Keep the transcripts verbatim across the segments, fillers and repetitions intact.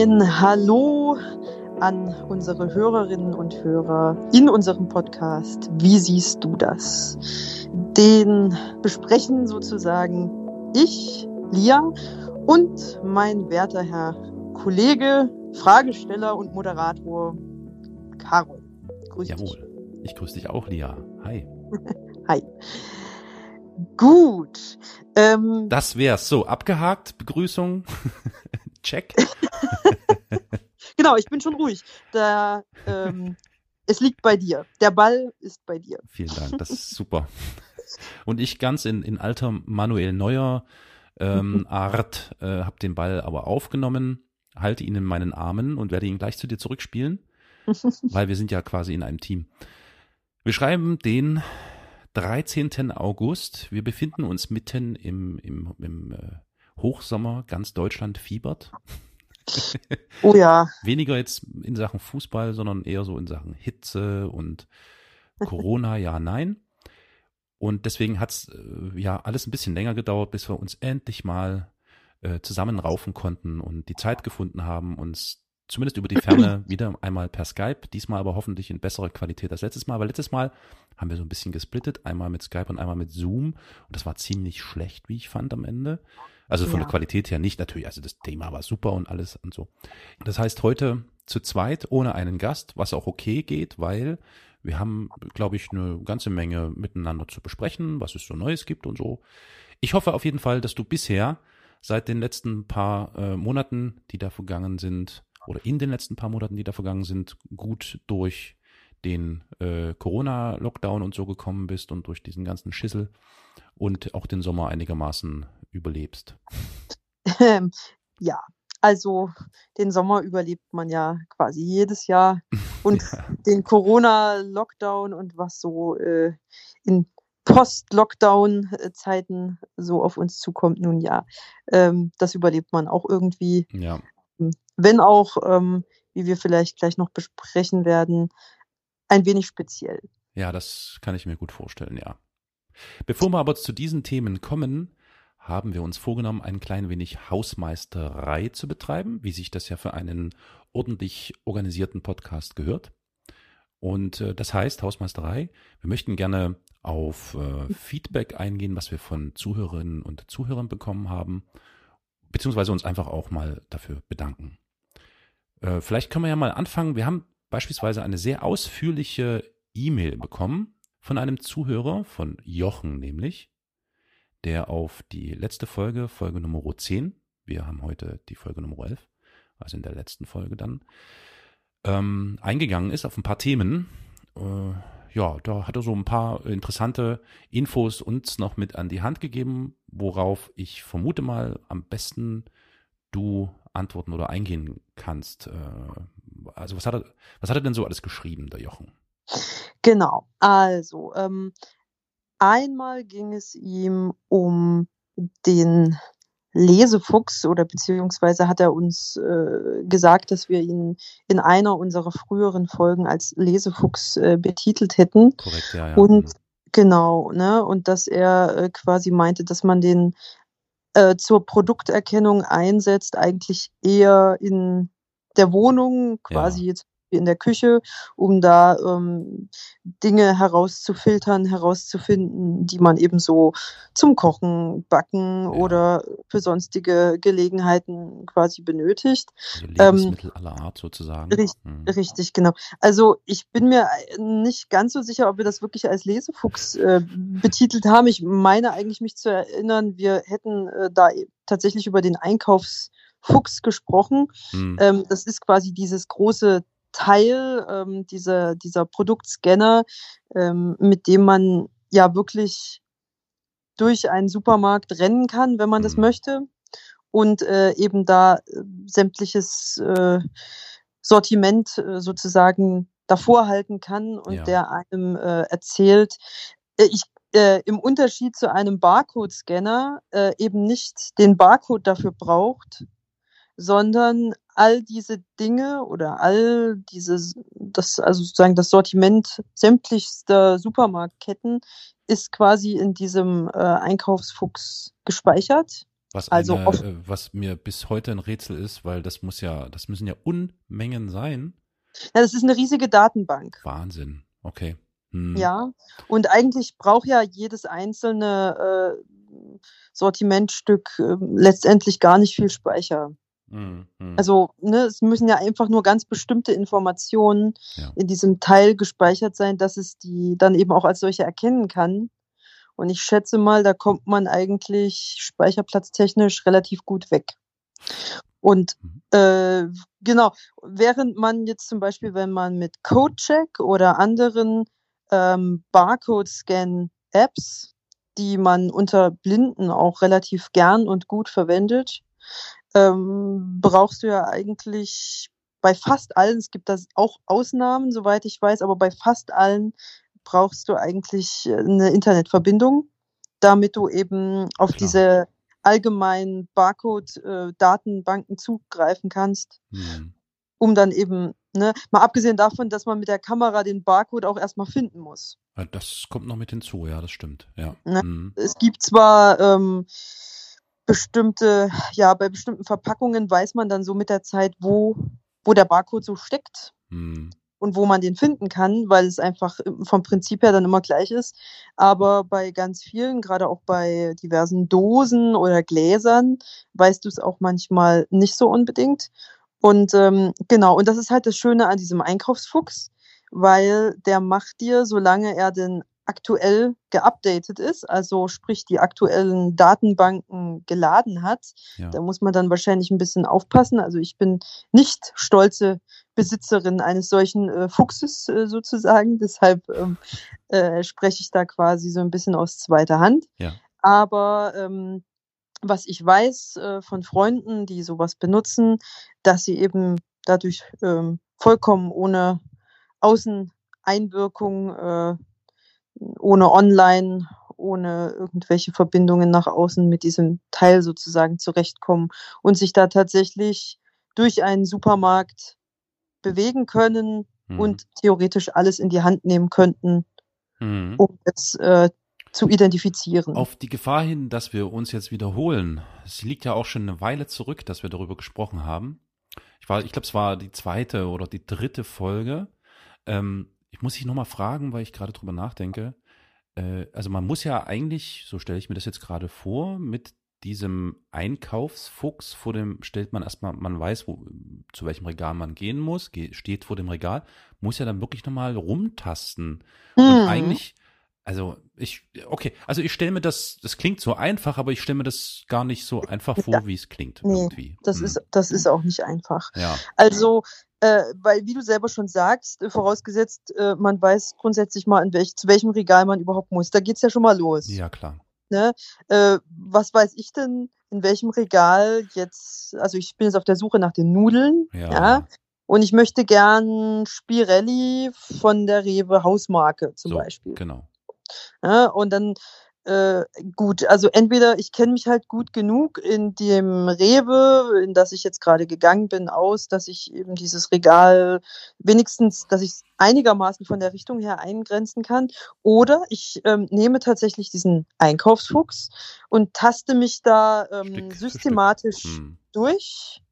Ein Hallo an unsere Hörerinnen und Hörer in unserem Podcast. Wie siehst du das? Den besprechen sozusagen ich, Lia, und mein werter Herr Kollege, Fragesteller und Moderator Carol. Grüß Jawohl, dich. Ich grüße dich auch, Lia. Hi. Hi. Gut. Ähm, das wär's. So, abgehakt, Begrüßung. Check. Genau, ich bin schon ruhig. Da, ähm, es liegt bei dir. Der Ball ist bei dir. Vielen Dank, das ist super. Und ich ganz in, in alter Manuel Neuer ähm, Art äh, habe den Ball aber aufgenommen, halte ihn in meinen Armen und werde ihn gleich zu dir zurückspielen, weil wir sind ja quasi in einem Team. Wir schreiben den dreizehnten August. Wir befinden uns mitten im, im, im äh, Hochsommer. Ganz Deutschland fiebert. Oh ja. Weniger jetzt in Sachen Fußball, sondern eher so in Sachen Hitze und Corona, ja, nein. Und deswegen hat's äh, ja alles ein bisschen länger gedauert, bis wir uns endlich mal äh, zusammenraufen konnten und die Zeit gefunden haben, uns zumindest über die Ferne wieder einmal per Skype, diesmal aber hoffentlich in besserer Qualität als letztes Mal, weil letztes Mal haben wir so ein bisschen gesplittet, einmal mit Skype und einmal mit Zoom und das war ziemlich schlecht, wie ich fand am Ende. Also von ja. der Qualität her nicht natürlich, also das Thema war super und alles und so. Das heißt heute zu zweit ohne einen Gast, was auch okay geht, weil wir haben, glaube ich, eine ganze Menge miteinander zu besprechen, was es so Neues gibt und so. Ich hoffe auf jeden Fall, dass du bisher seit den letzten paar äh, Monaten, die da vergangen sind, oder in den letzten paar Monaten, die da vergangen sind, gut durch den äh, Corona-Lockdown und so gekommen bist und durch diesen ganzen Schissel und auch den Sommer einigermaßen überlebst. Ähm, ja, also den Sommer überlebt man ja quasi jedes Jahr und ja. den Corona-Lockdown und was so äh, in Post-Lockdown-Zeiten so auf uns zukommt, nun ja, ähm, das überlebt man auch irgendwie. Ja. Wenn auch, ähm, wie wir vielleicht gleich noch besprechen werden, ein wenig speziell. Ja, das kann ich mir gut vorstellen, ja. Bevor wir aber zu diesen Themen kommen, haben wir uns vorgenommen, ein klein wenig Hausmeisterei zu betreiben, wie sich das ja für einen ordentlich organisierten Podcast gehört. Und äh, das heißt, Hausmeisterei, wir möchten gerne auf äh, Feedback eingehen, was wir von Zuhörerinnen und Zuhörern bekommen haben, beziehungsweise uns einfach auch mal dafür bedanken. Äh, vielleicht können wir ja mal anfangen. Wir haben beispielsweise eine sehr ausführliche E-Mail bekommen von einem Zuhörer, von Jochen nämlich, der auf die letzte Folge, Folge Nummer zehn, wir haben heute die Folge Nummer elf, also in der letzten Folge dann, ähm, eingegangen ist auf ein paar Themen. Äh, ja, da hat er so ein paar interessante Infos uns noch mit an die Hand gegeben, worauf ich vermute mal am besten du antworten oder eingehen kannst. Also was hat er, was hat er denn so alles geschrieben, der Jochen? Genau, also ähm, einmal ging es ihm um den Lesefuchs oder beziehungsweise hat er uns äh, gesagt, dass wir ihn in einer unserer früheren Folgen als Lesefuchs äh, betitelt hätten. Korrekt, ja, ja. Und genau, ne, und dass er äh, quasi meinte, dass man den äh, zur Produkterkennung einsetzt, eigentlich eher in der Wohnung, quasi ja. jetzt in der Küche, um da ähm, Dinge herauszufiltern, herauszufinden, die man eben so zum Kochen, Backen ja. oder für sonstige Gelegenheiten quasi benötigt. Also Lebensmittel ähm, aller Art sozusagen. Richtig, hm. richtig, genau. Also ich bin mir nicht ganz so sicher, ob wir das wirklich als Lesefuchs äh, betitelt haben. Ich meine eigentlich mich zu erinnern, wir hätten äh, da tatsächlich über den Einkaufsfuchs gesprochen. Hm. Ähm, das ist quasi dieses große Teil, ähm, dieser, dieser Produktscanner, ähm, mit dem man ja wirklich durch einen Supermarkt rennen kann, wenn man mhm. das möchte und äh, eben da äh, sämtliches äh, Sortiment äh, sozusagen davor halten kann und ja. der einem äh, erzählt, äh, ich äh, im Unterschied zu einem Barcode-Scanner äh, eben nicht den Barcode dafür braucht, sondern all diese Dinge oder all dieses, das, also sozusagen das Sortiment sämtlichster Supermarktketten ist quasi in diesem äh, Einkaufsfuchs gespeichert. Was Also eine, auf, äh, was mir bis heute ein Rätsel ist, weil das muss ja, das müssen ja Unmengen sein. ja, das ist eine riesige Datenbank. Wahnsinn. Okay. Hm. Ja, und eigentlich braucht ja jedes einzelne äh, Sortimentstück äh, letztendlich gar nicht viel Speicher. Hm, hm. Also, ne, es müssen ja einfach nur ganz bestimmte Informationen Ja. in diesem Teil gespeichert sein, dass es die dann eben auch als solche erkennen kann. Und ich schätze mal, da kommt man eigentlich speicherplatztechnisch relativ gut weg. Und Mhm. äh, genau, während man jetzt zum Beispiel, wenn man mit CodeCheck oder anderen ähm, Barcode-Scan-Apps, die man unter Blinden auch relativ gern und gut verwendet, ähm, brauchst du ja eigentlich bei fast allen, es gibt da auch Ausnahmen, soweit ich weiß, aber bei fast allen brauchst du eigentlich äh, eine Internetverbindung, damit du eben auf Klar. diese allgemeinen Barcode-Datenbanken zugreifen kannst, Hm. um dann eben, ne, mal abgesehen davon, dass man mit der Kamera den Barcode auch erstmal finden muss. Ja, das kommt noch mit hinzu, ja, das stimmt. Ja. Ne? Hm. Es gibt zwar ähm, bestimmte, ja, bei bestimmten Verpackungen weiß man dann so mit der Zeit, wo, wo der Barcode so steckt Hm. und wo man den finden kann, weil es einfach vom Prinzip her dann immer gleich ist. Aber bei ganz vielen, gerade auch bei diversen Dosen oder Gläsern, weißt du es auch manchmal nicht so unbedingt. Und ähm, genau, und das ist halt das Schöne an diesem Einkaufsfuchs, weil der macht dir, solange er denn aktuell geupdatet ist, also sprich die aktuellen Datenbanken geladen hat, Ja. da muss man dann wahrscheinlich ein bisschen aufpassen. Also ich bin nicht stolze Besitzerin eines solchen äh, Fuchses äh, sozusagen, deshalb ähm, äh, spreche ich da quasi so ein bisschen aus zweiter Hand. Ja. Aber ähm, was ich weiß äh, von Freunden, die sowas benutzen, dass sie eben dadurch ähm, vollkommen ohne Außeneinwirkung, äh, ohne Online, ohne irgendwelche Verbindungen nach außen mit diesem Teil sozusagen zurechtkommen und sich da tatsächlich durch einen Supermarkt bewegen können Hm. und theoretisch alles in die Hand nehmen könnten, Hm. um es äh, zu identifizieren. Auf die Gefahr hin, dass wir uns jetzt wiederholen. Es liegt ja auch schon eine Weile zurück, dass wir darüber gesprochen haben. Ich war, ich glaube, es war die zweite oder die dritte Folge. Ähm, ich muss dich nochmal fragen, weil ich gerade drüber nachdenke. Äh, also man muss ja eigentlich, so stelle ich mir das jetzt gerade vor, mit diesem Einkaufsfuchs vor dem, stellt man erstmal, man weiß, wo, zu welchem Regal man gehen muss, ge- steht vor dem Regal, muss ja dann wirklich nochmal rumtasten. Und Hm. eigentlich, also ich, okay, also ich stelle mir das, das klingt so einfach, aber ich stelle mir das gar nicht so einfach vor, Ja. wie es klingt Nee, irgendwie. das Hm. ist, das ist auch nicht einfach. Ja, Also, äh, weil, wie du selber schon sagst, äh, vorausgesetzt, äh, man weiß grundsätzlich mal, in welch, zu welchem Regal man überhaupt muss. Da geht's ja schon mal los. ja klar. Ne? Äh, was weiß ich denn, in welchem Regal jetzt, also ich bin jetzt auf der Suche nach den Nudeln, Ja. ja, und ich möchte gern Spirelli von der Rewe Hausmarke zum So, Beispiel. genau. Ja, und dann, äh, gut, also entweder ich kenne mich halt gut genug in dem Rewe, in das ich jetzt gerade gegangen bin, aus, dass ich eben dieses Regal wenigstens, dass ich es einigermaßen von der Richtung her eingrenzen kann. Oder ich ähm, nehme tatsächlich diesen Einkaufsfuchs und taste mich da ähm, Stück für systematisch Stück. Hm. durch.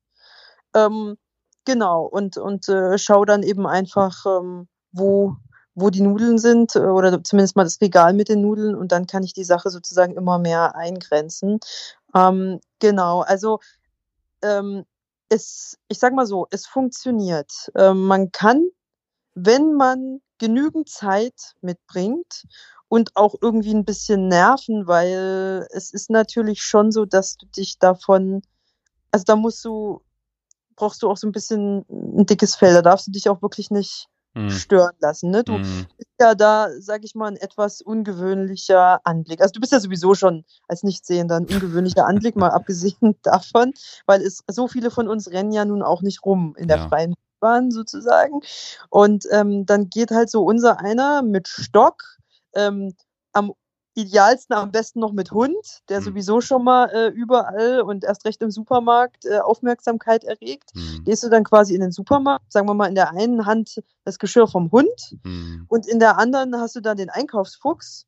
Ähm, genau, und, und äh, schaue dann eben einfach, ähm, wo wo die Nudeln sind äh, oder zumindest mal das Regal mit den Nudeln und dann kann ich die Sache sozusagen immer mehr eingrenzen. Ähm, genau, also ähm, es, ich sag mal so, es funktioniert. Ähm, man kann, wenn man genügend Zeit mitbringt und auch irgendwie ein bisschen Nerven, weil es ist natürlich schon so, dass du dich davon, also da musst du, brauchst du auch so ein bisschen ein dickes Fell, da darfst du dich auch wirklich nicht Hm. stören lassen. Ne? Du Hm. bist ja da, sag ich mal, ein etwas ungewöhnlicher Anblick. Also du bist ja sowieso schon als Nichtsehender ein ungewöhnlicher Anblick, mal abgesehen davon, weil es so viele von uns rennen ja nun auch nicht rum in der Ja. freien Bahn sozusagen. Und ähm, dann geht halt so unser einer mit Stock, ähm, am idealsten am besten noch mit Hund, der Hm. sowieso schon mal äh, überall und erst recht im Supermarkt äh, Aufmerksamkeit erregt. Hm. Gehst du dann quasi in den Supermarkt, sagen wir mal in der einen Hand das Geschirr vom Hund Hm. und in der anderen hast du dann den Einkaufsfuchs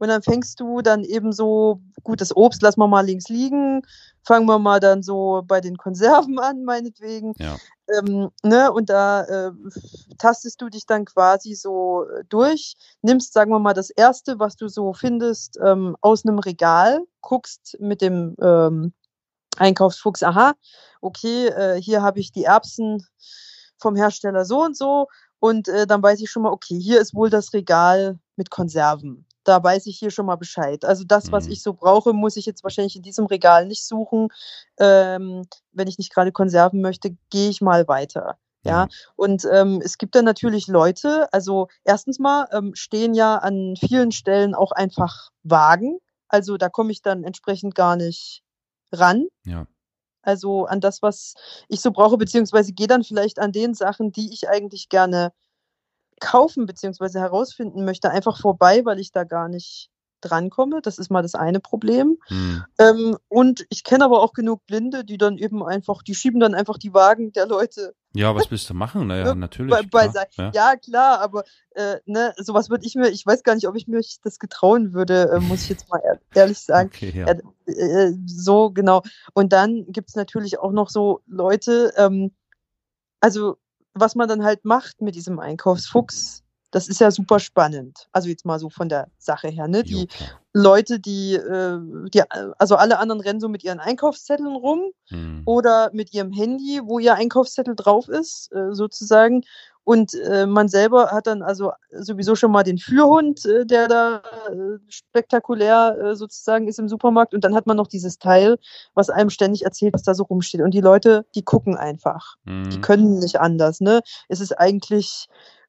Und dann fängst du dann eben so, gut, das Obst lassen wir mal links liegen, fangen wir mal dann so bei den Konserven an, meinetwegen. Ja. Ähm, ne? Und da äh, tastest du dich dann quasi so durch, nimmst, sagen wir mal, das Erste, was du so findest, ähm, aus einem Regal, guckst mit dem ähm, Einkaufsfuchs, aha, okay, äh, hier habe ich die Erbsen vom Hersteller so und so und äh, dann weiß ich schon mal, okay, hier ist wohl das Regal mit Konserven. Da weiß ich hier schon mal Bescheid. Also das, was Mhm. ich so brauche, muss ich jetzt wahrscheinlich in diesem Regal nicht suchen. Ähm, wenn ich nicht gerade Konserven möchte, gehe ich mal weiter. Ja, Ja. und ähm, es gibt dann natürlich Leute, also erstens mal ähm, stehen ja an vielen Stellen auch einfach Wagen. Also da komme ich dann entsprechend gar nicht ran. Ja. Also an das, was ich so brauche, beziehungsweise gehe dann vielleicht an den Sachen, die ich eigentlich gerne kaufen beziehungsweise herausfinden möchte, einfach vorbei, weil ich da gar nicht drankomme. Das ist mal das eine Problem. Mhm. Ähm, und ich kenne aber auch genug Blinde, die dann eben einfach, die schieben dann einfach die Wagen der Leute Ja, was willst du machen? Naja, ne, bei, natürlich, bei klar. Ja. ja, klar, aber äh, ne, sowas würde ich mir, ich weiß gar nicht, ob ich mir das getrauen würde, äh, muss ich jetzt mal ehr- ehrlich sagen. Okay, ja. Ja, äh, so, genau. Und dann gibt's natürlich auch noch so Leute, ähm, also was man dann halt macht mit diesem Einkaufsfuchs, das ist ja super spannend. Also jetzt mal so von der Sache her, ne? Jo, Die klar. Leute, die, äh, die, also alle anderen rennen so mit ihren Einkaufszetteln rum Mhm. oder mit ihrem Handy, wo ihr Einkaufszettel drauf ist, äh, sozusagen. Und äh, man selber hat dann also sowieso schon mal den Führhund, äh, der da äh, spektakulär äh, sozusagen ist im Supermarkt. Und dann hat man noch dieses Teil, was einem ständig erzählt, was da so rumsteht. Und die Leute, die gucken einfach. Die Mhm. können nicht anders. Ne? Es ist eigentlich,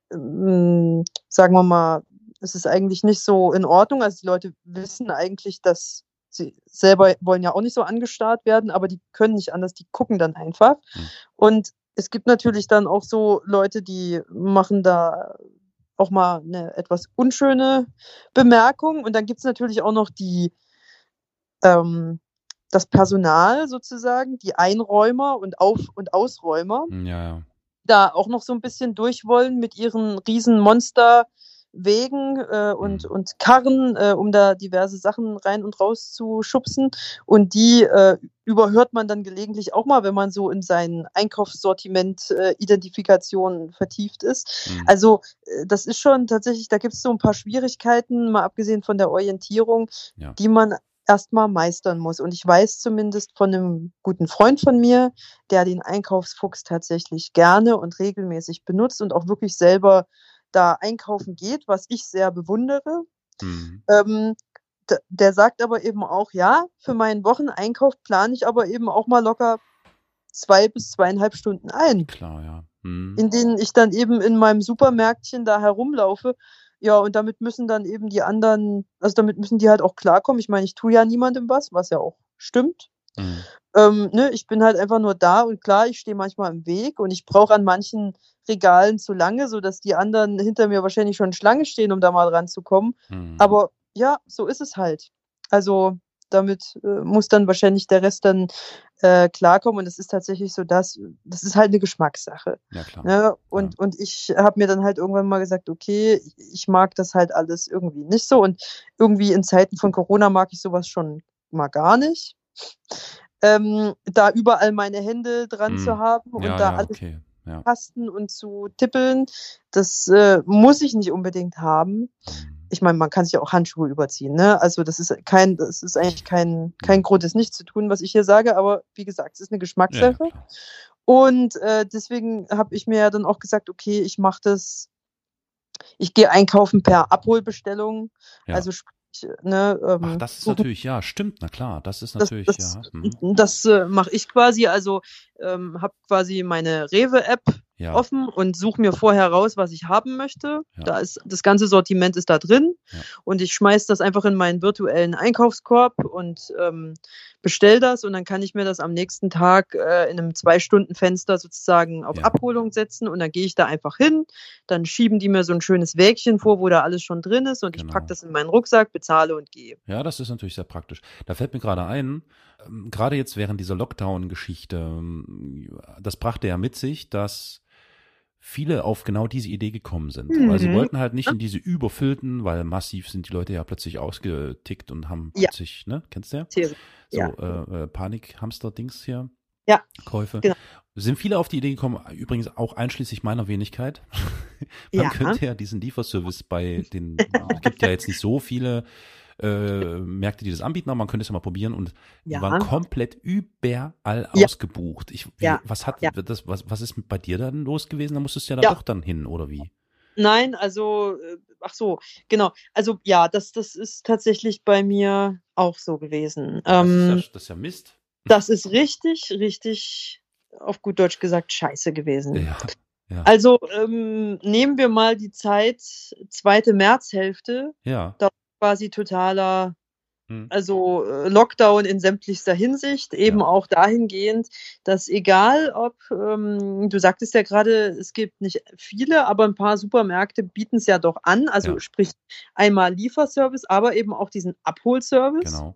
ähm, sagen wir mal, es ist eigentlich nicht so in Ordnung. Also die Leute wissen eigentlich, dass sie selber wollen ja auch nicht so angestarrt werden, aber die können nicht anders, die gucken dann einfach. Mhm. Und es gibt natürlich dann auch so Leute, die machen da auch mal eine etwas unschöne Bemerkung. Und dann gibt es natürlich auch noch die, ähm, das Personal sozusagen, die Einräumer und Auf- und Ausräumer, Ja, ja. da auch noch so ein bisschen durch wollen mit ihren riesen Monsterwegen äh, und, Mhm. und Karren, äh, um da diverse Sachen rein und raus zu schubsen. Und die äh, überhört man dann gelegentlich auch mal, wenn man so in sein Einkaufssortiment äh, Identifikation vertieft ist. Mhm. Also äh, das ist schon tatsächlich, da gibt es so ein paar Schwierigkeiten, mal abgesehen von der Orientierung, Ja. die man erstmal meistern muss. Und ich weiß zumindest von einem guten Freund von mir, der den Einkaufsfuchs tatsächlich gerne und regelmäßig benutzt und auch wirklich selber da einkaufen geht, was ich sehr bewundere. Mhm. Ähm, d- der sagt aber eben auch, ja, für meinen Wocheneinkauf plane ich aber eben auch mal locker zwei bis zweieinhalb Stunden ein, Klar, ja. Mhm. in denen ich dann eben in meinem Supermärktchen da herumlaufe. Ja, und damit müssen dann eben die anderen, also damit müssen die halt auch klarkommen. Ich meine, ich tue ja niemandem was, was ja auch stimmt. Mhm. Ähm, ne, ich bin halt einfach nur da und klar, ich stehe manchmal im Weg und ich brauche an manchen Regalen zu lange, sodass die anderen hinter mir wahrscheinlich schon Schlange stehen, um da mal ranzukommen. Mhm. Aber ja, so ist es halt. Also damit äh, muss dann wahrscheinlich der Rest dann äh, klarkommen und es ist tatsächlich so, dass das ist halt eine Geschmackssache. Ja, klar. Ne? Und, und ich habe mir dann halt irgendwann mal gesagt, okay, ich, ich mag das halt alles irgendwie nicht so und irgendwie in Zeiten von Corona mag ich sowas schon mal gar nicht. Ähm, da überall meine Hände dran zu Mhm. haben und Ja, da ja, alles okay. Ja. tasten und zu tippeln, das äh, muss ich nicht unbedingt haben. Mhm. Ich meine, man kann sich auch Handschuhe überziehen, ne? Also das ist kein, das ist eigentlich kein, kein Ja. Grund, es nicht zu tun, was ich hier sage, aber wie gesagt, es ist eine Ja, ja, Geschmackssache. klar. Und äh, deswegen habe ich mir ja dann auch gesagt, okay, ich mache das, ich gehe einkaufen per Abholbestellung. Ja. Also sprich, ne, Ach, ähm, das ist suche natürlich, ja, stimmt, na klar, das ist das, natürlich, das, ja. Mhm. das äh, mache ich quasi. Also ähm, habe quasi meine Rewe-App Ja, offen und suche mir vorher raus, was ich haben möchte. Ja. Da ist das ganze Sortiment ist da drin Ja. und ich schmeiß das einfach in meinen virtuellen Einkaufskorb und ähm, bestell das und dann kann ich mir das am nächsten Tag äh, in einem Zwei-Stunden-Fenster sozusagen auf Ja. Abholung setzen und dann gehe ich da einfach hin. Dann schieben die mir so ein schönes Wägchen vor, wo da alles schon drin ist und ich Genau. packe das in meinen Rucksack, bezahle und gehe. Ja, das ist natürlich sehr praktisch. Da fällt mir gerade ein, ähm, gerade jetzt während dieser Lockdown-Geschichte, ähm, das brachte ja mit sich, dass viele auf genau diese Idee gekommen sind. Mhm. Weil sie wollten halt nicht in diese überfüllten, weil massiv sind die Leute ja plötzlich ausgetickt und haben Ja. plötzlich, ne, kennst du ja? Theorie. So Ja. äh, äh, Panik-Hamster-Dings hier. Ja, Käufe. genau. Sind viele auf die Idee gekommen, übrigens auch einschließlich meiner Wenigkeit. Man Ja. könnte ja diesen Lieferservice bei den, es gibt ja jetzt nicht so viele äh, Märkte, die das anbieten, aber man könnte es ja mal probieren und die Ja. waren komplett überall Ja. ausgebucht. Ich, wie, Ja. was hat Ja. das, was, was ist bei dir dann los gewesen? Da musstest du ja da Ja. doch dann hin, oder wie? Nein, also, äh, ach so, genau. Also ja, das, das ist tatsächlich bei mir auch so gewesen. Das, Ähm, ist, ja, das ist ja Mist. das ist richtig, richtig, auf gut Deutsch gesagt, scheiße gewesen. Ja, ja. Also ähm, nehmen wir mal die Zeit, zweite Märzhälfte, Ja. da war quasi totaler, Hm. also äh, Lockdown in sämtlichster Hinsicht, eben Ja. auch dahingehend, dass egal ob, ähm, du sagtest ja gerade, es gibt nicht viele, aber ein paar Supermärkte bieten es ja doch an, also Ja. sprich einmal Lieferservice, aber eben auch diesen Abholservice. Genau.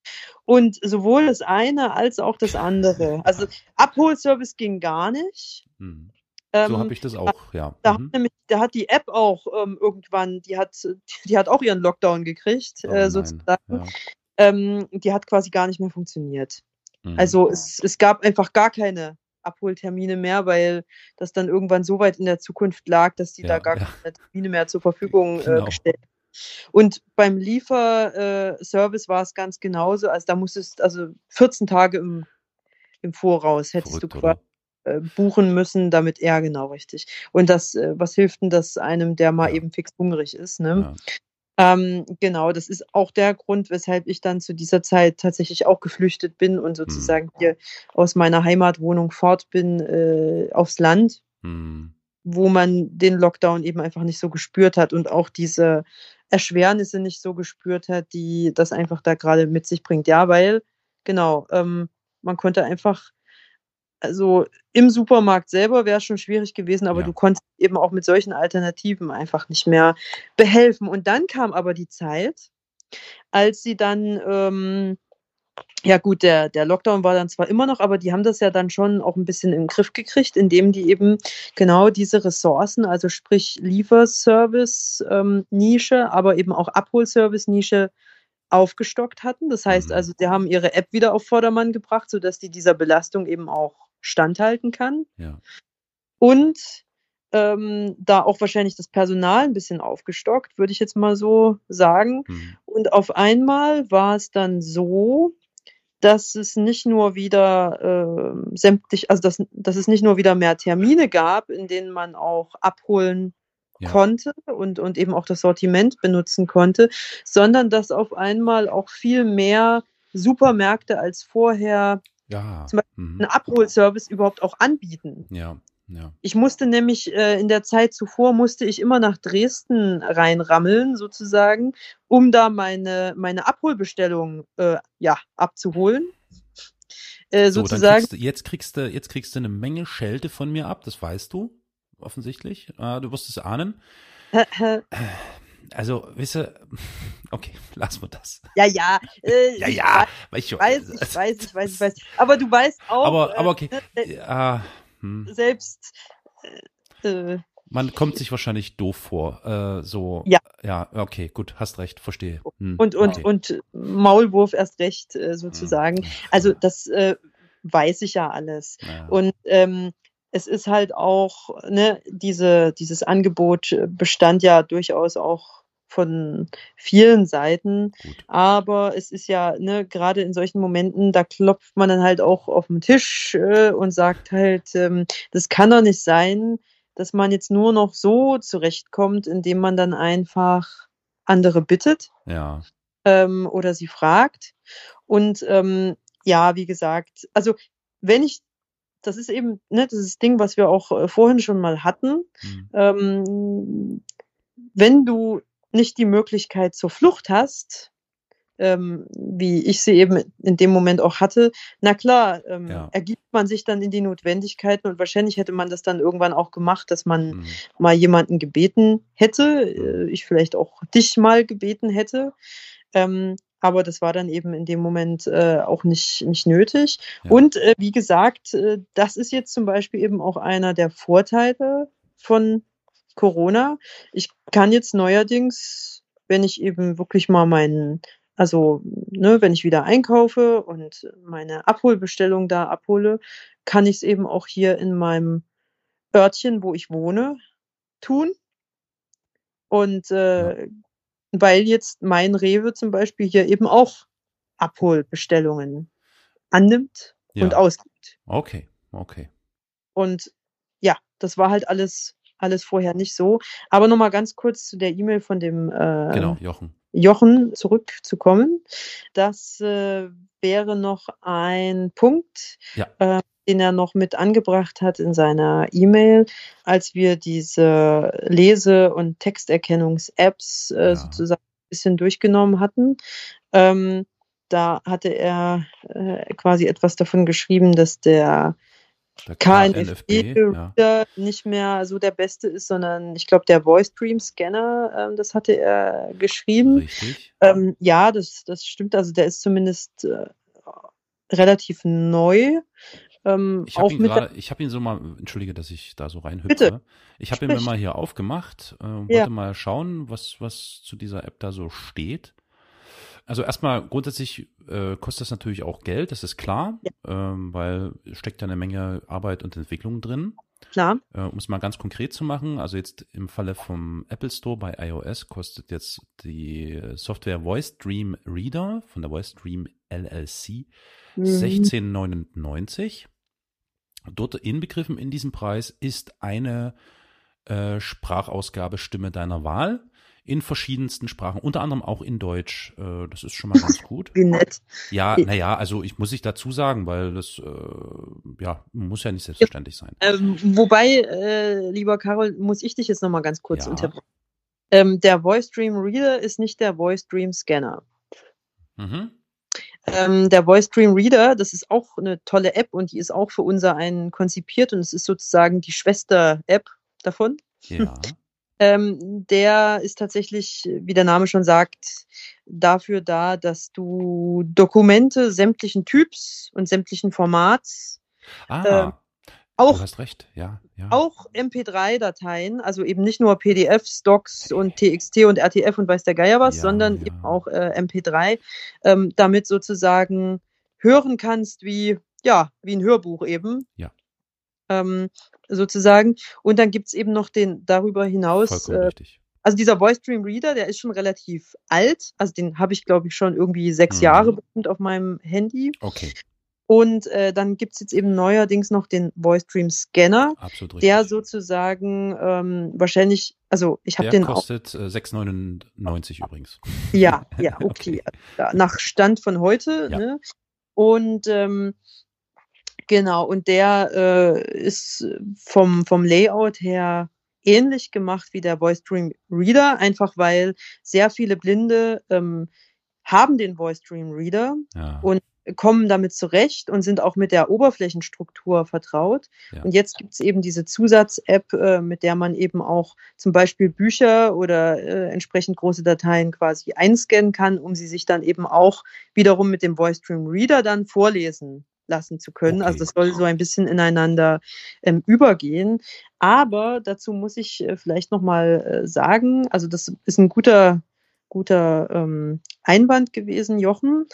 Und sowohl das eine als auch das andere. Also Abholservice ging gar nicht. Hm. Ähm, So habe ich das auch, ja. Da hat Mhm. nämlich, da hat die App auch ähm, irgendwann, die hat, die hat auch ihren Lockdown gekriegt, Oh äh, nein. sozusagen. Ja. Ähm, die hat quasi gar nicht mehr funktioniert. Mhm. Also es, es gab einfach gar keine Abholtermine mehr, weil das dann irgendwann so weit in der Zukunft lag, dass die Ja, da gar ja. keine Termine mehr zur Verfügung Genau. äh, gestellt haben. Und beim Lieferservice war es ganz genauso. Also da musstest also vierzehn Tage im, im Voraus hättest Verrückt, du oder? quasi äh, buchen müssen, damit er genau richtig. Und das, äh, was hilft denn das einem, der mal Ja. eben fix hungrig ist, ne? Ja. Ähm, genau, das ist auch der Grund, weshalb ich dann zu dieser Zeit tatsächlich auch geflüchtet bin und sozusagen hier aus meiner Heimatwohnung fort bin äh, aufs Land, Hm. wo man den Lockdown eben einfach nicht so gespürt hat und auch diese Erschwernisse nicht so gespürt hat, die das einfach da gerade mit sich bringt. Ja, weil, genau, ähm, man konnte einfach, also im Supermarkt selber wäre es schon schwierig gewesen, aber Ja. du konntest eben auch mit solchen Alternativen einfach nicht mehr behelfen. Und dann kam aber die Zeit, als sie dann, ähm, ja gut, der, der Lockdown war dann zwar immer noch, aber die haben das ja dann schon auch ein bisschen in den Griff gekriegt, indem die eben genau diese Ressourcen, also sprich Lieferservice-Nische, aber eben auch Abholservice-Nische aufgestockt hatten. Das heißt Mhm. also, sie haben ihre App wieder auf Vordermann gebracht, sodass die dieser Belastung eben auch standhalten kann. Ja. Und ähm, da auch wahrscheinlich das Personal ein bisschen aufgestockt, würde ich jetzt mal so sagen. Mhm. Und auf einmal war es dann so, dass es nicht nur wieder äh, sämtlich, also dass, dass es nicht nur wieder mehr Termine gab, in denen man auch abholen Ja. konnte und, und eben auch das Sortiment benutzen konnte, sondern dass auf einmal auch viel mehr Supermärkte als vorher Ja. zum Beispiel Mhm. einen Abholservice überhaupt auch anbieten. Ja. Ja. Ich musste nämlich äh, in der Zeit zuvor, musste ich immer nach Dresden reinrammeln sozusagen, um da meine, meine Abholbestellung äh, ja, abzuholen. Äh, So, dann sozusagen. kriegst du, jetzt kriegst du, jetzt kriegst du eine Menge Schelte von mir ab, das weißt du, offensichtlich. Äh, du wirst es ahnen. Also, weißt du, okay, lassen wir das. Ja, ja. Äh, Ja, ich ja, weiß ich, weiß, ich weiß, ich weiß, ich weiß. Aber du weißt auch, Aber, aber okay. äh, Ja, hm. selbst äh, äh, Man kommt sich wahrscheinlich doof vor. Äh, so. Ja. Ja, okay, gut, hast recht, verstehe. Hm, und, und, okay. und Maulwurf erst recht äh, sozusagen. Hm. Also das äh, weiß ich ja alles. Ja. Und ähm, es ist halt auch, ne, diese, dieses Angebot bestand ja durchaus auch von vielen Seiten, Gut. aber es ist ja, ne, gerade in solchen Momenten, da klopft man dann halt auch auf den Tisch äh, und sagt halt, ähm, das kann doch nicht sein, dass man jetzt nur noch so zurechtkommt, indem man dann einfach andere bittet Ja. ähm, oder sie fragt. Und ähm, ja, wie gesagt, also wenn ich, das ist eben, ne, dieses Ding, was wir auch äh, vorhin schon mal hatten, Hm. ähm, wenn du nicht die Möglichkeit zur Flucht hast, ähm, wie ich sie eben in dem Moment auch hatte, na klar, ähm, Ja. ergibt man sich dann in die Notwendigkeiten und wahrscheinlich hätte man das dann irgendwann auch gemacht, dass man Hm. mal jemanden gebeten hätte, äh, ich vielleicht auch dich mal gebeten hätte, ähm, aber das war dann eben in dem Moment äh, auch nicht, nicht nötig. Ja. Und äh, wie gesagt, äh, das ist jetzt zum Beispiel eben auch einer der Vorteile von Corona. Ich kann jetzt neuerdings, wenn ich eben wirklich mal meinen, also ne, wenn ich wieder einkaufe und meine Abholbestellung da abhole, kann ich es eben auch hier in meinem Örtchen, wo ich wohne, tun. Und äh, ja. weil jetzt mein Rewe zum Beispiel hier eben auch Abholbestellungen annimmt ja. und ausgibt. Okay, okay. Und ja, das war halt alles, alles vorher nicht so. Aber nochmal ganz kurz zu der E-Mail von dem äh, genau, Jochen. Jochen zurückzukommen. Das äh, wäre noch ein Punkt, ja. äh, den er noch mit angebracht hat in seiner E-Mail, als wir diese Lese- und Texterkennungs-Apps äh, ja. sozusagen ein bisschen durchgenommen hatten. Ähm, da hatte er äh, quasi etwas davon geschrieben, dass der K N F B-Reader ja. nicht mehr so der beste ist, sondern ich glaube, der Voice Dream Scanner, ähm, das hatte er geschrieben. Richtig. Ähm, ja, das, das stimmt. Also der ist zumindest äh, relativ neu. Ähm, ich habe ihn gerade, ich habe ihn so mal, entschuldige, dass ich da so reinhüpfe. Bitte. Ich habe ihn mir mal hier aufgemacht, äh, wollte ja. mal schauen, was, was zu dieser App da so steht. Also erstmal grundsätzlich äh, kostet das natürlich auch Geld, das ist klar, ja. ähm, weil steckt ja eine Menge Arbeit und Entwicklung drin. Klar. Äh, um es mal ganz konkret zu machen, also jetzt im Falle vom Apple Store bei iOS kostet jetzt die Software Voice Dream Reader von der Voice Dream L L C mhm. sechzehn neunundneunzig. Dort inbegriffen in diesem Preis ist eine äh, Sprachausgabe Stimme deiner Wahl. In verschiedensten Sprachen, unter anderem auch in Deutsch. Äh, das ist schon mal ganz gut. Wie nett. Ja, naja, also ich muss ich dazu sagen, weil das äh, ja muss ja nicht selbstverständlich sein. Ähm, wobei, äh, lieber Carol, muss ich dich jetzt nochmal ganz kurz ja. unterbrechen. Ähm, der Voice Dream Reader ist nicht der Voice Dream Scanner. Mhm. Ähm, der Voice Dream Reader, das ist auch eine tolle App und die ist auch für unser einen konzipiert und es ist sozusagen die Schwester-App davon. Ja. Ähm, der ist tatsächlich, wie der Name schon sagt, dafür da, dass du Dokumente sämtlichen Typs und sämtlichen Formats ah, äh, auch, du hast recht, ja, ja. auch M P drei Dateien, also eben nicht nur P D Fs, Docs und T X T und R T F und weiß der Geier was, ja, sondern ja. eben auch äh, M P drei, ähm, damit sozusagen hören kannst wie, ja, wie ein Hörbuch eben. Ja. Ähm, sozusagen. Und dann gibt's eben noch den darüber hinaus. Vollkommen Äh, richtig. also dieser Voice Dream Reader, der ist schon relativ alt. Also den habe ich, glaube ich, schon irgendwie sechs mhm. Jahre bestimmt auf meinem Handy. Okay. Und äh, dann gibt's jetzt eben neuerdings noch den Voice Dream Scanner, Absolut richtig. der sozusagen ähm, wahrscheinlich, also ich habe den auch. Der kostet äh, sechs neunundneunzig übrigens. Ja, ja, okay. okay. Ja, nach Stand von heute. Ja. Ne? Und ähm, genau, und der äh, ist vom, vom Layout her ähnlich gemacht wie der Voice Dream Reader, einfach weil sehr viele Blinde ähm, haben den Voice Dream Reader ja. und kommen damit zurecht und sind auch mit der Oberflächenstruktur vertraut. Ja. Und jetzt gibt es eben diese Zusatz-App, äh, mit der man eben auch zum Beispiel Bücher oder äh, entsprechend große Dateien quasi einscannen kann, um sie sich dann eben auch wiederum mit dem Voice Dream Reader dann vorlesen lassen zu können. Okay. Also das soll so ein bisschen ineinander ähm, übergehen. Aber dazu muss ich äh, vielleicht nochmal äh, sagen, also das ist ein guter guter ähm, Einwand gewesen, Jochen,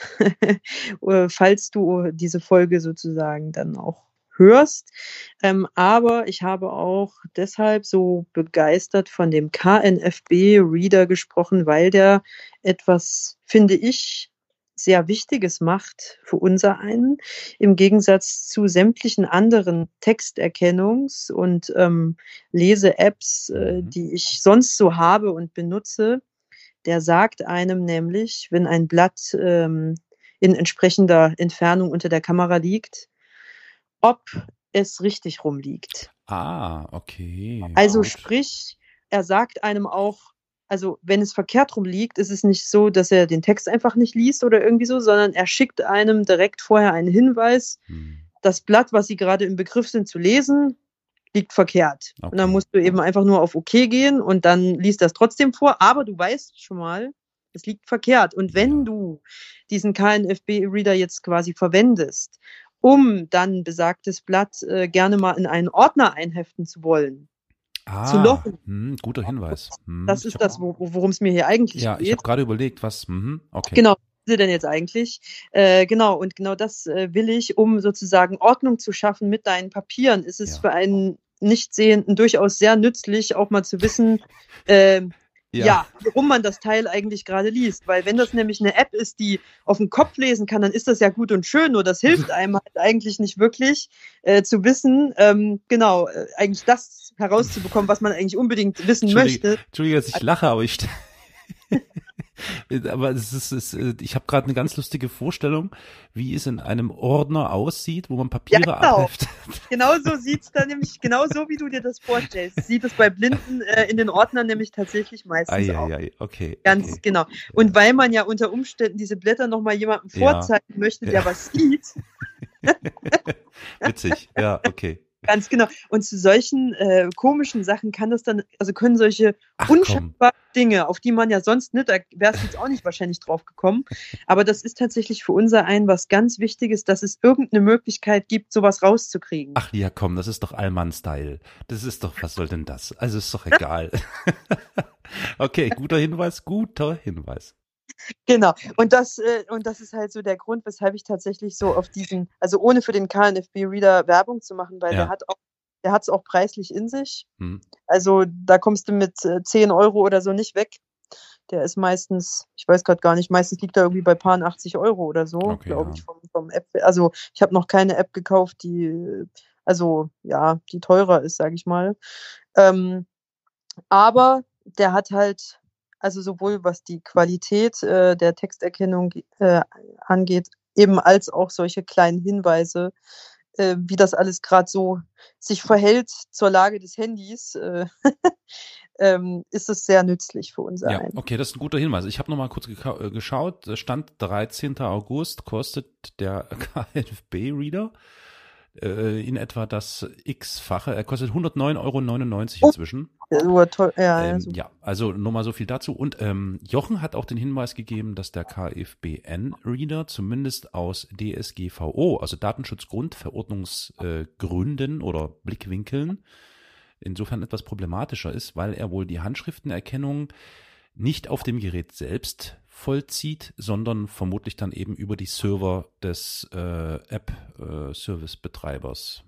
falls du diese Folge sozusagen dann auch hörst. Ähm, aber ich habe auch deshalb so begeistert von dem K N F B-Reader gesprochen, weil der etwas, finde ich, sehr Wichtiges macht für unser einen, im Gegensatz zu sämtlichen anderen Texterkennungs- und ähm, Lese-Apps, äh, die ich sonst so habe und benutze. Der sagt einem nämlich, wenn ein Blatt ähm, in entsprechender Entfernung unter der Kamera liegt, ob es richtig rumliegt. Ah, okay. Also gut. sprich, er sagt einem auch, also wenn es verkehrt rum liegt, ist es nicht so, dass er den Text einfach nicht liest oder irgendwie so, sondern er schickt einem direkt vorher einen Hinweis, hm. das Blatt, was Sie gerade im Begriff sind zu lesen, liegt verkehrt. Okay. Und dann musst du eben einfach nur auf OK gehen und dann liest das trotzdem vor, aber du weißt schon mal, es liegt verkehrt. Und wenn ja. du diesen K N F B-Reader jetzt quasi verwendest, um dann besagtes Blatt äh, gerne mal in einen Ordner einheften zu wollen, zu Ah, lochen. hm, guter Hinweis. Hm, Das ich ist hab, das, wo, worum es mir hier eigentlich ja, ich geht. habe gerade überlegt, was, mhm, okay. Genau, was will sie denn jetzt eigentlich? Äh, genau, und genau das äh, will ich, um sozusagen Ordnung zu schaffen mit deinen Papieren. Ist es Ja. für einen Nichtsehenden durchaus sehr nützlich, auch mal zu wissen, äh, Ja. ja, warum man das Teil eigentlich gerade liest. Weil wenn das nämlich eine App ist, die auf dem Kopf lesen kann, dann ist das ja gut und schön, nur das hilft einem halt eigentlich nicht wirklich äh, zu wissen, ähm, genau, äh, eigentlich das herauszubekommen, was man eigentlich unbedingt wissen Entschuldige, möchte. Entschuldige, dass ich lache, aber ich, aber es ist, es ist ich habe gerade eine ganz lustige Vorstellung, wie es in einem Ordner aussieht, wo man Papiere Ja, genau. abheftet. Genau so sieht's da nämlich, genau so wie du dir das vorstellst, sieht es bei Blinden äh, in den Ordnern nämlich tatsächlich meistens Ei, aus. ei, ei, okay. Ganz okay. genau. Und weil man ja unter Umständen diese Blätter nochmal jemandem Ja. vorzeigen möchte, der Ja. was sieht, Witzig, ja, okay. ganz genau. Und zu solchen äh, komischen Sachen kann das dann, also können solche Ach komm, unschätzbaren Dinge, auf die man ja sonst nicht, da wärst du jetzt auch nicht wahrscheinlich drauf gekommen, aber das ist tatsächlich für unser ein was ganz Wichtiges, dass es irgendeine Möglichkeit gibt, sowas rauszukriegen. ach ja, komm, das ist doch Allmann-Style. Das ist doch, was soll denn das? Also ist doch egal. Okay, guter Hinweis, guter Hinweis. Genau. Und das, äh, und das ist halt so der Grund, weshalb ich tatsächlich so auf diesen, also ohne für den K N F B-Reader Werbung zu machen, weil Ja. der hat auch, der hat es auch preislich in sich. Hm. Also da kommst du mit äh, zehn Euro oder so nicht weg. Der ist meistens, ich weiß gerade gar nicht, meistens liegt er irgendwie bei paar achtzig Euro oder so, Okay, glaube ja. ich, vom, vom App. Also ich habe noch keine App gekauft, die, äh, also ja, die teurer ist, sage ich mal. Ähm, aber der hat halt, also sowohl was die Qualität äh, der Texterkennung äh, angeht, eben als auch solche kleinen Hinweise, äh, wie das alles gerade so sich verhält zur Lage des Handys, äh, ähm, ist es sehr nützlich für unser Ja, ein. okay, das ist ein guter Hinweis. Ich habe noch mal kurz geka- äh, geschaut. Da stand dreizehnten August kostet der K N F B-Reader äh, in etwa das X-fache. Er kostet hundertneun Euro neunundneunzig inzwischen. Super toll. Ja, ja, Ähm, super. ja, also nur mal so viel dazu. Und ähm, Jochen hat auch den Hinweis gegeben, dass der K F B N-Reader zumindest aus D S G V O, also Datenschutzgrundverordnungsgründen äh, oder Blickwinkeln, insofern etwas problematischer ist, weil er wohl die Handschriftenerkennung nicht auf dem Gerät selbst vollzieht, sondern vermutlich dann eben über die Server des äh, App-Service-Betreibers.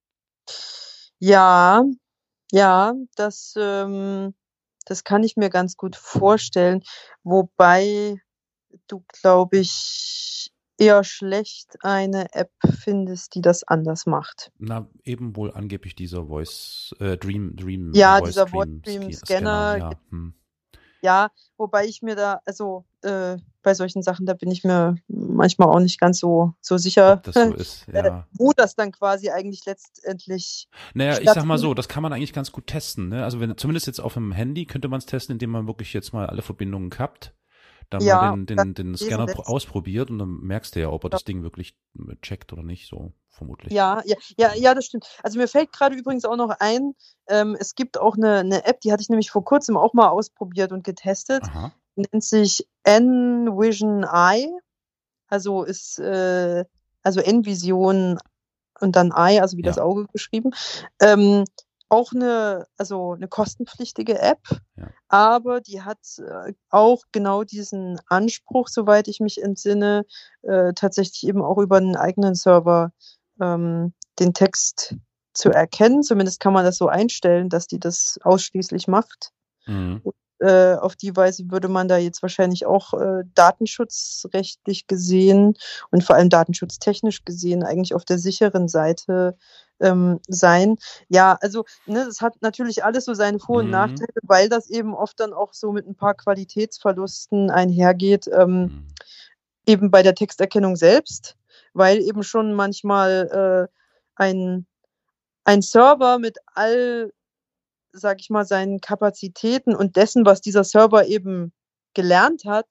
Ja, ja, das, ähm, das kann ich mir ganz gut vorstellen. Wobei du, glaube ich, eher schlecht eine App findest, die das anders macht. Na, eben wohl angeblich dieser Voice, äh, Dream, Dream, Ja, Voice dieser Dream Voice Dream Sca- Scanner, ja. Hm. ja, wobei ich mir da, also äh, bei solchen Sachen, da bin ich mir manchmal auch nicht ganz so, so sicher, Ob das so ist, ja. wo das dann quasi eigentlich letztendlich Naja, ich sag mal stattfindet. so, das kann man eigentlich ganz gut testen, ne? Also wenn, zumindest jetzt auf dem Handy könnte man es testen, indem man wirklich jetzt mal alle Verbindungen kappt, dann Ja, mal den, das den, den lesen Scanner lässt. ausprobiert und dann merkst du ja, ob er das Ding wirklich checkt oder nicht, so vermutlich. Ja, ja, ja, ja, das stimmt. Also mir fällt gerade übrigens auch noch ein, ähm, es gibt auch eine, eine App, die hatte ich nämlich vor kurzem auch mal ausprobiert und getestet. Aha. Nennt sich N-Vision Eye. Also ist, äh, also N-Vision und dann Eye, also wie Ja. das Auge geschrieben. Ähm, auch eine, also eine kostenpflichtige App, Ja. aber die hat äh, auch genau diesen Anspruch, soweit ich mich entsinne, äh, tatsächlich eben auch über einen eigenen Server ähm, den Text zu erkennen. Zumindest kann man das so einstellen, dass die das ausschließlich macht. Mhm. Äh, auf die Weise würde man da jetzt wahrscheinlich auch äh, datenschutzrechtlich gesehen und vor allem datenschutztechnisch gesehen eigentlich auf der sicheren Seite ähm, sein. Ja, also ne, das hat natürlich alles so seine Vor- und Mhm. Nachteile, weil das eben oft dann auch so mit ein paar Qualitätsverlusten einhergeht, ähm, Mhm. eben bei der Texterkennung selbst, weil eben schon manchmal äh, ein, ein Server mit all sag ich mal, seinen Kapazitäten und dessen, was dieser Server eben gelernt hat,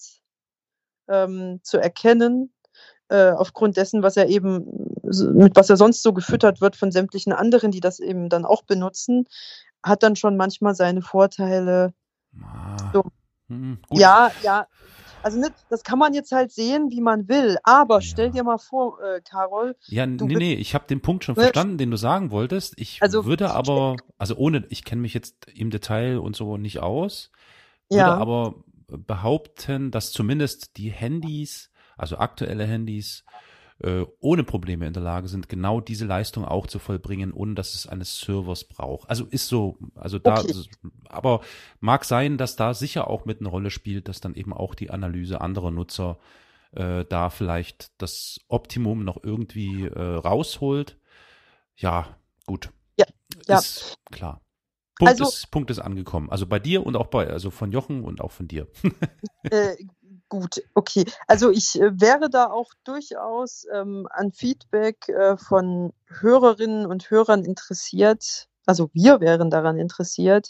ähm, zu erkennen, äh, aufgrund dessen, was er eben, mit was er sonst so gefüttert wird von sämtlichen anderen, die das eben dann auch benutzen, hat dann schon manchmal seine Vorteile. Ah. So. Hm, gut. Ja, ja, Also nicht, das kann man jetzt halt sehen, wie man will. Aber Ja. stell dir mal vor, äh, Carol. Ja, du nee, bist, nee, ich habe den Punkt schon ne, verstanden, den du sagen wolltest. Ich also würde aber, also ohne, ich kenne mich jetzt im Detail und so nicht aus, würde ja, aber behaupten, dass zumindest die Handys, also aktuelle Handys, äh, ohne Probleme in der Lage sind, genau diese Leistung auch zu vollbringen, ohne dass es eines Servers braucht. Also ist so, also da, okay. aber mag sein, dass da sicher auch mit eine Rolle spielt, dass dann eben auch die Analyse anderer Nutzer äh, da vielleicht das Optimum noch irgendwie äh, rausholt. Ja, gut, Ja, ja. ist klar. Punkt Also ist, Punkt ist angekommen. Also bei dir und auch bei, also von Jochen und auch von dir. äh, gut, okay. Also ich äh, wäre da auch durchaus ähm, an Feedback äh, von Hörerinnen und Hörern interessiert. Also wir wären daran interessiert,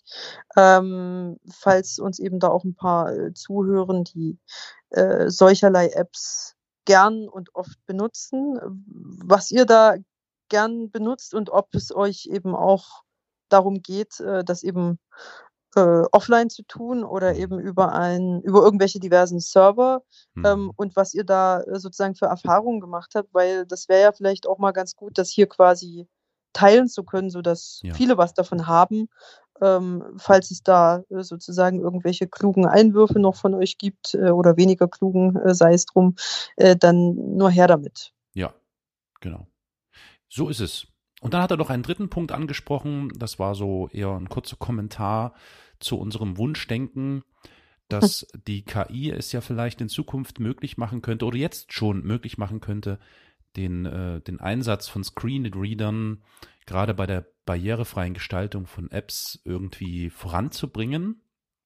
ähm, falls uns eben da auch ein paar äh, zuhören, die äh, solcherlei Apps gern und oft benutzen, was ihr da gern benutzt und ob es euch eben auch darum geht, äh, das eben äh, offline zu tun oder eben über ein, über irgendwelche diversen Server ähm, Mhm. und was ihr da äh, sozusagen für Erfahrungen gemacht habt, weil das wäre ja vielleicht auch mal ganz gut, das hier quasi teilen zu können, sodass Ja. viele was davon haben, ähm, falls es da äh, sozusagen irgendwelche klugen Einwürfe noch von euch gibt äh, oder weniger klugen, äh, sei es drum, äh, dann nur her damit. Ja, genau. So ist es. Und dann hat er noch einen dritten Punkt angesprochen. Das war so eher ein kurzer Kommentar zu unserem Wunschdenken, dass die K I es ja vielleicht in Zukunft möglich machen könnte oder jetzt schon möglich machen könnte, den, äh, den Einsatz von Screen-Readern gerade bei der barrierefreien Gestaltung von Apps irgendwie voranzubringen.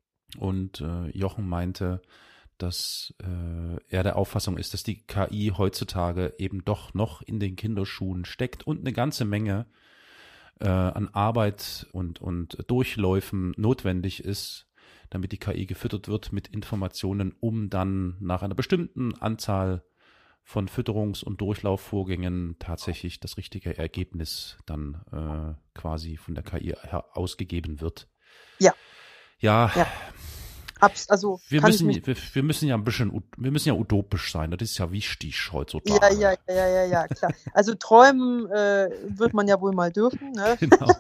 Und äh, Jochen meinte, dass äh, er der Auffassung ist, dass die K I heutzutage eben doch noch in den Kinderschuhen steckt und eine ganze Menge äh, an Arbeit und, und Durchläufen notwendig ist, damit die K I gefüttert wird mit Informationen, um dann nach einer bestimmten Anzahl von Fütterungs- und Durchlaufvorgängen tatsächlich das richtige Ergebnis dann äh, quasi von der K I ausgegeben wird. Ja. Ja. ja. Abs also wir kann müssen, ich mich wir, wir müssen ja ein bisschen, wir müssen ja utopisch sein. Das ist ja wichtig heutzutage. Ja, ja, ja, ja, ja, klar. Also träumen äh, wird man ja wohl mal dürfen, ne? Genau.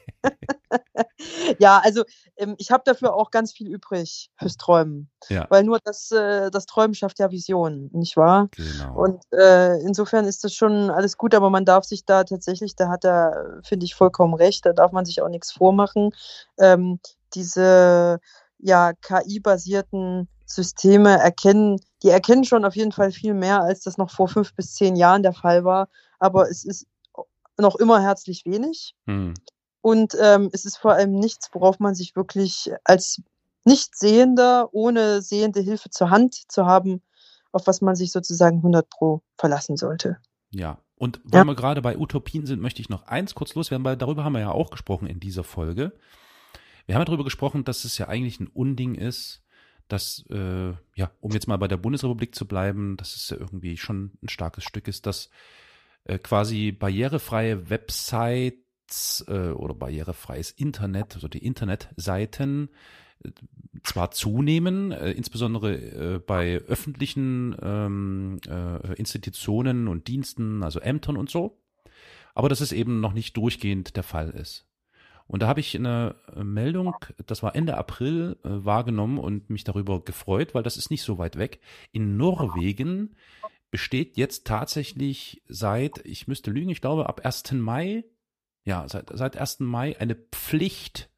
Ja, also ähm, ich habe dafür auch ganz viel übrig fürs Träumen. Ja. Weil nur das, äh, das Träumen schafft ja Visionen, nicht wahr? Genau. Und äh, insofern ist das schon alles gut, aber man darf sich da tatsächlich, da hat er, finde ich, vollkommen recht, da darf man sich auch nichts vormachen. Ähm, diese ja, K I-basierten Systeme erkennen, die erkennen schon auf jeden Fall viel mehr, als das noch vor fünf bis zehn Jahren der Fall war. Aber es ist noch immer herzlich wenig. Hm. Und ähm, es ist vor allem nichts, worauf man sich wirklich als Nichtsehender, ohne sehende Hilfe zur Hand zu haben, auf was man sich sozusagen hundert Pro verlassen sollte. Ja, und weil Ja. wir gerade bei Utopien sind, möchte ich noch eins kurz loswerden, weil darüber haben wir ja auch gesprochen in dieser Folge. Wir haben ja darüber gesprochen, dass es ja eigentlich ein Unding ist, dass, äh, ja, um jetzt mal bei der Bundesrepublik zu bleiben, dass es ja irgendwie schon ein starkes Stück ist, dass äh, quasi barrierefreie Websites äh, oder barrierefreies Internet, also die Internetseiten, äh, zwar zunehmen, äh, insbesondere äh, bei öffentlichen ähm, äh, Institutionen und Diensten, also Ämtern und so, aber dass es eben noch nicht durchgehend der Fall ist. Und da habe ich eine Meldung, das war Ende April, äh, wahrgenommen und mich darüber gefreut, weil das ist nicht so weit weg. In Norwegen besteht jetzt tatsächlich seit, ich müsste lügen, ich glaube ab ersten Mai, ja, seit, seit ersten Mai eine Pflicht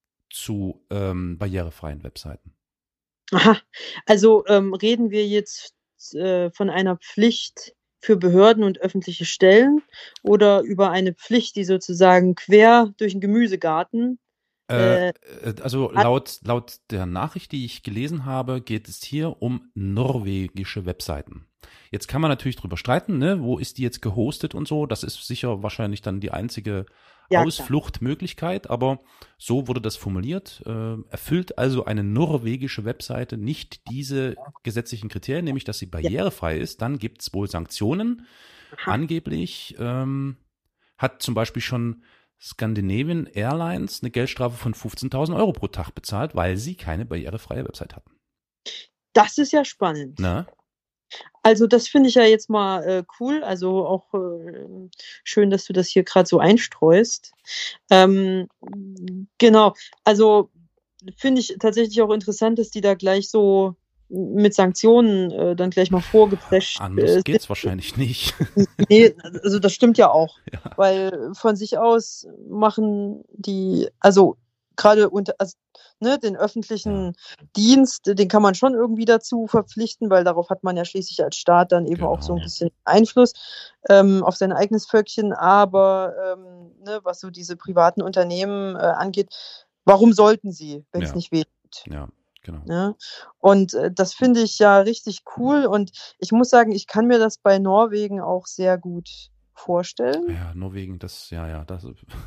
zu ähm, barrierefreien Webseiten. Aha, also ähm, reden wir jetzt äh, von einer Pflicht für Behörden und öffentliche Stellen oder über eine Pflicht, die sozusagen quer durch den Gemüsegarten Äh, äh, also laut, laut der Nachricht, die ich gelesen habe, geht es hier um norwegische Webseiten. Jetzt kann man natürlich drüber streiten, ne? Wo ist die jetzt gehostet und so. Das ist sicher wahrscheinlich dann die einzige ja, Ausfluchtmöglichkeit, aber so wurde das formuliert. Äh, erfüllt also eine norwegische Webseite nicht diese gesetzlichen Kriterien, nämlich dass sie barrierefrei ja. ist, dann gibt es wohl Sanktionen. Aha. Angeblich ähm, hat zum Beispiel schon Scandinavian Airlines eine Geldstrafe von fünfzehntausend Euro pro Tag bezahlt, weil sie keine barrierefreie Website hatten. Das ist ja spannend. Na? Also das finde ich ja jetzt mal äh, cool, also auch äh, schön, dass du das hier gerade so einstreust. Ähm, genau, also finde ich tatsächlich auch interessant, dass die da gleich so mit Sanktionen äh, dann gleich mal vorgeprescht Anders äh, geht's wahrscheinlich nicht. Nee, also das stimmt ja auch, Ja. weil von sich aus machen die, also gerade unter, also, ne, den öffentlichen Ja. Dienst, den kann man schon irgendwie dazu verpflichten, weil darauf hat man ja schließlich als Staat dann eben Genau. auch so ein bisschen Einfluss ähm, auf sein eigenes Völkchen, aber ähm, ne, was so diese privaten Unternehmen äh, angeht, warum sollten sie, wenn es Ja. nicht wehtut? Ja, genau. Ne? Und äh, das finde ich ja richtig cool und ich muss sagen, ich kann mir das bei Norwegen auch sehr gut vorstellen. Ja, Norwegen, das, ja, ja, das,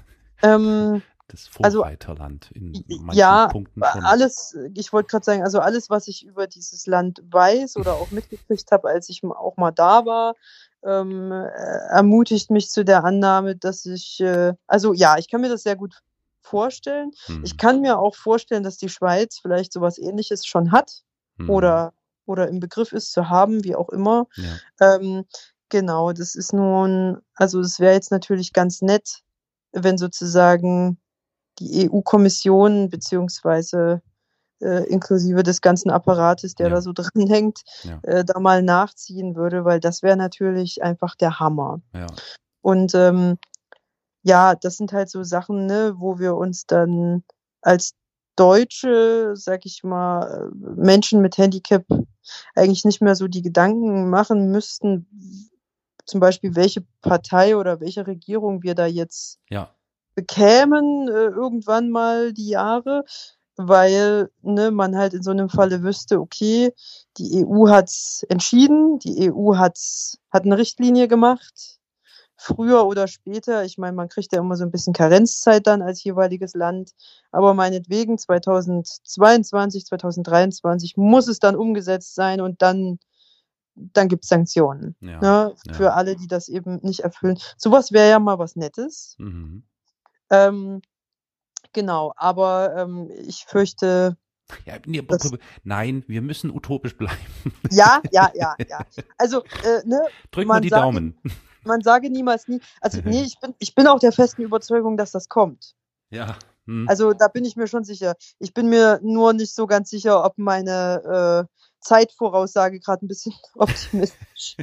Ähm, das also Vorreiterland in manchen ja, Punkten schon. alles, ich wollte gerade sagen, also alles, was ich über dieses Land weiß oder auch mitgekriegt habe, als ich auch mal da war, ähm, äh, ermutigt mich zu der Annahme, dass ich, äh, also ja, ich kann mir das sehr gut vorstellen. Hm. Ich kann mir auch vorstellen, dass die Schweiz vielleicht sowas Ähnliches schon hat Hm. oder, oder im Begriff ist zu haben, wie auch immer. Ja. Ähm, genau, das ist nun, also es wäre jetzt natürlich ganz nett, wenn sozusagen die E U-Kommission beziehungsweise äh, inklusive des ganzen Apparates, der Ja. da so dran hängt, Ja. äh, da mal nachziehen würde, weil das wäre natürlich einfach der Hammer. Ja. Und ähm, ja, das sind halt so Sachen, ne, wo wir uns dann als Deutsche, sag ich mal, Menschen mit Handicap eigentlich nicht mehr so die Gedanken machen müssten, zum Beispiel welche Partei oder welche Regierung wir da jetzt Ja. bekämen, äh, irgendwann mal die Jahre, weil ne, man halt in so einem Falle wüsste, okay, die E U hat's entschieden, die E U hat's, hat eine Richtlinie gemacht, früher oder später, ich meine, man kriegt ja immer so ein bisschen Karenzzeit dann als jeweiliges Land, aber meinetwegen zweitausendzweiundzwanzig, zweitausenddreiundzwanzig muss es dann umgesetzt sein und dann dann gibt's Sanktionen, Ja. ne, Ja. für alle, die das eben nicht erfüllen. Sowas wäre ja mal was Nettes. Mhm. Ähm, genau, aber ähm, ich fürchte, Ja, nee, das, nein, wir müssen utopisch bleiben. ja, ja, ja, ja. Also, äh, ne, Drück mal man die sage, Daumen. man sage niemals nie. Also, nee, ich bin, ich bin auch der festen Überzeugung, dass das kommt. Ja. Hm. Also, da bin ich mir schon sicher. Ich bin mir nur nicht so ganz sicher, ob meine äh, Zeitvoraussage gerade ein bisschen optimistisch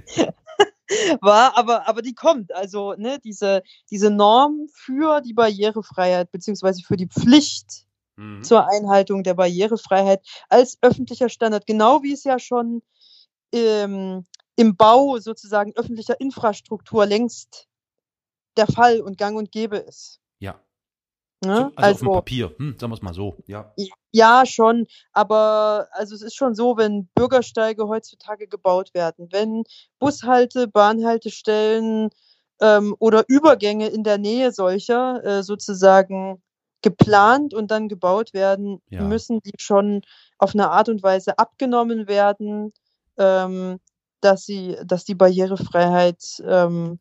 war, aber, aber die kommt. Also, ne, diese, diese Norm für die Barrierefreiheit beziehungsweise für die Pflicht Mhm. zur Einhaltung der Barrierefreiheit als öffentlicher Standard, genau wie es ja schon ähm, im Bau sozusagen öffentlicher Infrastruktur längst der Fall und gang und gäbe ist. Ja. Ne? So, also, also auf dem Papier, hm, sagen wir es mal so. Ja. Ja, schon, aber also es ist schon so, wenn Bürgersteige heutzutage gebaut werden, wenn Bushalte, Bahnhaltestellen ähm, oder Übergänge in der Nähe solcher äh, sozusagen geplant und dann gebaut werden, Ja. müssen die schon auf eine Art und Weise abgenommen werden, ähm, dass sie, dass die Barrierefreiheit ähm,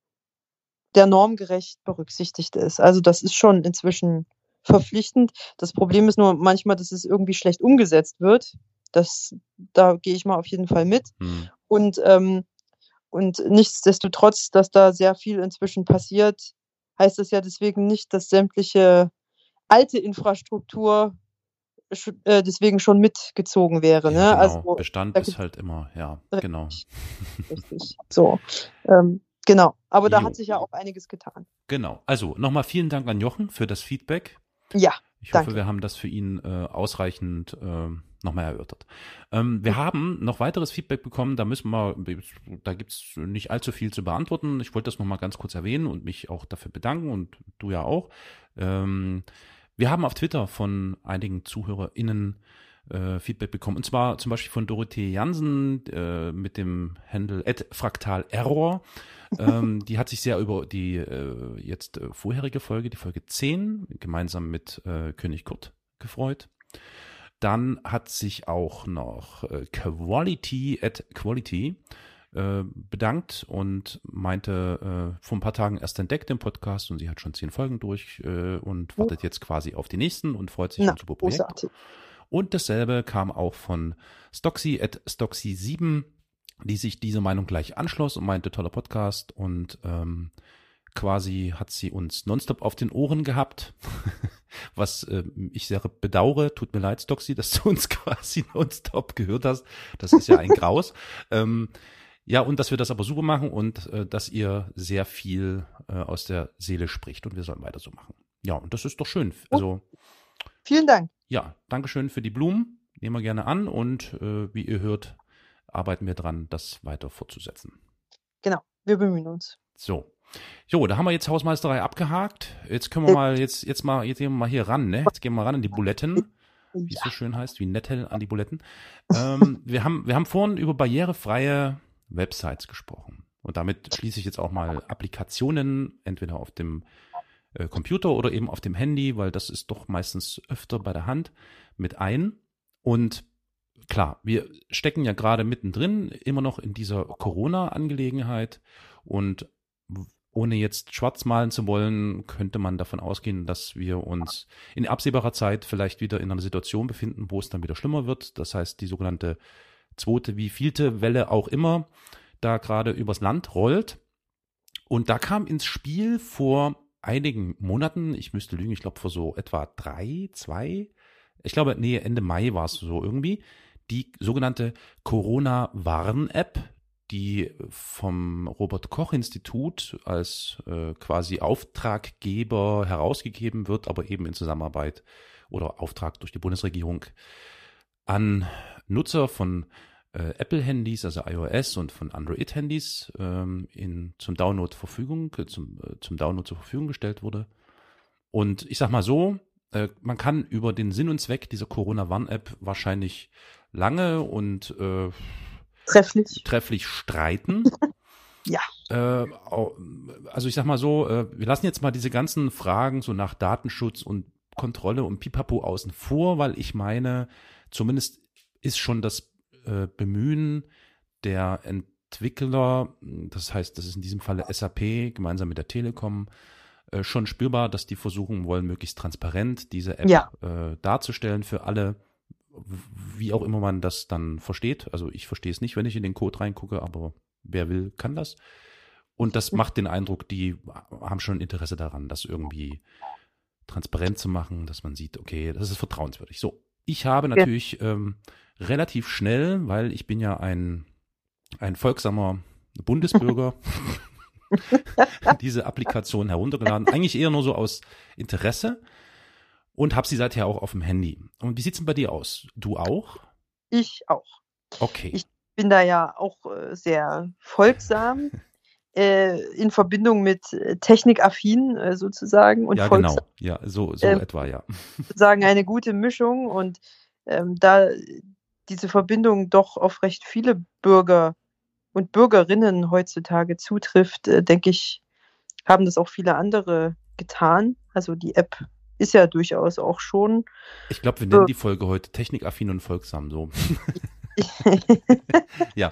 der Norm gerecht berücksichtigt ist. Also das ist schon inzwischen verpflichtend. Das Problem ist nur manchmal, dass es irgendwie schlecht umgesetzt wird. Das, da gehe ich mal auf jeden Fall mit. Hm. Und, ähm, und nichtsdestotrotz, dass da sehr viel inzwischen passiert, heißt das ja deswegen nicht, dass sämtliche alte Infrastruktur sch- äh, deswegen schon mitgezogen wäre. Ja, Ne? genau. Also, Bestand da ist gibt's- halt immer, ja, genau. Richtig. Richtig. So. Ähm, genau. Aber da Jo. hat sich ja auch einiges getan. Genau. Also nochmal vielen Dank an Jochen für das Feedback. Ja. Ich hoffe, Danke. wir haben das für ihn äh, ausreichend äh, nochmal erörtert. Ähm, wir haben noch weiteres Feedback bekommen, da müssen wir, da gibt's nicht allzu viel zu beantworten. Ich wollte das nochmal ganz kurz erwähnen und mich auch dafür bedanken und du ja auch. Ähm, wir haben auf Twitter von einigen ZuhörerInnen äh, Feedback bekommen. Und zwar zum Beispiel von Dorothee Jansen äh, mit dem Handle at fraktalerror. ähm, die hat sich sehr über die äh, jetzt äh, vorherige Folge, die Folge zehn, gemeinsam mit äh, König Kurt gefreut. Dann hat sich auch noch äh, Quality at Quality äh, bedankt und meinte, äh, vor ein paar Tagen erst entdeckt den Podcast und sie hat schon zehn Folgen durch äh, und wartet jetzt quasi auf die nächsten und freut sich Na, schon super Projekt. großartig. Und dasselbe kam auch von Stoxy at Stoxy sieben, die sich diese Meinung gleich anschloss und meinte, toller Podcast. Und ähm, quasi hat sie uns nonstop auf den Ohren gehabt, was äh, ich sehr bedauere. Tut mir leid, Stoxy, dass du uns quasi nonstop gehört hast. Das ist ja ein Graus. ähm, ja, und dass wir das aber super machen und äh, dass ihr sehr viel äh, aus der Seele spricht und wir sollen weiter so machen. Ja, und das ist doch schön. Also vielen Dank. Ja, Dankeschön für die Blumen. Nehmen wir gerne an und äh, wie ihr hört, arbeiten wir dran, das weiter fortzusetzen. Genau, wir bemühen uns. So. Jo, da haben wir jetzt Hausmeisterei abgehakt. Jetzt können wir mal, jetzt, jetzt mal, jetzt gehen wir mal hier ran, ne? Jetzt gehen wir mal ran an die Buletten, wie es so schön heißt, wie Nettel an die Buletten. Ähm, wir haben, wir haben vorhin über barrierefreie Websites gesprochen. Und damit schließe ich jetzt auch mal Applikationen, entweder auf dem äh, Computer oder eben auf dem Handy, weil das ist doch meistens öfter bei der Hand, mit ein. Und klar, wir stecken ja gerade mittendrin immer noch in dieser Corona-Angelegenheit und ohne jetzt schwarz malen zu wollen, könnte man davon ausgehen, dass wir uns in absehbarer Zeit vielleicht wieder in einer Situation befinden, wo es dann wieder schlimmer wird. Das heißt, die sogenannte zweite, wie vielte Welle auch immer, da gerade übers Land rollt. Und da kam ins Spiel vor einigen Monaten, ich müsste lügen, ich glaube vor so etwa drei, zwei, ich glaube, nee, Ende Mai war es so irgendwie, die sogenannte Corona-Warn-App, die vom Robert-Koch-Institut als äh, quasi Auftraggeber herausgegeben wird, aber eben in Zusammenarbeit oder Auftrag durch die Bundesregierung an Nutzer von äh, Apple-Handys, also iOS und von Android-Handys ähm, in, zum Download Verfügung, äh, zum, äh, zum Download zur Verfügung gestellt wurde. Und ich sag mal so, äh, man kann über den Sinn und Zweck dieser Corona-Warn-App wahrscheinlich lange und äh, Trefflich. trefflich streiten. Ja. Äh, also ich sag mal so, äh, wir lassen jetzt mal diese ganzen Fragen so nach Datenschutz und Kontrolle und Pipapo außen vor, weil ich meine, zumindest ist schon das äh, Bemühen der Entwickler, das heißt, das ist in diesem Falle S A P gemeinsam mit der Telekom, äh, schon spürbar, dass die versuchen wollen, möglichst transparent diese App Ja. äh, darzustellen für alle, wie auch immer man das dann versteht. Also ich verstehe es nicht, wenn ich in den Code reingucke, aber wer will, kann das. Und das macht den Eindruck, die haben schon Interesse daran, das irgendwie transparent zu machen, dass man sieht, okay, das ist vertrauenswürdig. So, ich habe natürlich ja. ähm, relativ schnell, weil ich bin ja ein, ein folgsamer Bundesbürger, diese Applikation heruntergeladen. Eigentlich eher nur so aus Interesse. Und habe sie seither auch auf dem Handy. Und wie sieht's denn bei dir aus? Du auch? Ich auch. Okay. Ich bin da ja auch äh, sehr folgsam, äh, in Verbindung mit äh, technikaffin äh, sozusagen. Und ja, folgsam, genau. Ja, so, so äh, etwa, ja. Sozusagen eine gute Mischung. Und ähm, da diese Verbindung doch auf recht viele Bürger und Bürgerinnen heutzutage zutrifft, äh, denke ich, haben das auch viele andere getan. Also die App ist ja durchaus auch schon. Ich glaube, wir nennen die Folge heute technikaffin und folgsam so. Ja.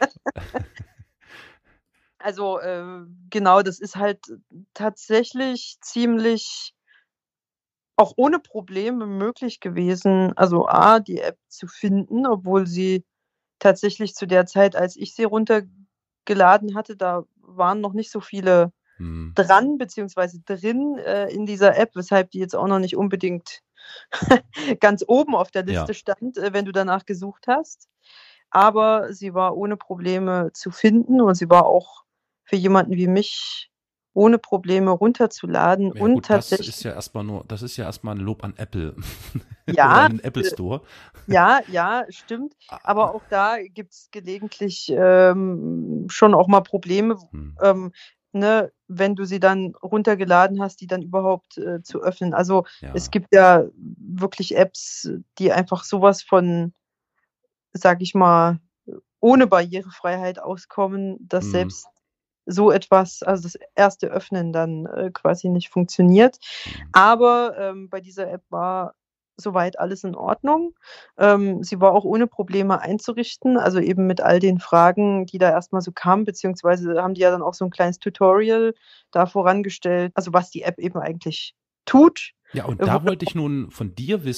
Also äh, genau, das ist halt tatsächlich ziemlich auch ohne Probleme möglich gewesen, also A, die App zu finden, obwohl sie tatsächlich zu der Zeit, als ich sie runtergeladen hatte, da waren noch nicht so viele hm. dran, beziehungsweise drin äh, in dieser App, weshalb die jetzt auch noch nicht unbedingt ganz oben auf der Liste ja. stand, äh, wenn du danach gesucht hast. Aber sie war ohne Probleme zu finden und sie war auch für jemanden wie mich ohne Probleme runterzuladen. Ja, und gut, tatsächlich, das ist ja erstmal nur, das ist ja erstmal ein Lob an Apple. Ja, oder an den Apple Store. Ja, ja, stimmt. Aber auch da gibt es gelegentlich ähm, schon auch mal Probleme, hm. ähm, ne, wenn du sie dann runtergeladen hast, die dann überhaupt äh, zu öffnen. Also ja. es gibt ja wirklich Apps, die einfach sowas von, sag ich mal, ohne Barrierefreiheit auskommen, dass hm. selbst so etwas, also das erste Öffnen dann äh, quasi nicht funktioniert. Aber ähm, bei dieser App war soweit alles in Ordnung. Ähm, sie war auch ohne Probleme einzurichten, also eben mit all den Fragen, die da erstmal so kamen, beziehungsweise haben die ja dann auch so ein kleines Tutorial da vorangestellt, also was die App eben eigentlich tut. Ja, und da wollte ich nun von dir wissen,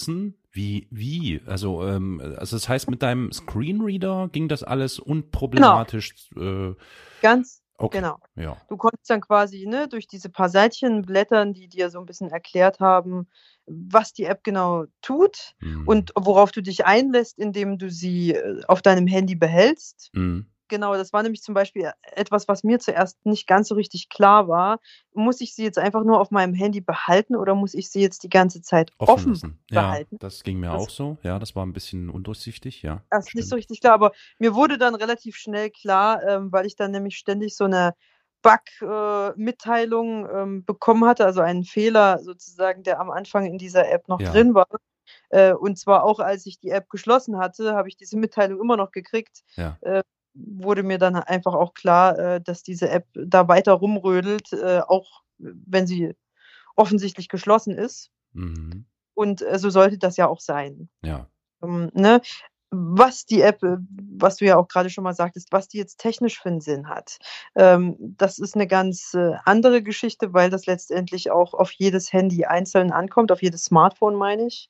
Wie, wie? Also, ähm, also das heißt, mit deinem Screenreader ging das alles unproblematisch? Genau. Äh, Ganz okay, genau. ja. Du konntest dann quasi, ne, durch diese paar Seitchen blättern, die dir so ein bisschen erklärt haben, was die App genau tut Mhm. und worauf du dich einlässt, indem du sie, äh, auf deinem Handy behältst. Mhm. Genau, das war nämlich zum Beispiel etwas, was mir zuerst nicht ganz so richtig klar war. Muss ich sie jetzt einfach nur auf meinem Handy behalten oder muss ich sie jetzt die ganze Zeit Offen offen lassen. Ja, behalten? das ging mir Das auch so. Ja, das war ein bisschen undurchsichtig, ja, erst nicht so stimmt. richtig klar, aber mir wurde dann relativ schnell klar, ähm, weil ich dann nämlich ständig so 'ne Bug äh, Mitteilung, ähm, bekommen hatte, also einen Fehler sozusagen, der am Anfang in dieser App noch Ja. drin war. Äh, und zwar auch als ich die App geschlossen hatte, habe ich diese Mitteilung immer noch gekriegt. Ja. Äh, wurde mir dann einfach auch klar, äh, dass diese App da weiter rumrödelt, äh, auch wenn sie offensichtlich geschlossen ist. Mhm. Und, äh, so sollte das ja auch sein. Ja. Ähm, ne? Was die App, äh, was du ja auch grade schon mal sagtest, was die jetzt technisch für 'n Sinn hat, ähm, das ist 'ne ganz, äh, andere Geschichte, weil das letztendlich auch auf jedes Handy einzeln ankommt, auf jedes Smartphone, meine ich.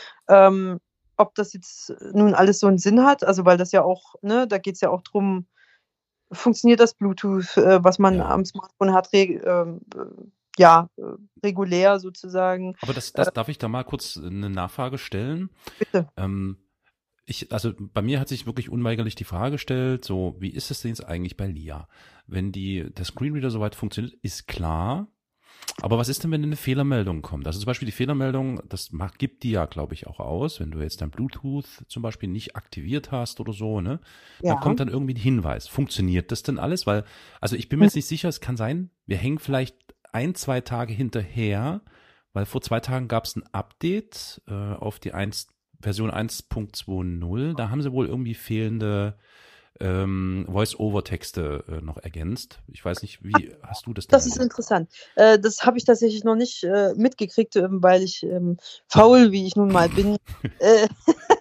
Ähm, ob das jetzt nun alles so 'n Sinn hat, also, weil das ja auch, ne, da geht's ja auch drum, funktioniert das Bluetooth, äh, was man Ja. am Smartphone hat, reg ähm, äh, ja, äh, regulär sozusagen. Aber das, Äh das darf ich da mal kurz eine Nachfrage stellen? Bitte. Ähm, ich, also bei mir hat sich wirklich unweigerlich die Frage gestellt, so, wie ist es denn jetzt eigentlich bei Lia? Wenn die, der Screenreader soweit funktioniert, ist klar. Aber was ist denn, wenn eine Fehlermeldung kommt? Also zum Beispiel die Fehlermeldung, das macht, gibt die ja, glaube ich, auch aus, wenn du jetzt dein Bluetooth zum Beispiel nicht aktiviert hast oder so, ne? Ja. Dann kommt dann irgendwie ein Hinweis. Funktioniert das denn alles? Weil, also ich bin mir Hm. jetzt nicht sicher, es kann sein, wir hängen vielleicht ein, zwei Tage hinterher, weil vor zwei Tagen gab es ein Update äh, auf die eins, Version eins Punkt zwanzig. Da haben sie wohl irgendwie fehlende ähm, Voice-Over-Texte äh, noch ergänzt. Ich weiß nicht, wie hast du das denn Das ist erlebt? interessant. Äh, das habe ich tatsächlich noch nicht, äh, mitgekriegt, ähm, weil ich, ähm, faul, wie ich nun mal bin, äh,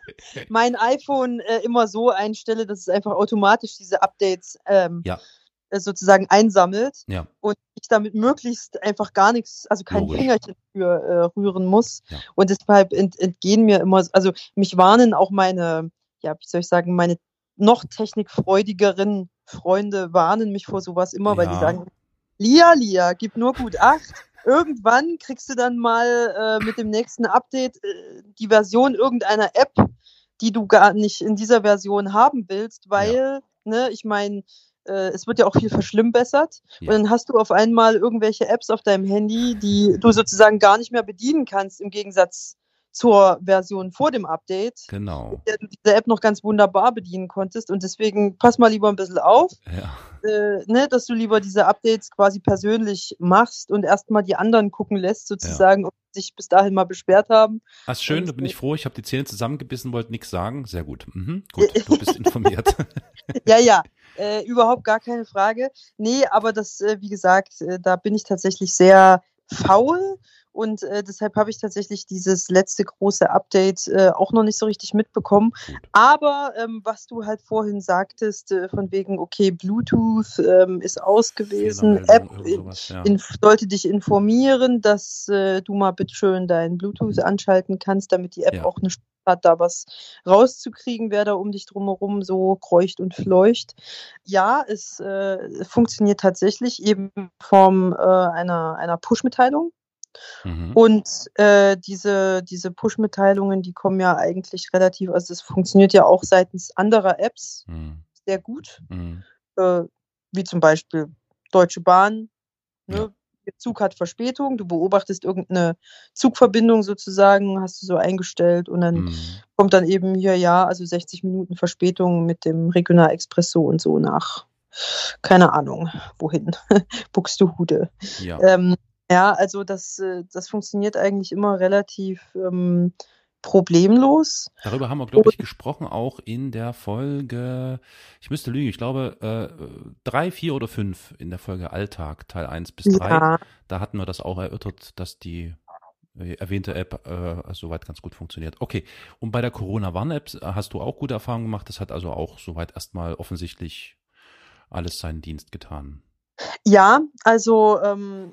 mein iPhone, äh, immer so einstelle, dass es einfach automatisch diese Updates, ähm, Ja. äh, sozusagen einsammelt Ja. und ich damit möglichst einfach gar nix, also kein Logisch. Fingerchen für, äh, rühren muss. Ja. Und deshalb ent entgehen mir immer, also mich warnen auch meine, ja, wie soll ich sagen, meine noch technikfreudigeren Freunde warnen mich vor so was immer, weil die Ja. sagen: „Lia, Lia, gib nur gut Acht. Irgendwann kriegst du dann mal, äh, mit dem nächsten Update, äh, die Version irgendeiner App, die du gar nicht in dieser Version haben willst, weil, Ja. ne, ich meine, äh, es wird ja auch viel verschlimmbessert. Ja. Und dann hast du auf einmal irgendwelche Apps auf deinem Handy, die du sozusagen gar nicht mehr bedienen kannst, im Gegensatz zur Version vor dem Update, Genau. in der du diese App noch ganz wunderbar bedienen konntest. Und deswegen pass mal lieber 'n bisschen auf, Ja. äh, ne, dass du lieber diese Updates quasi persönlich machst und erst mal die anderen gucken lässt sozusagen, ob die sich bis dahin mal beschwert haben. Ah, ist schön, Und, da bin äh ich froh. Ich habe die Zähne zusammengebissen, wollte nix sagen. Sehr gut. Mhm. Gut, du bist informiert. Ja, ja, äh, überhaupt gar keine Frage. Ne, aber das, äh, wie gesagt, äh, da bin ich tatsächlich sehr faul und, äh, deshalb habe ich tatsächlich dieses letzte große Update, äh, auch noch nicht so richtig mitbekommen. Gut. Aber, ähm, was du halt vorhin sagtest, äh, von wegen, okay, Bluetooth, ähm, ist aus gewesen, App Fehlermeldung, irgend in sowas, ja. inf sollte dich informieren, dass, äh, du mal bitte schön dein Bluetooth anschalten kannst, damit die App Ja. auch 'ne Chance hat, da was rauszukriegen, wer da um dich drumherum so kreucht und fleucht. Ja, es, äh, funktioniert tatsächlich eben in Form, äh, einer einer Push-Mitteilung. Mhm. Und, äh, diese diese Push-Mitteilungen, die kommen ja eigentlich relativ, also es funktioniert ja auch seitens anderer Apps Mhm. sehr gut, Mhm. äh, wie zum Beispiel Deutsche Bahn, ne? Ja. Der Zug hat Verspätung, du beobachtest irgend 'ne Zugverbindung sozusagen, hast du so eingestellt und dann Mhm. kommt dann eben hier, ja, also sechzig Minuten Verspätung mit dem Regional-Express so und so nach, keine Ahnung, wohin, Buxtehude. Ja. Ähm, ja, also das, äh, das funktioniert eigentlich immer relativ, ähm, problemlos. Darüber haben wir, glaube Und ich, gesprochen, auch in der Folge, ich müsste lügen, ich glaube, äh, drei, vier oder fünf in der Folge Alltag, Teil eins bis drei. Ja. Da hatten wir das auch erörtert, dass die äh, erwähnte App äh, soweit ganz gut funktioniert. Okay, und bei der Corona-Warn-App hast du auch gute Erfahrungen gemacht. Das hat also auch soweit erstmal offensichtlich alles seinen Dienst getan. Ja, also, ähm,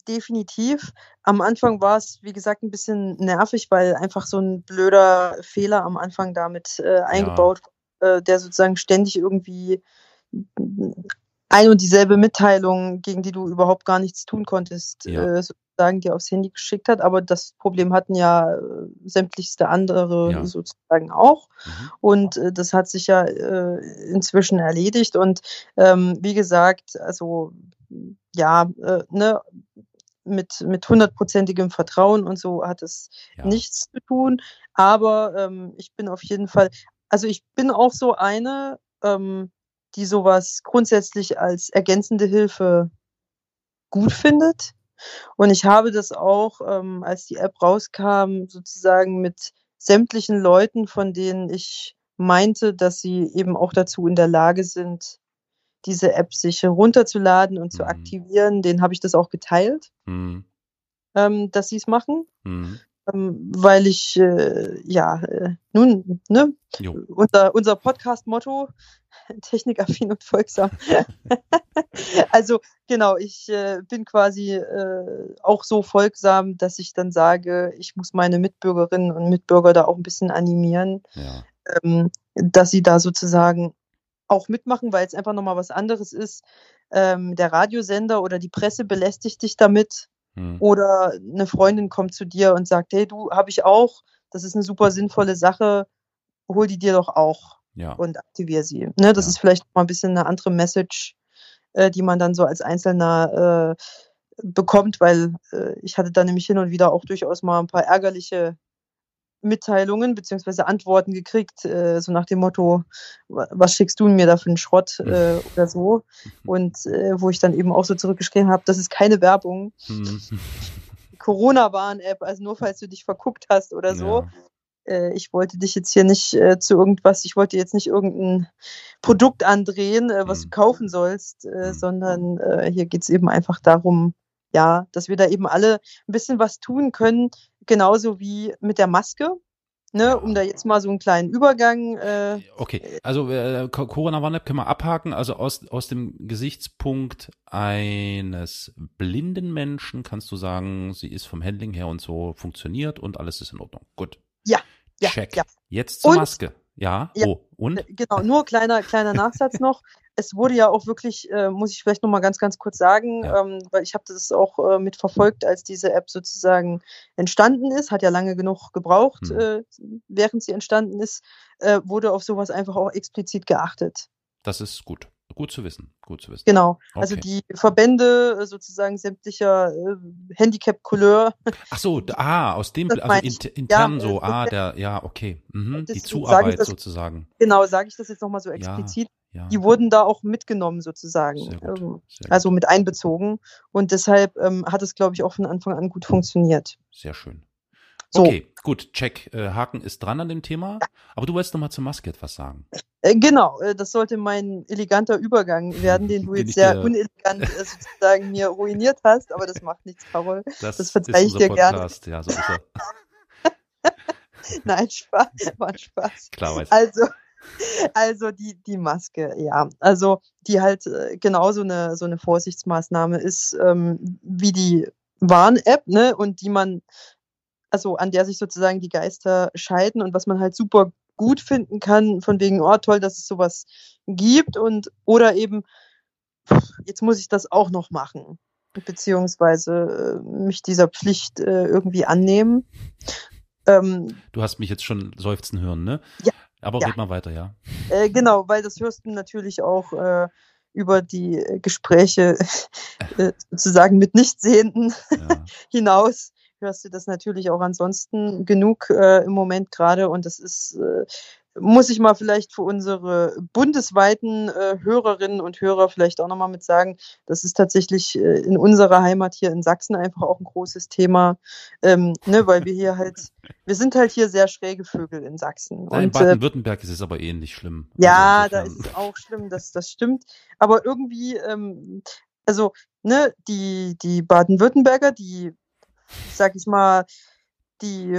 definitiv. Am Anfang war es, wie gesagt, ein bisschen nervig, weil einfach so ein blöder Fehler am Anfang damit äh, eingebaut war, äh, der sozusagen ständig irgendwie ein und dieselbe Mitteilung, gegen die du überhaupt gar nichts tun konntest, Ja. äh, sozusagen dir aufs Handy geschickt hat. Aber das Problem hatten ja äh, sämtlichste andere Ja. sozusagen auch. Mhm. Und äh, das hat sich ja äh, inzwischen erledigt. Und ähm, wie gesagt, also ja, äh, ne, mit, mit hundertprozentigem Vertrauen und so hat es Ja. nichts zu tun. Aber ähm, ich bin auf jeden Fall, also ich bin auch so eine, ähm, die sowas grundsätzlich als ergänzende Hilfe gut findet. Und ich habe das auch, ähm, als die App rauskam, sozusagen mit sämtlichen Leuten, von denen ich meinte, dass sie eben auch dazu in der Lage sind, diese App sich herunterzuladen und zu Mhm. aktivieren, denen habe ich das auch geteilt, Mhm. ähm, dass sie es machen. Mhm. Ähm, weil ich, äh, ja, äh, nun, ne, Jo. unser, unser Podcast-Motto, technikaffin und folgsam. Also genau, ich äh, bin quasi äh, auch so folgsam, dass ich dann sage, ich muss meine Mitbürgerinnen und Mitbürger da auch ein bisschen animieren, Ja. ähm, dass sie da sozusagen auch mitmachen, weil es einfach nochmal was anderes ist. Ähm, der Radiosender oder die Presse belästigt dich damit. Mhm. Oder eine Freundin kommt zu dir und sagt, hey, du, habe ich auch, das ist eine super sinnvolle Sache, hol die dir doch auch Ja. und aktivier sie. Ne, das Ja. ist vielleicht mal ein bisschen eine andere Message, äh, die man dann so als Einzelner äh, bekommt, weil äh, ich hatte da nämlich hin und wieder auch durchaus mal ein paar ärgerliche Mitteilungen beziehungsweise Antworten gekriegt, äh, so nach dem Motto, wa- was schickst du mir da für einen Schrott äh, oder so. Und äh, wo ich dann eben auch so zurückgeschrieben habe, das ist keine Werbung. Mhm. Corona-Warn-App, also nur falls du dich verguckt hast oder so. Ja. Äh, ich wollte dich jetzt hier nicht äh, zu irgendwas, ich wollte jetzt nicht irgendein Produkt andrehen, äh, was Mhm. du kaufen sollst, äh, Mhm. sondern äh, hier geht's eben einfach darum, ja, dass wir da eben alle ein bisschen was tun können, genauso wie mit der Maske. Ne, Ja. um da jetzt mal so einen kleinen Übergang. Äh, Okay, also äh, Co- Corona-Warn-App können wir abhaken. Also aus, aus dem Gesichtspunkt eines blinden Menschen kannst du sagen, sie ist vom Handling her und so funktioniert und alles ist in Ordnung. Gut. ja, ja, Check. ja. Jetzt zur Und- Maske. Ja, Ja. oh, und? Äh, Genau, nur kleiner, kleiner Nachsatz noch. Es wurde ja auch wirklich, äh, muss ich vielleicht noch mal ganz, ganz kurz sagen, Ja. ähm, weil ich habe das auch äh, mitverfolgt, als diese App sozusagen entstanden ist, hat ja lange genug gebraucht, Hm. äh, während sie entstanden ist, äh, wurde auf sowas einfach auch explizit geachtet. Das ist gut. Gut zu wissen. Gut zu wissen. Genau, also Okay. die Verbände äh, sozusagen sämtlicher äh, Handicap-Couleur, Ach so, d- ah, aus dem, Das also meine ich. inter, intern Ja, so, äh, ah, der, ja, okay. Mhm, die deswegen sage ich Zuarbeit das- sozusagen. genau, sage ich das jetzt nochmal so Ja, explizit, ja. die wurden da auch mitgenommen sozusagen, Sehr gut, ähm, sehr gut. also mit einbezogen. Und deshalb ähm, hat es, glaube ich, auch von Anfang an gut funktioniert. Sehr schön. So. Okay, gut, check. Äh, Haken ist dran an dem Thema. Aber du wolltest noch mal zur Maske etwas sagen. Äh, genau, äh, das sollte mein eleganter Übergang werden, den du Den jetzt ich sehr dir- unelegant äh, sozusagen mir ruiniert hast, aber das macht nichts, Carol. Das, Das ist verzeih ich unser dir gerne. Podcast. Ja, so ist er. Nein, Spaß, war ein Spaß. Klar, weiß ich. Also, also die, die Maske, ja. Also die halt äh, genauso eine, so eine Vorsichtsmaßnahme ist ähm, wie die Warn-App, ne? Und die man, also an der sich sozusagen die Geister scheiden und was man halt super gut finden kann, von wegen, oh toll, dass es sowas gibt und oder eben, pff, jetzt muss ich das auch noch machen. Beziehungsweise äh, mich dieser Pflicht äh, irgendwie annehmen. Ähm, Du hast mich jetzt schon seufzen hören, ne? Ja, Aber ja. red mal weiter, ja. Äh, genau, weil das hörst du natürlich auch äh, über die äh, Gespräche äh, sozusagen mit Nichtsehenden ja. hinaus. Hörst du das natürlich auch ansonsten genug äh, im Moment gerade. Und das ist, äh, muss ich mal vielleicht für unsere bundesweiten äh, Hörerinnen und Hörer vielleicht auch nochmal mit sagen, das ist tatsächlich äh, in unserer Heimat hier in Sachsen einfach auch ein großes Thema, ähm, ne, weil wir hier halt, wir sind halt hier sehr schräge Vögel in Sachsen. Da in Und, äh, Baden-Württemberg ist es aber ähnlich schlimm. ja, Also da insofern- ist es auch schlimm, das, das stimmt. Aber irgendwie, ähm, also, ne, die, die Baden-Württemberger, die, sag ich mal, die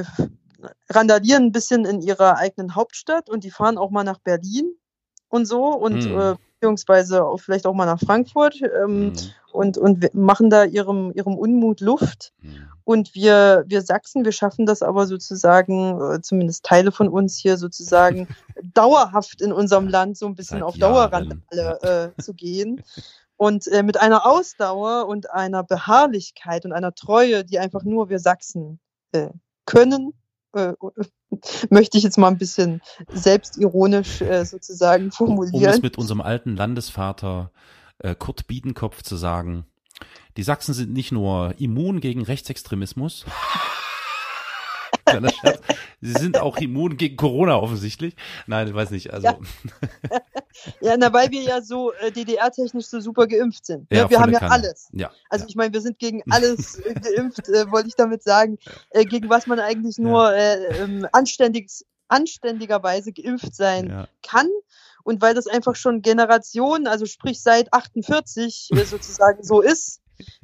randalieren ein bisschen in ihrer eigenen Hauptstadt und die fahren auch mal nach Berlin und so und Hm. äh, beziehungsweise auch vielleicht auch mal nach Frankfurt ähm, Mhm. und, und wir machen da ihrem, ihrem Unmut Luft. Mhm. Und wir, wir Sachsen, wir schaffen das aber sozusagen, äh, zumindest Teile von uns hier sozusagen, dauerhaft in unserem Land so ein bisschen Seit auf Jahren, Dauerrandale äh, zu gehen. Und äh, mit einer Ausdauer und einer Beharrlichkeit und einer Treue, die einfach nur wir Sachsen äh, können, äh, möchte ich jetzt mal ein bisschen selbstironisch äh, sozusagen Um es formulieren. mit unserem alten Landesvater äh, Kurt Biedenkopf zu sagen, die Sachsen sind nicht nur immun gegen Rechtsextremismus, kleiner Scherz, sie sind auch immun gegen Corona offensichtlich. Nein, ich weiß nicht, also Ja. Ja, na, weil wir ja so äh, D D R-technisch so super geimpft sind. Ne? ja, Wir haben volle ja Kanne. alles. Ja, Also ja. ich meine, wir sind gegen alles äh, geimpft, äh, wollte ich damit sagen, äh, gegen was man eigentlich nur äh, ähm, anständig, anständigerweise geimpft sein Ja. kann. Und weil das einfach schon Generationen, also sprich seit achtundvierzig äh, sozusagen so ist,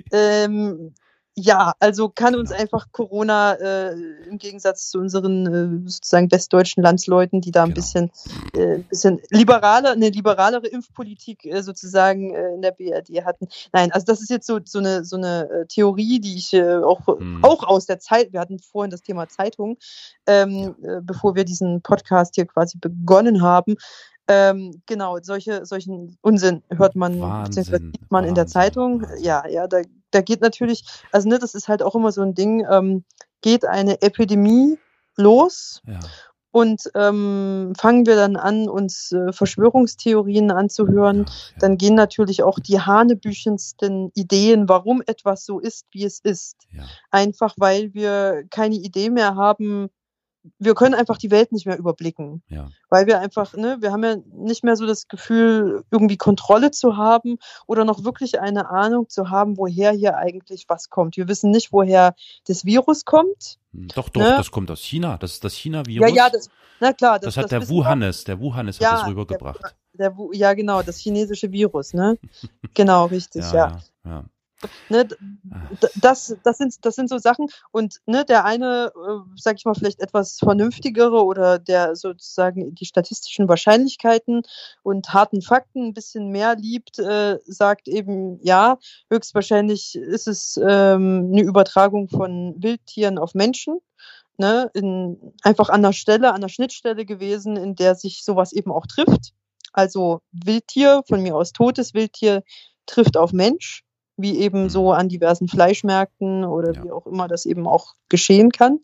ähm, ja, also kann uns Genau. einfach Corona äh, im Gegensatz zu unseren äh, sozusagen westdeutschen Landsleuten, die da ein Genau. bisschen, äh, ein bisschen liberaler, eine liberalere Impfpolitik äh, sozusagen äh, in der B R D hatten. Nein, also das ist jetzt so so eine so eine äh, Theorie, die ich äh, auch Hm. auch aus der Zeit. Wir hatten vorhin das Thema Zeitung, ähm, äh, bevor wir diesen Podcast hier quasi begonnen haben. Ähm, genau, solche, solchen Unsinn hört man, beziehungsweise Wahnsinn, sieht man in der Wahnsinn, Zeitung. Wahnsinn. Ja, ja, da, da geht natürlich, also ne, das ist halt auch immer so ein Ding, ähm, geht eine Epidemie los Ja, und ähm, fangen wir dann an, uns äh, Verschwörungstheorien anzuhören, ach, ja. dann gehen natürlich auch die hanebüchensten Ideen, warum etwas so ist, wie es ist. Ja, Einfach weil wir keine Idee mehr haben, wir können einfach die Welt nicht mehr überblicken, ja, weil wir einfach, ne, wir haben ja nicht mehr so das Gefühl, irgendwie Kontrolle zu haben oder noch wirklich eine Ahnung zu haben, woher hier eigentlich was kommt. Wir wissen nicht, woher das Virus kommt. Hm, Doch, doch, Ne? das kommt aus China. Das ist das China-Virus. Ja, ja, das, na klar, das, das, hat das der wissen wir. Wuhannes, der Wuhannes Ja, hat das der, rübergebracht. der, Wu- ja, genau, das chinesische Virus, ne? Genau, richtig, ja. Ja, ja, ja. Ne, d- d- das, das, sind, das sind so Sachen. Und ne, der eine, äh, sag ich mal, vielleicht etwas vernünftigere oder der sozusagen die statistischen Wahrscheinlichkeiten und harten Fakten ein bisschen mehr liebt, äh, sagt eben, ja, höchstwahrscheinlich ist es ähm, eine Übertragung von Wildtieren auf Menschen. Ne, in, einfach an der Stelle, an der Schnittstelle gewesen, in der sich sowas eben auch trifft. Also Wildtier, von mir aus totes Wildtier, trifft auf Mensch, wie eben so an diversen Fleischmärkten oder Ja. wie auch immer das eben auch geschehen kann.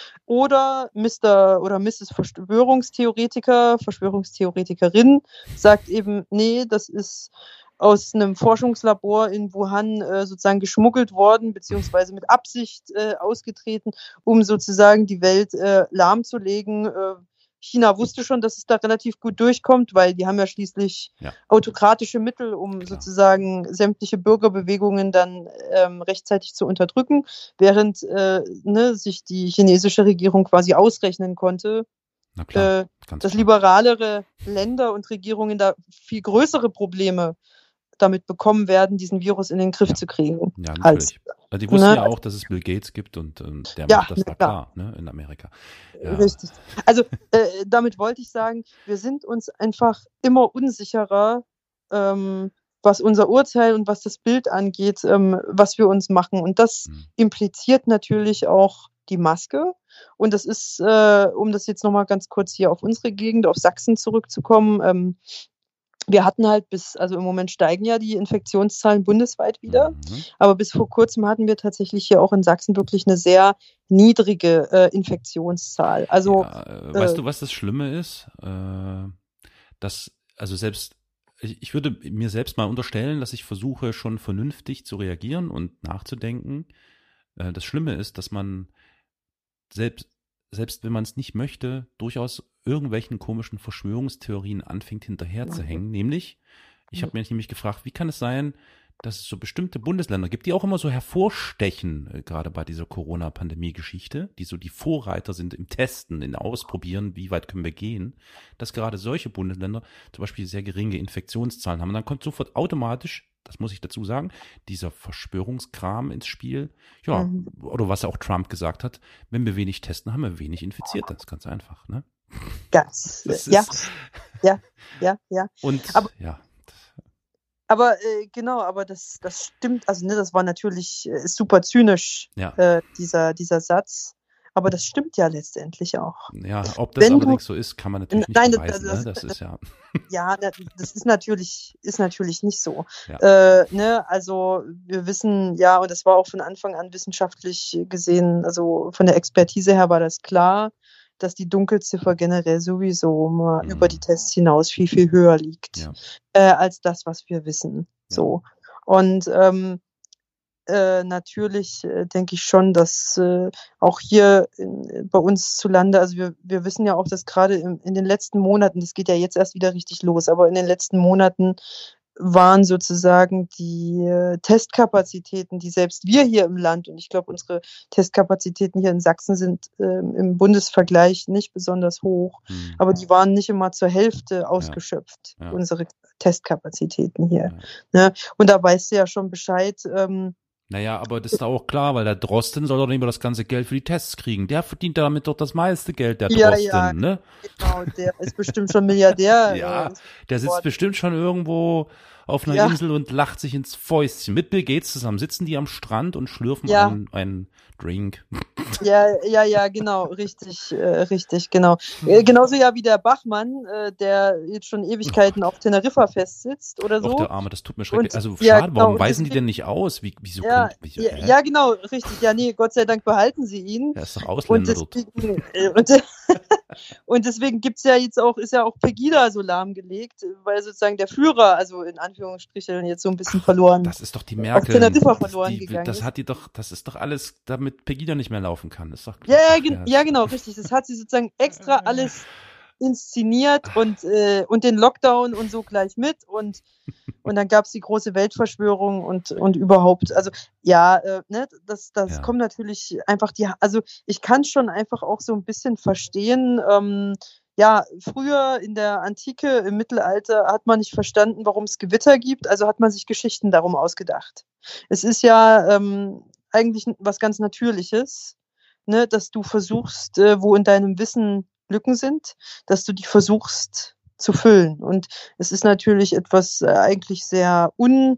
Oder Mister oder Misses Verschwörungstheoretiker, Verschwörungstheoretikerin sagt eben, nee, das ist aus einem Forschungslabor in Wuhan äh, sozusagen geschmuggelt worden, beziehungsweise mit Absicht äh, ausgetreten, um sozusagen die Welt äh, lahmzulegen. Äh, China wusste schon, dass es da relativ gut durchkommt, weil die haben ja schließlich Ja. autokratische Mittel, um Klar. sozusagen sämtliche Bürgerbewegungen dann ähm, rechtzeitig zu unterdrücken, während äh, ne, sich die chinesische Regierung quasi ausrechnen konnte, Na klar, äh, ganz dass klar. liberalere Länder und Regierungen da viel größere Probleme damit bekommen werden, diesen Virus in den Griff Ja. zu kriegen. Ja, Als, natürlich. Also die wussten ne, ja auch, dass es Bill Gates gibt und ähm, der Ja, macht das na da klar. klar, ne, in Amerika. Ja. Richtig. Also äh, damit wollte ich sagen, wir sind uns einfach immer unsicherer, ähm, was unser Urteil und was das Bild angeht, ähm, was wir uns machen. Und das Hm. impliziert natürlich auch die Maske. Und das ist, äh, um das jetzt nochmal ganz kurz hier auf unsere Gegend, auf Sachsen zurückzukommen, ähm, wir hatten halt bis, also im Moment steigen ja die Infektionszahlen bundesweit wieder, Mhm. aber bis vor kurzem hatten wir tatsächlich hier auch in Sachsen wirklich eine sehr niedrige äh, Infektionszahl. Also Ja, äh, weißt äh, du, was das Schlimme ist? Äh, dass, also selbst, ich, ich würde mir selbst mal unterstellen, dass ich versuche, schon vernünftig zu reagieren und nachzudenken. Äh, das Schlimme ist, dass man selbst, selbst wenn man es nicht möchte, durchaus irgendwelchen komischen Verschwörungstheorien anfängt hinterherzuhängen. Nämlich, ich habe mich nämlich gefragt, wie kann es sein, dass es so bestimmte Bundesländer gibt, die auch immer so hervorstechen, äh, gerade bei dieser Corona-Pandemie-Geschichte, die so die Vorreiter sind im Testen, in Ausprobieren, wie weit können wir gehen, dass gerade solche Bundesländer zum Beispiel sehr geringe Infektionszahlen haben. Und dann kommt sofort automatisch, das muss ich dazu sagen, dieser Verschwörungskram ins Spiel. Ja, Mhm. oder was auch Trump gesagt hat, wenn wir wenig testen, haben wir wenig Infizierte. Das ist ganz einfach, ne? Gas. Das Ja, ist, ja, ja, ja. und Aber- ja, Aber äh, genau, aber das, das stimmt, also ne, das war natürlich äh, super zynisch, Ja. äh, dieser, dieser Satz. Aber das stimmt ja letztendlich auch. Ja, ob das Wenn du, allerdings so ist, kann man natürlich nicht nein, das, beweisen. das, Ne? Das ist ja, ja, na, das ist natürlich, ist natürlich nicht so. ja. Äh, ne, also wir wissen, ja, und das war auch von Anfang an wissenschaftlich gesehen, also von der Expertise her war das klar, dass die Dunkelziffer generell sowieso mal Mhm. über die Tests hinaus viel, viel höher liegt, Ja. äh, als das, was wir wissen. Ja. So. Und ähm, äh, natürlich äh, denke ich schon, dass äh, auch hier in, bei uns zu Lande, also wir, wir wissen ja auch, dass gerade in, in den letzten Monaten, das geht ja jetzt erst wieder richtig los, aber in den letzten Monaten waren sozusagen die äh, Testkapazitäten, die selbst wir hier im Land, und ich glaube, unsere Testkapazitäten hier in Sachsen sind äh, im Bundesvergleich nicht besonders hoch, Hm. aber die waren nicht immer zur Hälfte ausgeschöpft, Ja. unsere Testkapazitäten hier. Ja. Ne? Und da weißt du ja schon Bescheid. Ähm, Naja, aber das ist doch auch klar, weil der Drosten soll doch nicht mehr das ganze Geld für die Tests kriegen. Der verdient damit doch das meiste Geld, der Ja, Drosten, ja. ne? Genau, der ist bestimmt schon Milliardär. Ja, äh, der sitzt geworden. bestimmt schon irgendwo auf einer Ja. Insel und lacht sich ins Fäustchen. Mit Bill Gates zusammen sitzen die am Strand und schlürfen Ja. einen, einen Drink. Ja, ja, ja, genau, richtig, äh, richtig, genau. Äh, genauso ja wie der Bachmann, äh, der jetzt schon Ewigkeiten auf Teneriffa festsitzt oder so. Auch der Arme, das tut mir schrecklich. Und- Also ja, schade, genau, warum und weisen die deswegen- denn nicht aus? Wie, wieso Ja, können, wieso, ja, hä? ja, genau, richtig. Ja, nee, Gott sei Dank behalten sie ihn. Er ist doch Und Ausländer dort. deswegen, äh, und, und deswegen gibt's ja jetzt auch, ist ja auch Pegida so lahmgelegt, weil sozusagen der Führer, also in Anführungsstrichen, jetzt so ein bisschen verloren. Das ist doch die auf Merkel. Teneriffa Das, verloren die, gegangen das ist. hat die doch, das ist doch alles, damit Pegida nicht mehr laufen kann. Das ist doch Ja, ja, ach, gen ja, genau, richtig. Das hat sie sozusagen extra alles inszeniert und, äh, und den Lockdown und so gleich mit. Und, und dann gab's die große Weltverschwörung und, und überhaupt. Also ja, äh, ne, das, das Ja. kommt natürlich einfach die, also ich kann schon einfach auch so ein bisschen verstehen, ähm, ja, früher in der Antike, im Mittelalter, hat man nicht verstanden, warum es Gewitter gibt, also hat man sich Geschichten darum ausgedacht. Es ist ja ähm, eigentlich was ganz Natürliches, ne, dass du versuchst, äh, wo in deinem Wissen Lücken sind, dass du die versuchst zu füllen. Und es ist natürlich etwas äh, eigentlich sehr un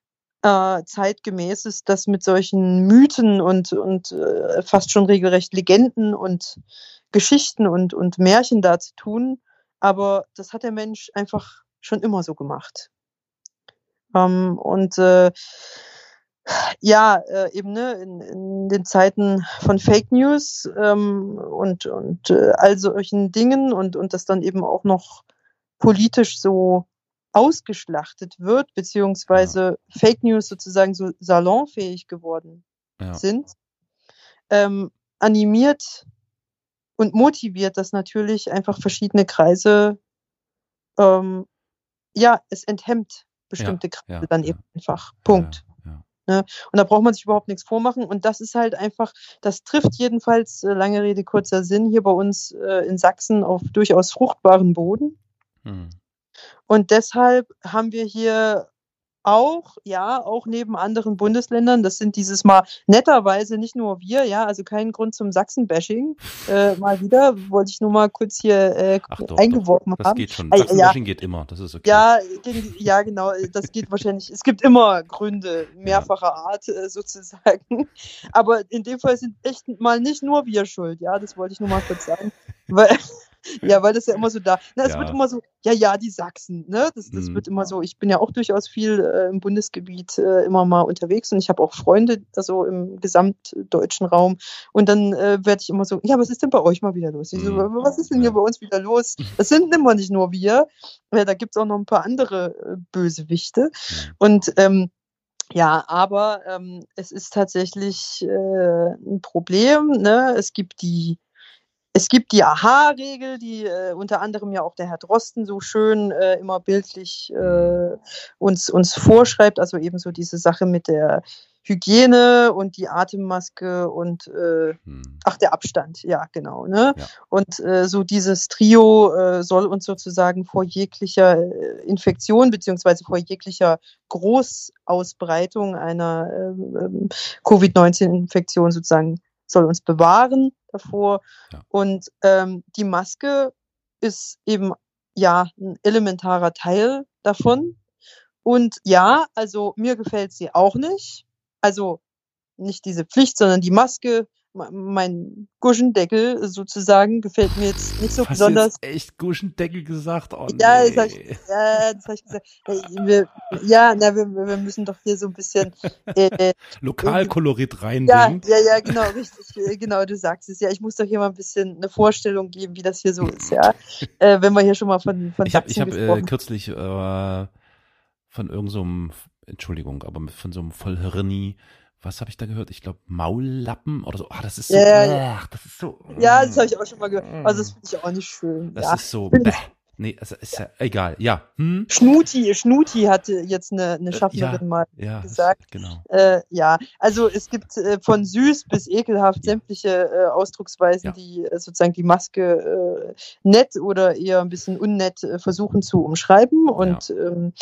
äh, zeitgemäßes, das mit solchen Mythen und, und äh, fast schon regelrecht Legenden und Geschichten und, und Märchen da zu tun. Aber das hat der Mensch einfach schon immer so gemacht. Ähm, und äh, ja, äh, eben ne, in, in den Zeiten von Fake News ähm, und, und äh, all solchen Dingen und, und das dann eben auch noch politisch so ausgeschlachtet wird, beziehungsweise Fake News sozusagen so salonfähig geworden Ja. sind, ähm, animiert und motiviert das natürlich einfach verschiedene Kreise, ähm, ja, es enthemmt bestimmte Kreise ja, dann ja. eben einfach. Punkt. Ja, ja. Und da braucht man sich überhaupt nichts vormachen. Und das ist halt einfach, das trifft jedenfalls, äh, lange Rede, kurzer Sinn, hier bei uns äh, in Sachsen auf durchaus fruchtbaren Boden. Hm. Und deshalb haben wir hier auch, ja, auch neben anderen Bundesländern, das sind dieses Mal netterweise nicht nur wir, ja, also kein Grund zum Sachsen-Bashing, äh, mal wieder, wollte ich nur mal kurz hier äh, Ach doch, eingeworfen doch, das haben. geht schon. Ah, ja. Sachsen-Bashing geht immer, das ist okay. Ja, gegen, ja, genau, das geht wahrscheinlich. Es gibt immer Gründe mehrfacher Art äh, sozusagen. Aber in dem Fall sind echt mal nicht nur wir schuld, ja, das wollte ich nur mal kurz sagen. Weil, ja, weil das ja immer so da. Na, es Ja. wird immer so, ja, ja, die Sachsen, ne? Das, das Mhm. wird immer so. Ich bin ja auch durchaus viel äh, im Bundesgebiet äh, immer mal unterwegs und ich habe auch Freunde, also im gesamtdeutschen Raum. Und dann äh, werde ich immer so, ja, was ist denn bei euch mal wieder los? Ich so, Mhm. was ist denn hier Ja. bei uns wieder los? Das sind immer nicht nur wir. Ja, da gibt's auch noch ein paar andere äh, Bösewichte. Mhm. Und ähm, ja, aber ähm, es ist tatsächlich äh, ein Problem. Ne? Es gibt die Es gibt die Aha-Regel, die äh, unter anderem ja auch der Herr Drosten so schön äh, immer bildlich äh, uns, uns vorschreibt, also ebenso diese Sache mit der Hygiene und die Atemmaske und äh, Hm. ach, der Abstand, ja, genau. Ne? Ja. Und äh, so dieses Trio äh, soll uns sozusagen vor jeglicher äh, Infektion beziehungsweise vor jeglicher Großausbreitung einer ähm, Covid neunzehn Infektion sozusagen soll uns bewahren davor. Ja. Und ähm, die Maske ist eben ja ein elementarer Teil davon. Und ja, also mir gefällt sie auch nicht. Also nicht diese Pflicht, sondern die Maske. Mein Guschendeckel sozusagen gefällt mir jetzt nicht so Hast besonders. Du jetzt echt Guschendeckel gesagt? Oh, ja, nee. das habe ich, ja, das hab ich gesagt. Hey, wir, ja, na, wir, wir müssen doch hier so ein bisschen äh, Lokalkolorit reinbringen. Ja, ja, ja, genau, richtig. Genau, du sagst es. Ja, ich muss doch hier mal ein bisschen eine Vorstellung geben, wie das hier so ist, ja. äh, wenn wir hier schon mal von, von Ich habe Sachsen ich hab, gesprochen äh, kürzlich äh, von irgendeinem, so Entschuldigung, aber von so einem Vollhirni, was habe ich da gehört? Ich glaube Maullappen oder so. Ah, das ist so, Ja, ja. ach, das ist so. Ja, das habe ich auch schon mal gehört. Also das finde ich auch nicht schön. Das ja. ist so, bäh. Nee, also ist ja egal. Ja. Hm? Schnuti, Schnuti hatte jetzt eine, eine Schaffnerin ja, mal ja, gesagt. Genau. Äh, ja, also es gibt äh, von süß bis ekelhaft Ja. sämtliche äh, Ausdrucksweisen, Ja. die äh, sozusagen die Maske äh, nett oder eher ein bisschen unnett äh, versuchen zu umschreiben. Und Ja. ähm,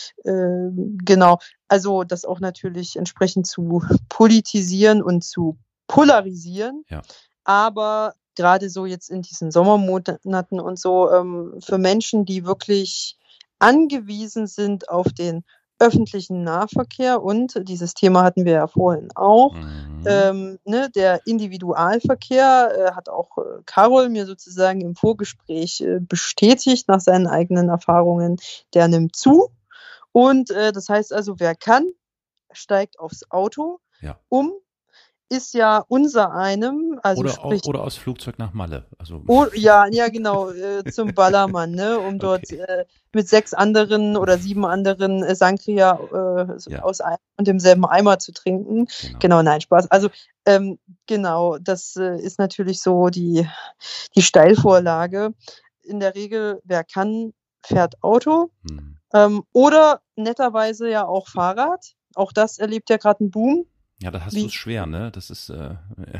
äh, genau, also das auch natürlich entsprechend zu politisieren und zu polarisieren. Ja. Aber gerade so jetzt in diesen Sommermonaten und so, ähm, für Menschen, die wirklich angewiesen sind auf den öffentlichen Nahverkehr, und dieses Thema hatten wir ja vorhin auch, Mhm. ähm, ne, der Individualverkehr äh, hat auch äh, Carol mir sozusagen im Vorgespräch äh, bestätigt nach seinen eigenen Erfahrungen, der nimmt zu. Und äh, das heißt also, wer kann, steigt aufs Auto Ja. um, ist ja unser einem, also oder, sprich, oder aus Flugzeug nach Malle. Also. Oh, ja, ja, genau, äh, zum Ballermann, ne, um dort Okay. äh, mit sechs anderen oder sieben anderen äh, Sangria äh, Ja. aus einem und demselben Eimer zu trinken. Genau. Genau, nein, Spaß. Also ähm, genau, das äh, ist natürlich so die, die Steilvorlage. In der Regel, wer kann, fährt Auto Hm. ähm, oder netterweise ja auch Fahrrad. Auch das erlebt ja gerade einen Boom. Ja, da hast Wie- du es schwer, ne? Das ist äh,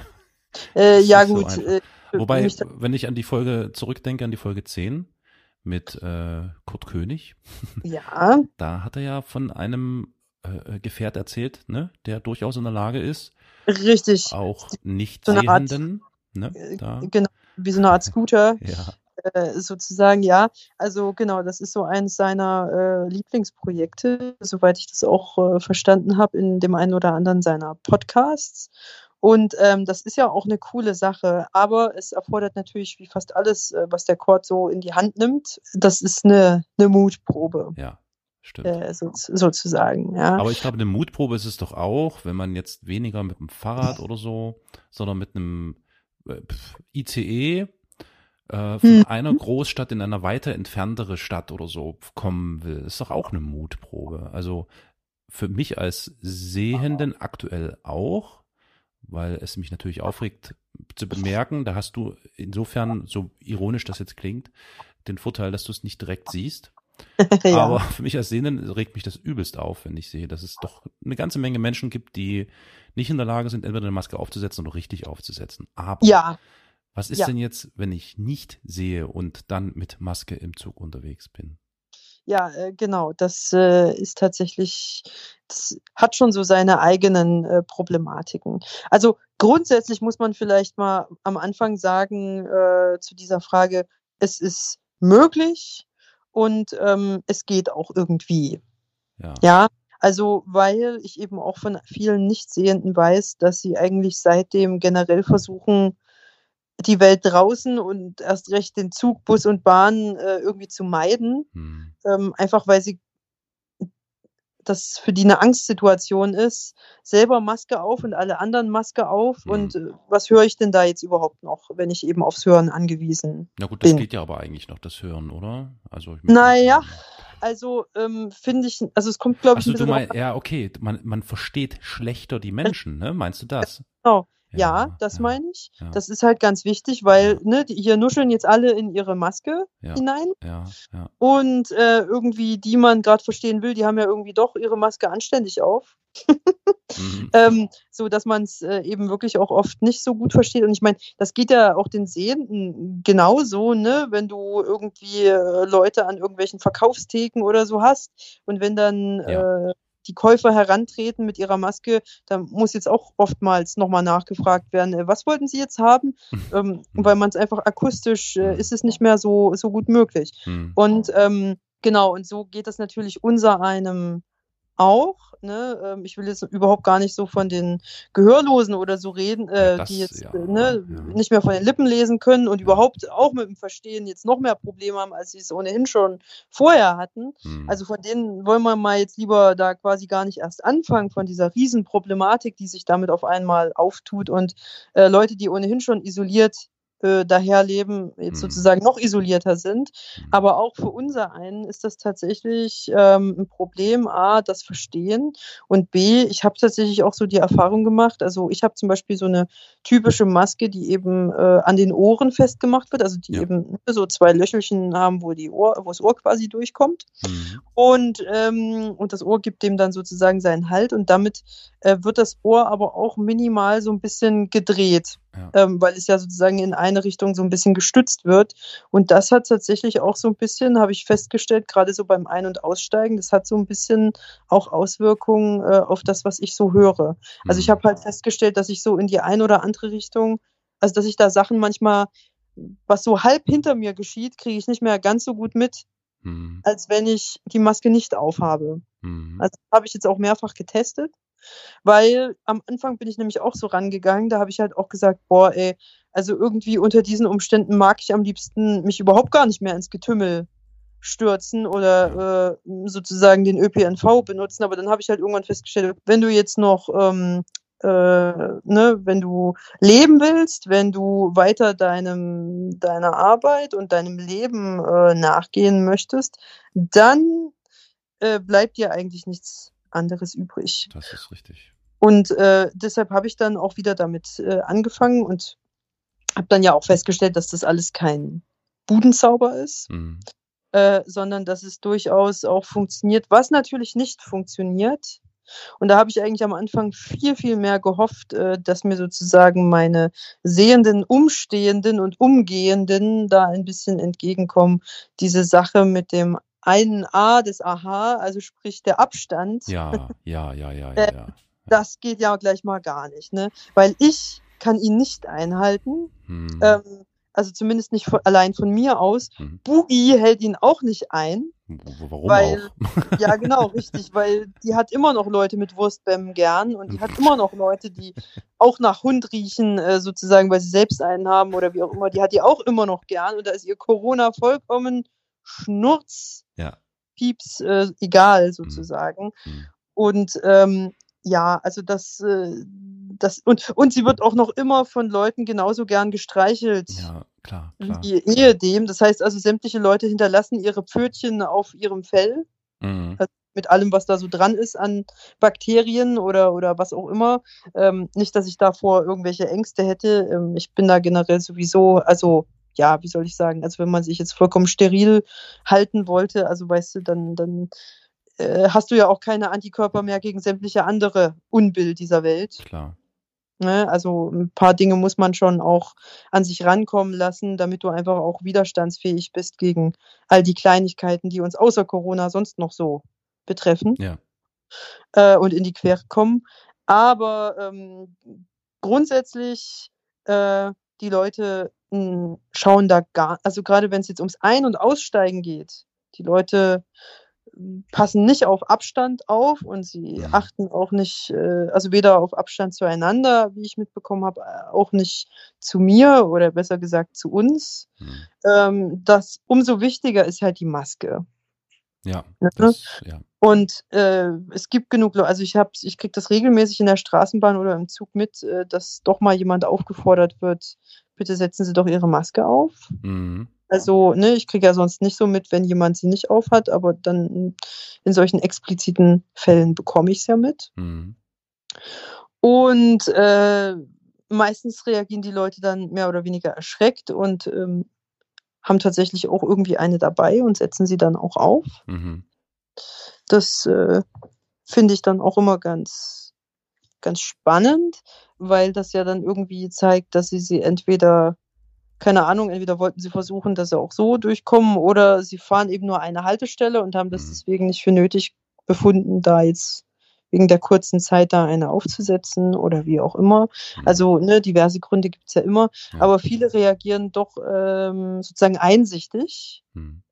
Äh, Das ja ist so gut. einfach. äh, Wobei, mich- wenn ich an die Folge zurückdenke, an die Folge zehn mit äh, Kurt König, ja, da hat er ja von einem äh, Gefährt erzählt, ne, der durchaus in der Lage ist, richtig. auch nicht So eine Art- Sehenden, ne, da, Genau, wie so eine Art Scooter. ja, Äh, sozusagen, ja. Also genau, das ist so eines seiner äh, Lieblingsprojekte, soweit ich das auch äh, verstanden habe, in dem einen oder anderen seiner Podcasts. Und ähm, das ist ja auch eine coole Sache, aber es erfordert natürlich, wie fast alles, äh, was der Kord so in die Hand nimmt, das ist eine, eine Mutprobe, ja, stimmt. äh, so, sozusagen. Ja. Aber ich glaube, eine Mutprobe ist es doch auch, wenn man jetzt weniger mit dem Fahrrad oder so, sondern mit einem äh, I C E äh, von Hm. einer Großstadt in eine weiter entferntere Stadt oder so kommen will. Ist doch auch eine Mutprobe. Also für mich als Sehenden aktuell auch, weil es mich natürlich aufregt zu bemerken, da hast du insofern, so ironisch das jetzt klingt, den Vorteil, dass du es nicht direkt siehst. ja. Aber für mich als Sehenden regt mich das übelst auf, wenn ich sehe, dass es doch eine ganze Menge Menschen gibt, die nicht in der Lage sind, entweder eine Maske aufzusetzen oder richtig aufzusetzen. Aber ja, was ist Ja. denn jetzt, wenn ich nicht sehe und dann mit Maske im Zug unterwegs bin? Ja, äh, genau. Das äh, ist tatsächlich, das hat schon so seine eigenen äh, Problematiken. Also grundsätzlich muss man vielleicht mal am Anfang sagen äh, zu dieser Frage, es ist möglich und ähm, es geht auch irgendwie. Ja. Ja, also weil ich eben auch von vielen Nichtsehenden weiß, dass sie eigentlich seitdem generell versuchen, die Welt draußen und erst recht den Zug, Bus und Bahn äh, irgendwie zu meiden. Hm. Ähm, einfach weil sie das für die eine Angstsituation ist, selber Maske auf und alle anderen Maske auf. Mhm. Und äh, was höre ich denn da jetzt überhaupt noch, wenn ich eben aufs Hören angewiesen Na gut, das bin? geht ja aber eigentlich noch, das Hören, oder? Also ich Naja, Also ähm, finde ich, also es kommt, glaube ich, Also ein du bisschen meinst, ja, okay, man, man versteht schlechter die Menschen, ne? Meinst du das? Genau. Ja, das ja, meine ich. ja. Das ist halt ganz wichtig, weil ne, die, hier nuscheln jetzt alle in ihre Maske Ja. hinein. Ja, ja. Und äh, irgendwie, die man gerade verstehen will, die haben ja irgendwie doch ihre Maske anständig auf. Mhm. ähm, so dass man es äh, eben wirklich auch oft nicht so gut versteht. Und ich meine, das geht ja auch den Sehenden genauso, ne, wenn du irgendwie äh, Leute an irgendwelchen Verkaufstheken oder so hast und wenn dann Ja. äh, die Käufer herantreten mit ihrer Maske, da muss jetzt auch oftmals nochmal nachgefragt werden, äh, was wollten sie jetzt haben? ähm, weil man es einfach akustisch, äh, ist es nicht mehr so, so gut möglich. Mhm. Und ähm, Genau, und so geht das natürlich unser einem auch. Ne? Ähm, ich will jetzt überhaupt gar nicht so von den Gehörlosen oder so reden, Ja, äh, das, die jetzt ja, äh, ne, ja. nicht mehr von den Lippen lesen können und Ja. überhaupt auch mit dem Verstehen jetzt noch mehr Probleme haben, als sie es ohnehin schon vorher hatten. Hm. Also von denen wollen wir mal jetzt lieber da quasi gar nicht erst anfangen, von dieser Riesenproblematik, die sich damit auf einmal auftut und äh, Leute, die ohnehin schon isoliert äh, daherleben, jetzt Hm. sozusagen noch isolierter sind. Hm. Aber auch für unser einen ist das tatsächlich ähm, ein Problem, A, das Verstehen und B, ich habe tatsächlich auch so die Erfahrung gemacht, also ich habe zum Beispiel so eine typische Maske, die eben äh, an den Ohren festgemacht wird, also die Ja. eben so zwei Löchelchen haben, wo, die Ohr, wo das Ohr quasi durchkommt. Hm. Und, ähm, und das Ohr gibt dem dann sozusagen seinen Halt und damit äh, wird das Ohr aber auch minimal so ein bisschen gedreht, Ja. ähm, weil es ja sozusagen in eine Richtung so ein bisschen gestützt wird. Und das hat tatsächlich auch so ein bisschen, habe ich festgestellt, gerade so beim Ein- und Aussteigen, das hat so ein bisschen auch Auswirkungen äh, auf das, was ich so höre. Also ich Hm. habe halt festgestellt, dass ich so in die eine oder andere Richtung, also dass ich da Sachen manchmal, was so halb hinter mir geschieht, kriege ich nicht mehr ganz so gut mit, Hm. als wenn ich die Maske nicht aufhabe. Hm. Also habe ich jetzt auch mehrfach getestet, weil am Anfang bin ich nämlich auch so rangegangen, da habe ich halt auch gesagt, boah, ey, also irgendwie unter diesen Umständen mag ich am liebsten mich überhaupt gar nicht mehr ins Getümmel stürzen oder äh, sozusagen den Ö P N V benutzen, aber dann habe ich halt irgendwann festgestellt, wenn du jetzt noch ähm, äh, ne, wenn du leben willst, wenn du weiter deinem deiner Arbeit und deinem Leben äh, nachgehen möchtest, dann äh, bleibt dir eigentlich nichts anderes übrig. Das ist richtig. Und äh, deshalb habe ich dann auch wieder damit äh, angefangen und habe dann ja auch festgestellt, dass das alles kein Budenzauber ist, Hm. äh, sondern dass es durchaus auch funktioniert, was natürlich nicht funktioniert. Und da habe ich eigentlich am Anfang viel, viel mehr gehofft, äh, dass mir sozusagen meine Sehenden, Umstehenden und Umgehenden da ein bisschen entgegenkommen. Diese Sache mit dem einen A des Aha, also sprich der Abstand, Ja, ja, ja, ja, ja, äh, ja. das geht ja gleich mal gar nicht, ne? Weil ich kann ihn nicht einhalten, Hm. ähm, also zumindest nicht von, allein von mir aus. Hm. Boogie hält ihn auch nicht ein. W- Warum Weil, auch? ja genau, richtig, weil die hat immer noch Leute mit Wurstbämmen gern und die hat immer noch Leute, die auch nach Hund riechen, äh, sozusagen, weil sie selbst einen haben oder wie auch immer, die hat die auch immer noch gern und da ist ihr Corona vollkommen Schnurz, Ja. Pieps, äh, egal Hm. sozusagen. Hm. Und ähm, ja, also das, äh, das und, und sie wird auch noch immer von Leuten genauso gern gestreichelt Ja, klar, klar. wie ehedem. Das heißt also, sämtliche Leute hinterlassen ihre Pfötchen auf ihrem Fell, Mhm. also mit allem, was da so dran ist an Bakterien oder, oder was auch immer. Ähm, nicht, dass ich davor irgendwelche Ängste hätte. Ähm, ich bin da generell sowieso, also ja, wie soll ich sagen, also wenn man sich jetzt vollkommen steril halten wollte, also weißt du, dann, dann äh, hast du ja auch keine Antikörper mehr gegen sämtliche andere Unbill dieser Welt. Klar. Ne? Also ein paar Dinge muss man schon auch an sich rankommen lassen, damit du einfach auch widerstandsfähig bist gegen all die Kleinigkeiten, die uns außer Corona sonst noch so betreffen Ja. äh, und in die Quere kommen. Aber ähm, grundsätzlich äh, die Leute mh, schauen da gar, also gerade wenn es jetzt ums Ein- und Aussteigen geht, die Leute passen nicht auf Abstand auf und sie Mhm. achten auch nicht, äh, also weder auf Abstand zueinander, wie ich mitbekommen habe, äh, auch nicht zu mir oder besser gesagt zu uns. Mhm. Ähm, das umso wichtiger ist halt die Maske. Ja, Ne? das, ja. Und äh, es gibt genug Leute, also ich habe, ich kriege das regelmäßig in der Straßenbahn oder im Zug mit, äh, dass doch mal jemand aufgefordert wird, bitte setzen Sie doch Ihre Maske auf. Mhm. Also, ne, ich kriege ja sonst nicht so mit, wenn jemand sie nicht aufhat, aber dann in solchen expliziten Fällen bekomme ich es ja mit. Mhm. Und äh, meistens reagieren die Leute dann mehr oder weniger erschreckt und ähm, haben tatsächlich auch irgendwie eine dabei und setzen sie dann auch auf. Mhm. Das äh, finde ich dann auch immer ganz, ganz spannend, weil das ja dann irgendwie zeigt, dass sie sie entweder, keine Ahnung, entweder wollten sie versuchen, dass sie auch so durchkommen oder sie fahren eben nur eine Haltestelle und haben das Mhm. deswegen nicht für nötig befunden, da jetzt wegen der kurzen Zeit da eine aufzusetzen oder wie auch immer. Mhm. Also ne, diverse Gründe gibt es ja immer, Ja. aber viele reagieren doch ähm, sozusagen einsichtig Mhm.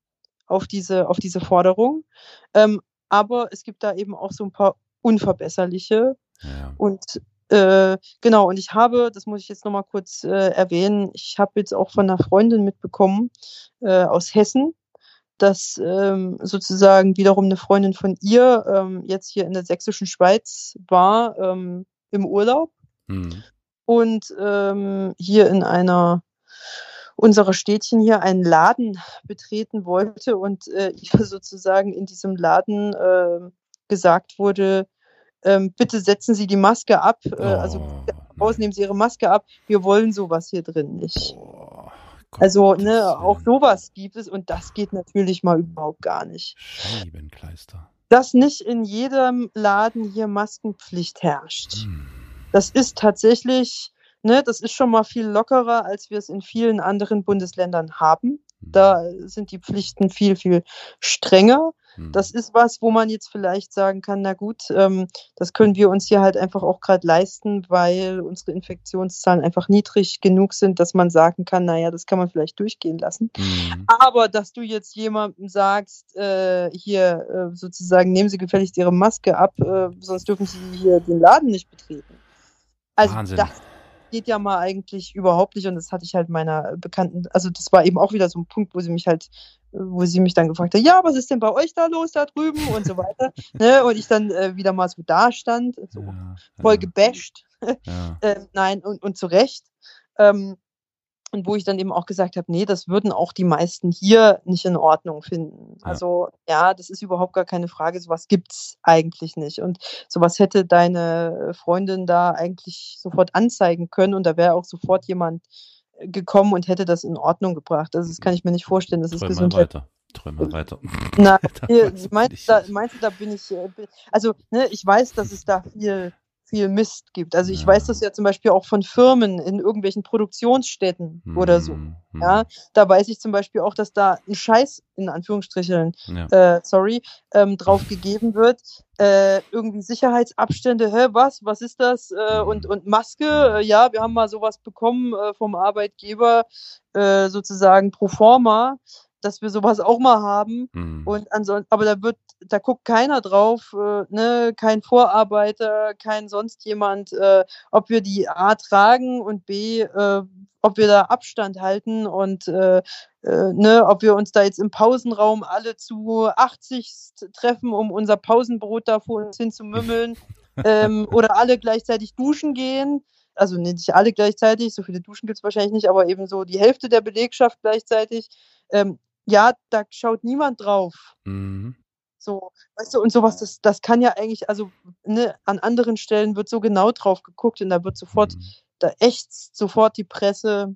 auf diese, auf diese Forderung. Ähm, aber es gibt da eben auch so ein paar unverbesserliche. Ja. Und äh, genau, und ich habe, das muss ich jetzt nochmal kurz äh, erwähnen, ich habe jetzt auch von einer Freundin mitbekommen äh, aus Hessen, dass ähm, sozusagen wiederum eine Freundin von ihr ähm, jetzt hier in der sächsischen Schweiz war ähm, im Urlaub Mhm. und ähm, hier in einer unserer Städtchen hier einen Laden betreten wollte und äh, ihr sozusagen in diesem Laden äh, gesagt wurde, ähm, bitte setzen Sie die Maske ab, äh, also Oh, raus, nein. nehmen Sie Ihre Maske ab, wir wollen sowas hier drin nicht. Boah, Also, Gottes ne, auch Willen. sowas gibt es und das geht natürlich mal überhaupt gar nicht. Scheibenkleister. Dass nicht in jedem Laden hier Maskenpflicht herrscht. Hm. Das ist tatsächlich, ne, das ist schon mal viel lockerer, als wir es in vielen anderen Bundesländern haben. Da sind die Pflichten viel, viel strenger. Hm. Das ist was, wo man jetzt vielleicht sagen kann, na gut, ähm, das können wir uns hier halt einfach auch gerade leisten, weil unsere Infektionszahlen einfach niedrig genug sind, dass man sagen kann, naja, das kann man vielleicht durchgehen lassen. Hm. Aber dass du jetzt jemandem sagst, äh, hier äh, sozusagen, nehmen Sie gefälligst Ihre Maske ab, äh, sonst dürfen Sie hier den Laden nicht betreten. Also Wahnsinn. das geht ja mal eigentlich überhaupt nicht und das hatte ich halt meiner Bekannten, also das war eben auch wieder so ein Punkt, wo sie mich halt, wo sie mich dann gefragt hat, ja, was ist denn bei euch da los da drüben und so weiter. Ne? Und ich dann äh, wieder mal so da stand, so Ja, voll ja, gebasht. ja. äh, nein, und, und zu Recht. Ähm, und wo ich dann eben auch gesagt habe, nee, das würden auch die meisten hier nicht in Ordnung finden. Ja. Also ja, das ist überhaupt gar keine Frage, sowas gibt's eigentlich nicht. Und sowas hätte deine Freundin da eigentlich sofort anzeigen können und da wäre auch sofort jemand gekommen und hätte das in Ordnung gebracht. Also das kann ich mir nicht vorstellen, das ist Träum mal Gesundheit. weiter. Träum mal weiter. Na, Da ihr- weiß ich meinst, nicht. du, da, meinst du, da bin ich, äh, bin- also ne, ich weiß, dass es da viel, viel Mist gibt. Also ich Ja. weiß das ja zum Beispiel auch von Firmen in irgendwelchen Produktionsstätten oder so. Hm, hm. Ja, da weiß ich zum Beispiel auch, dass da ein Scheiß, in Anführungsstrichen, Ja. äh, sorry, ähm, drauf gegeben wird. Äh, irgendwie Sicherheitsabstände, hä, was, was ist das? Äh, und, und Maske, äh, ja, wir haben mal sowas bekommen äh, vom Arbeitgeber, äh, sozusagen pro forma, dass wir sowas auch mal haben. Hm. Und ansonsten, aber da wird, da guckt keiner drauf, äh, ne, kein Vorarbeiter, kein sonst jemand, äh, ob wir die A tragen und B, äh, ob wir da Abstand halten und äh, äh, ne, ob wir uns da jetzt im Pausenraum alle zu achtzig treffen, um unser Pausenbrot da vor uns hin zu mümmeln, ähm, oder alle gleichzeitig duschen gehen. Also nicht alle gleichzeitig, so viele Duschen gibt es wahrscheinlich nicht, aber eben so die Hälfte der Belegschaft gleichzeitig. Ähm, ja, da schaut niemand drauf. Mhm. So, weißt du, und sowas, das, das kann ja eigentlich, also ne, an anderen Stellen wird so genau drauf geguckt und da wird sofort, Mhm. da ächzt sofort die Presse,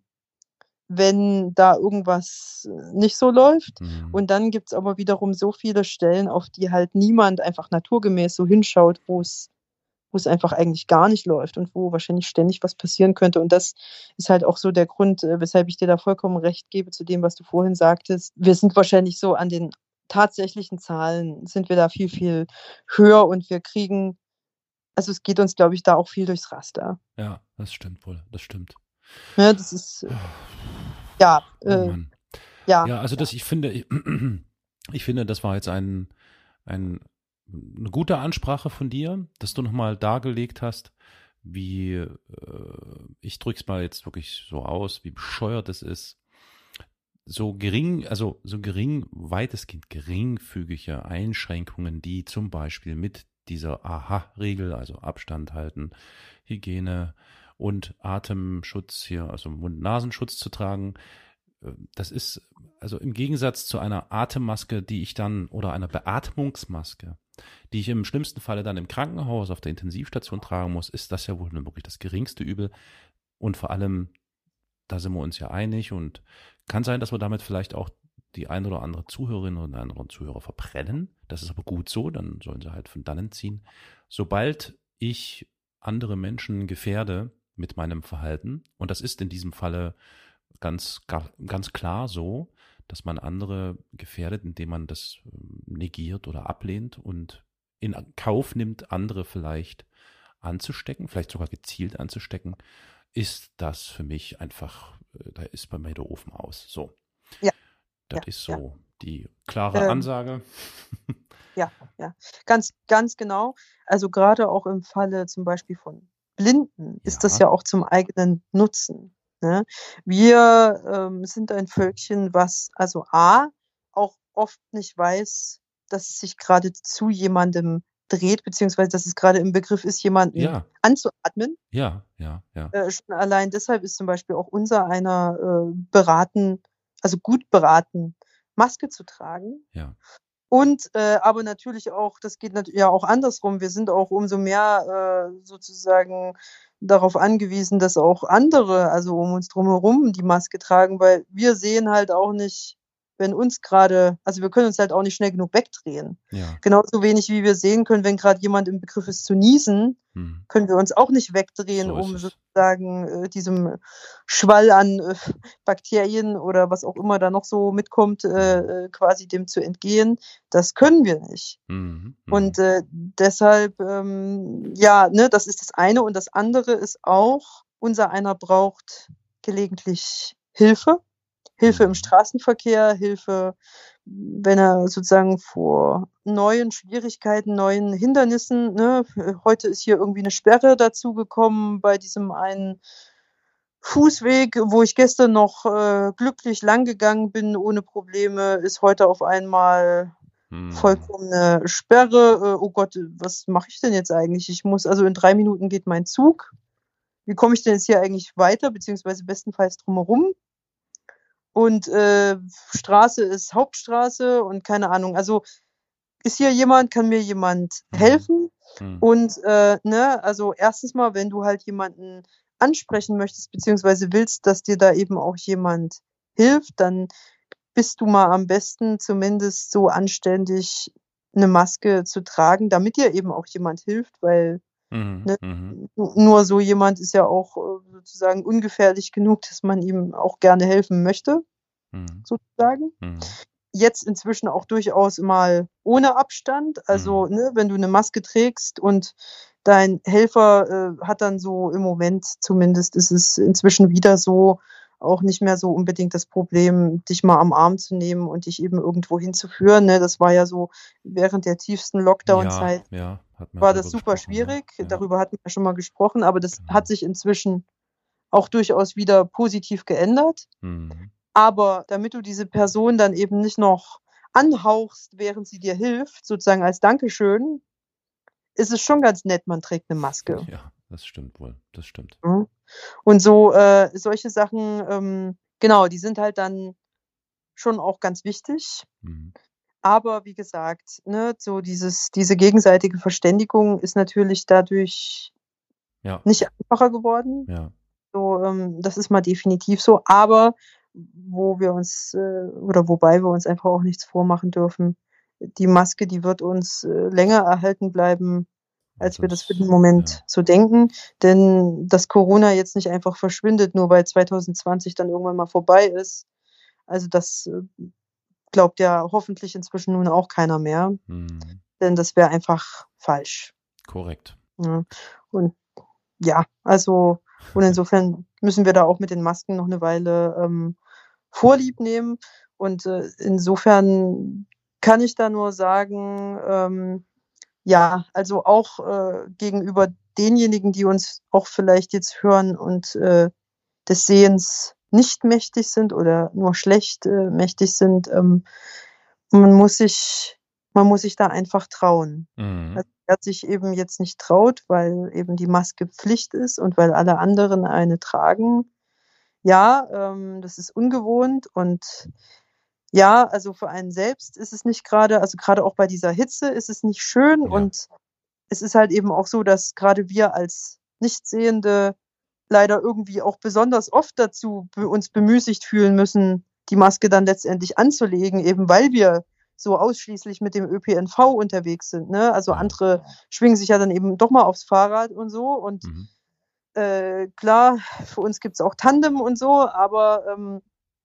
wenn da irgendwas nicht so läuft. Mhm. Und dann gibt es aber wiederum so viele Stellen, auf die halt niemand einfach naturgemäß so hinschaut, wo es wo es einfach eigentlich gar nicht läuft und wo wahrscheinlich ständig was passieren könnte. Und das ist halt auch so der Grund, äh, weshalb ich dir da vollkommen recht gebe zu dem, was du vorhin sagtest. Wir sind wahrscheinlich so an den tatsächlichen Zahlen, sind wir da viel, viel höher und wir kriegen, also es geht uns, glaube ich, da auch viel durchs Raster. Ja, das stimmt wohl. Das stimmt. Ja, das ist, äh, ja, Oh äh, Mann. ja. Ja, also das, ich finde, ich, ich finde, das war jetzt ein, ein, eine gute Ansprache von dir, dass du nochmal dargelegt hast, wie, äh, ich drück's mal jetzt wirklich so aus, wie bescheuert es ist, so gering, also so gering, weitestgehend geringfügige Einschränkungen, die zum Beispiel mit dieser A H-Regel, also Abstand halten, Hygiene und Atemschutz hier, also Mund-Nasenschutz zu tragen, das ist also im Gegensatz zu einer Atemmaske, die ich dann, oder einer Beatmungsmaske, die ich im schlimmsten Falle dann im Krankenhaus auf der Intensivstation tragen muss, ist das ja wohl wirklich das geringste Übel. Und vor allem, da sind wir uns ja einig und kann sein, dass wir damit vielleicht auch die ein oder andere Zuhörerin oder einen anderen Zuhörer verbrennen. Das ist aber gut so, dann sollen sie halt von dannen ziehen. Sobald ich andere Menschen gefährde mit meinem Verhalten, und das ist in diesem Falle ganz, ganz klar so, dass man andere gefährdet, indem man das negiert oder ablehnt und in Kauf nimmt, andere vielleicht anzustecken, vielleicht sogar gezielt anzustecken, ist das für mich einfach, da ist bei mir der Ofen aus. So. Ja. Das ja, ist so. ja. die klare Ähm, Ansage. ja, ja, ganz, ganz genau. Also gerade auch im Falle zum Beispiel von Blinden ist das Ja, ja auch zum eigenen Nutzen, ne? Wir, ähm, sind ein Völkchen, was also A, auch oft nicht weiß, dass es sich gerade zu jemandem dreht, beziehungsweise dass es gerade im Begriff ist, jemanden ja, anzuatmen. ja, ja, ja, Äh, schon allein deshalb ist zum Beispiel auch unser einer, äh, beraten also gut beraten, Maske zu tragen. ja. Und, äh, aber natürlich auch das geht nat ja auch andersrum. Wir sind auch umso mehr, äh, sozusagen darauf angewiesen, dass auch andere, also um uns drum herum, die Maske tragen, weil wir sehen halt auch nicht, wenn uns grade also wir können uns halt auch nicht schnell genug wegdrehen. Ja. Genauso wenig wie wir sehen können, wenn grad jemand im Begriff ist zu niesen, Mhm. können wir uns auch nicht wegdrehen, So ist um es. sozusagen, äh, diesem Schwall an, äh, Bakterien oder was auch immer da noch so mitkommt, äh, Mhm. äh, quasi dem zu entgehen. Das können wir nicht. Mhm. Und, Mhm. äh, deshalb, ähm, ja, ne, das ist das eine. Und das andere ist auch, unser einer braucht gelegentlich Hilfe. Hilfe im Mhm. Straßenverkehr, Hilfe, wenn er sozusagen vor neuen Schwierigkeiten, neuen Hindernissen, ne? Heute ist hier irgendwie 'ne Sperre dazugekommen bei diesem einen Fußweg, wo ich gestern noch, äh, glücklich lang gegangen bin ohne Probleme, ist heute auf einmal Mhm. vollkommene Sperre. Äh, oh Gott, was mache ich denn jetzt eigentlich? Ich muss also in drei Minuten geht mein Zug. Wie komme ich denn jetzt hier eigentlich weiter, beziehungsweise bestenfalls drumherum? Und, äh, Straße ist Hauptstraße und keine Ahnung. Also, ist hier jemand? Kann mir jemand Mhm. helfen? Mhm. Und, äh, ne, also erstens mal, wenn du halt jemanden ansprechen möchtest, beziehungsweise willst, dass dir da eben auch jemand hilft, dann bist du mal am besten zumindest so anständig, 'ne Maske zu tragen, damit dir eben auch jemand hilft, weil, Mhm. ne, Mhm. n nur so jemand ist ja auch, äh, sozusagen ungefährlich genug, dass man ihm auch gerne helfen möchte, Mhm. sozusagen. Mhm. Jetzt inzwischen auch durchaus mal ohne Abstand. Also, Mhm. ne, wenn du 'ne Maske trägst und dein Helfer, äh, hat dann so im Moment zumindest ist es inzwischen wieder so, auch nicht mehr so unbedingt das Problem, dich mal am Arm zu nehmen und dich eben irgendwo hinzuführen, ne? Das war ja so während der tiefsten Ja, Lockdown-Zeit ja, hatten wir war das drüber super gesprochen, ja. schwierig. Ja, Darüber hatten wir schon mal gesprochen, aber das hat genau. sich inzwischen auch durchaus wieder positiv geändert. Mhm. Aber damit du diese Person dann eben nicht noch anhauchst, während sie dir hilft, sozusagen als Dankeschön, ist es schon ganz nett, man trägt 'ne Maske. Ja, das stimmt wohl. Das stimmt. Mhm. Und so, äh solche Sachen, ähm, genau, die sind halt dann schon auch ganz wichtig. Mhm. Aber wie gesagt, ne, so dieses diese gegenseitige Verständigung ist natürlich dadurch Ja, nicht einfacher geworden. ja. So, ähm, das ist mal definitiv so. Aber wo wir uns, äh oder wobei wir uns einfach auch nichts vormachen dürfen, die Maske, die wird uns, äh, länger erhalten bleiben, als Also wir das für es den ja. Moment so denken. Denn dass Corona jetzt nicht einfach verschwindet, nur weil zwanzig zwanzig dann irgendwann mal vorbei ist. Also, das, äh, glaubt ja hoffentlich inzwischen nun auch keiner mehr, Mhm. denn das wäre einfach falsch. Korrekt. Ne? Und ja, also und insofern müssen wir da auch mit den Masken noch 'ne Weile, ähm, Vorlieb nehmen. Und, äh, insofern kann ich da nur sagen, ähm, ja, also auch, äh, gegenüber denjenigen, die uns auch vielleicht jetzt hören und, äh, des Sehens nicht mächtig sind oder nur schlecht, äh, mächtig sind, ähm, man muss sich man muss sich da einfach trauen. Mhm. Also, wer sich eben jetzt nicht traut, weil eben die Maske Pflicht ist und weil alle anderen eine tragen, ja, ähm, das ist ungewohnt und ja, also für einen selbst ist es nicht grade also grade auch bei dieser Hitze ist es nicht schön Ja. und es ist halt eben auch so, dass grade wir als Nichtsehende leider irgendwie auch besonders oft dazu be uns bemüßigt fühlen müssen, die Maske dann letztendlich anzulegen, eben weil wir so ausschließlich mit dem Ö P N V unterwegs sind, ne? Also, Ja. andere schwingen sich ja dann eben doch mal aufs Fahrrad und so und, Mhm. äh, klar, für uns gibt's auch Tandem und so, aber, ähm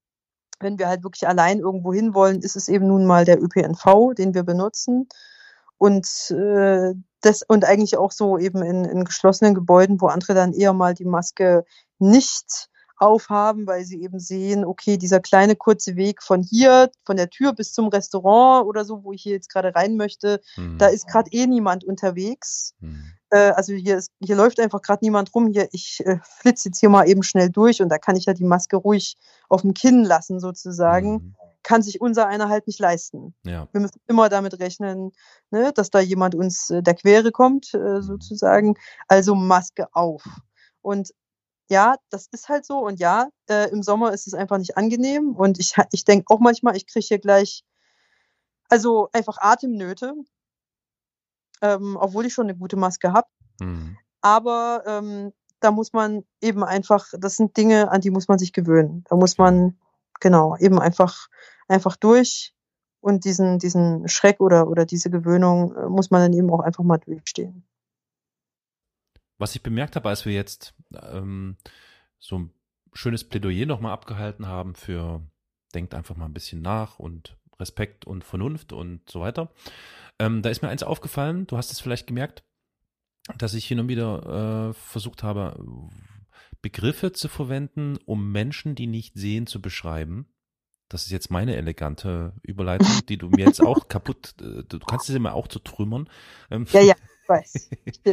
wenn wir halt wirklich allein irgendwo hinwollen, ist es eben nun mal der Ö P N V, den wir benutzen. Und, äh, das und eigentlich auch so eben in in geschlossenen Gebäuden, wo andere dann eher mal die Maske nicht aufhaben, weil sie eben sehen, okay, dieser kleine kurze Weg von hier, von der Tür bis zum Restaurant oder so, wo ich hier jetzt gerade rein möchte, Hm. da ist gerade eh niemand unterwegs. Hm. Äh, also hier, ist, hier läuft einfach gerade niemand rum. Hier, ich äh, flitze jetzt hier mal eben schnell durch und da kann ich ja die Maske ruhig auf dem Kinn lassen sozusagen. Hm. Kann sich unser einer halt nicht leisten. Ja. Wir müssen immer damit rechnen, ne, dass da jemand uns äh, der Quere kommt, äh, sozusagen. Also Maske auf. Und ja, das ist halt so. Und ja, äh, im Sommer ist es einfach nicht angenehm. Und ich, ich denke auch manchmal, ich kriege hier gleich, also einfach Atemnöte, ähm, obwohl ich schon eine gute Maske habe. Hm. Aber ähm, da muss man eben einfach, das sind Dinge, an die muss man sich gewöhnen. Da muss man, genau, eben einfach, einfach durch. Und diesen, diesen Schreck oder, oder diese Gewöhnung äh, muss man dann eben auch einfach mal durchstehen. Was ich bemerkt habe, als wir jetzt ähm, so ein schönes Plädoyer nochmal abgehalten haben für denkt einfach mal ein bisschen nach und Respekt und Vernunft und so weiter, ähm, da ist mir eins aufgefallen, du hast es vielleicht gemerkt, dass ich hin und wieder äh, versucht habe, Begriffe zu verwenden, um Menschen, die nicht sehen, zu beschreiben. Das ist jetzt meine elegante Überleitung, die du mir jetzt auch kaputt, äh, du kannst sie immer auch zu trümmern. Ähm, Ja, ja, ich weiß.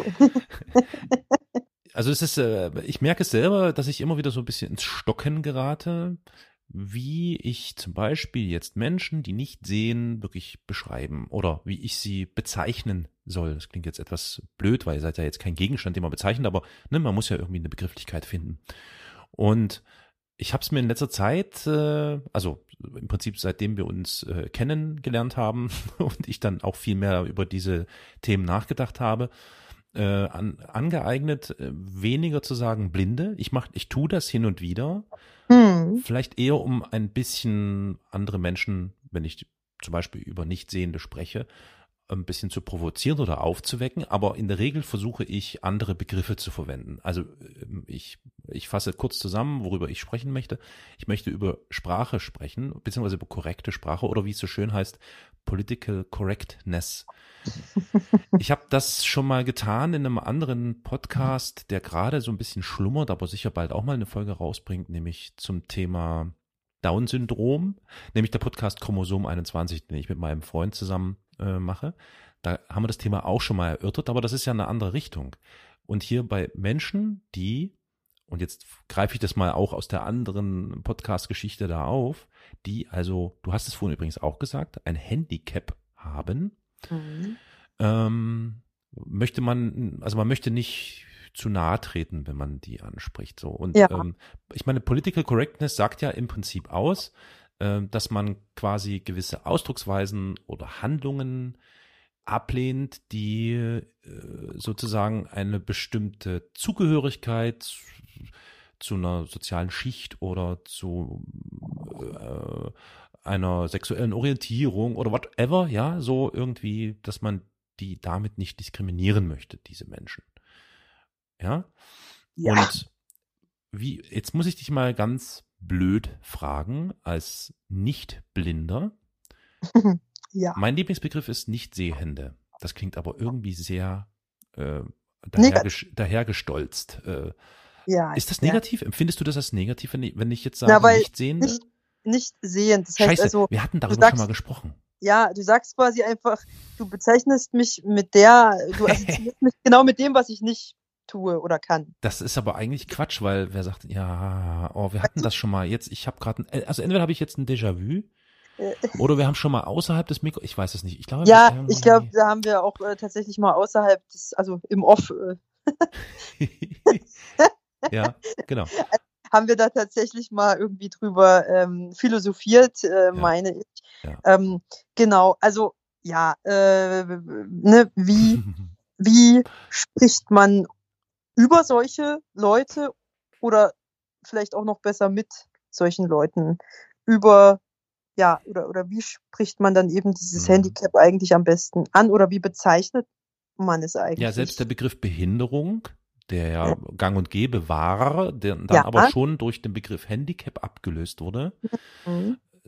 Also es ist, äh, ich merke es selber, dass ich immer wieder so ein bisschen ins Stocken gerate, wie ich zum Beispiel jetzt Menschen, die nicht sehen, wirklich beschreiben oder wie ich sie bezeichnen soll. Das klingt jetzt etwas blöd, weil ihr seid ja jetzt kein Gegenstand, den man bezeichnet, aber ne, man muss ja irgendwie eine Begrifflichkeit finden. Und ich habe es mir in letzter Zeit, äh, also im Prinzip seitdem wir uns äh, kennengelernt haben und ich dann auch viel mehr über diese Themen nachgedacht habe, äh, an, angeeignet, äh, weniger zu sagen Blinde. Ich mach, ich tue das hin und wieder. Hm. Vielleicht eher um ein bisschen andere Menschen, wenn ich zum Beispiel über Nichtsehende spreche, ein bisschen zu provozieren oder aufzuwecken, aber in der Regel versuche ich, andere Begriffe zu verwenden. Also ich, ich fasse kurz zusammen, worüber ich sprechen möchte. Ich möchte über Sprache sprechen, beziehungsweise über korrekte Sprache oder wie es so schön heißt, Political Correctness. Ich habe das schon mal getan in einem anderen Podcast, der gerade so ein bisschen schlummert, aber sicher bald auch mal eine Folge rausbringt, nämlich zum Thema Down-Syndrom, nämlich der Podcast Chromosom einundzwanzig, den ich mit meinem Freund zusammen äh, mache. Da haben wir das Thema auch schon mal erörtert, aber das ist ja eine andere Richtung. Und hier bei Menschen, die, und jetzt greife ich das mal auch aus der anderen Podcast-Geschichte da auf, die also, du hast es vorhin übrigens auch gesagt, ein Handicap haben, mhm. ähm, möchte man, also man möchte nicht zu nahe treten, wenn man die anspricht. So. Und ja. ähm, ich meine, Political Correctness sagt ja im Prinzip aus, äh, dass man quasi gewisse Ausdrucksweisen oder Handlungen ablehnt, die äh, sozusagen eine bestimmte Zugehörigkeit zu, zu einer sozialen Schicht oder zu äh, einer sexuellen Orientierung oder whatever, ja, so irgendwie, dass man die damit nicht diskriminieren möchte, diese Menschen. Ja? ja. Und wie, jetzt muss ich dich mal ganz blöd fragen, als Nicht-Blinder. Ja. Mein Lieblingsbegriff ist Nichtsehende. Das klingt aber irgendwie sehr äh, daherges- dahergestolzt. Äh, ja, ist das negativ? Ja. Empfindest du das als negativ, wenn ich, wenn ich jetzt sage, Na, Nichtsehende? Nicht, nicht sehend. Das heißt Scheiße, also, wir hatten darüber sagst, schon mal gesprochen. Ja, du sagst quasi einfach, du bezeichnest mich mit der, du assoziierst mich genau mit dem, was ich nicht tue oder kann. Das ist aber eigentlich Quatsch, weil wer sagt, ja, oh, wir hatten das schon mal. Jetzt, ich habe gerade, also entweder habe ich jetzt ein Déjà-vu oder wir haben schon mal außerhalb des Mikro, ich weiß es nicht. Ich glaube, ja, wir, ich glaube, da haben wir auch äh, tatsächlich mal außerhalb des, also im Off. Äh. Ja, genau. Haben wir da tatsächlich mal irgendwie drüber ähm, philosophiert, äh, ja. meine ich. Ja. Ähm, genau, also ja, äh, ne, wie, wie spricht man über solche Leute oder vielleicht auch noch besser mit solchen Leuten über, ja, oder, oder wie spricht man dann eben dieses mhm. Handicap eigentlich am besten an oder wie bezeichnet man es eigentlich? Ja, selbst der Begriff Behinderung, der ja, ja. gang und gäbe war, der dann ja. aber schon durch den Begriff Handicap abgelöst wurde, mhm.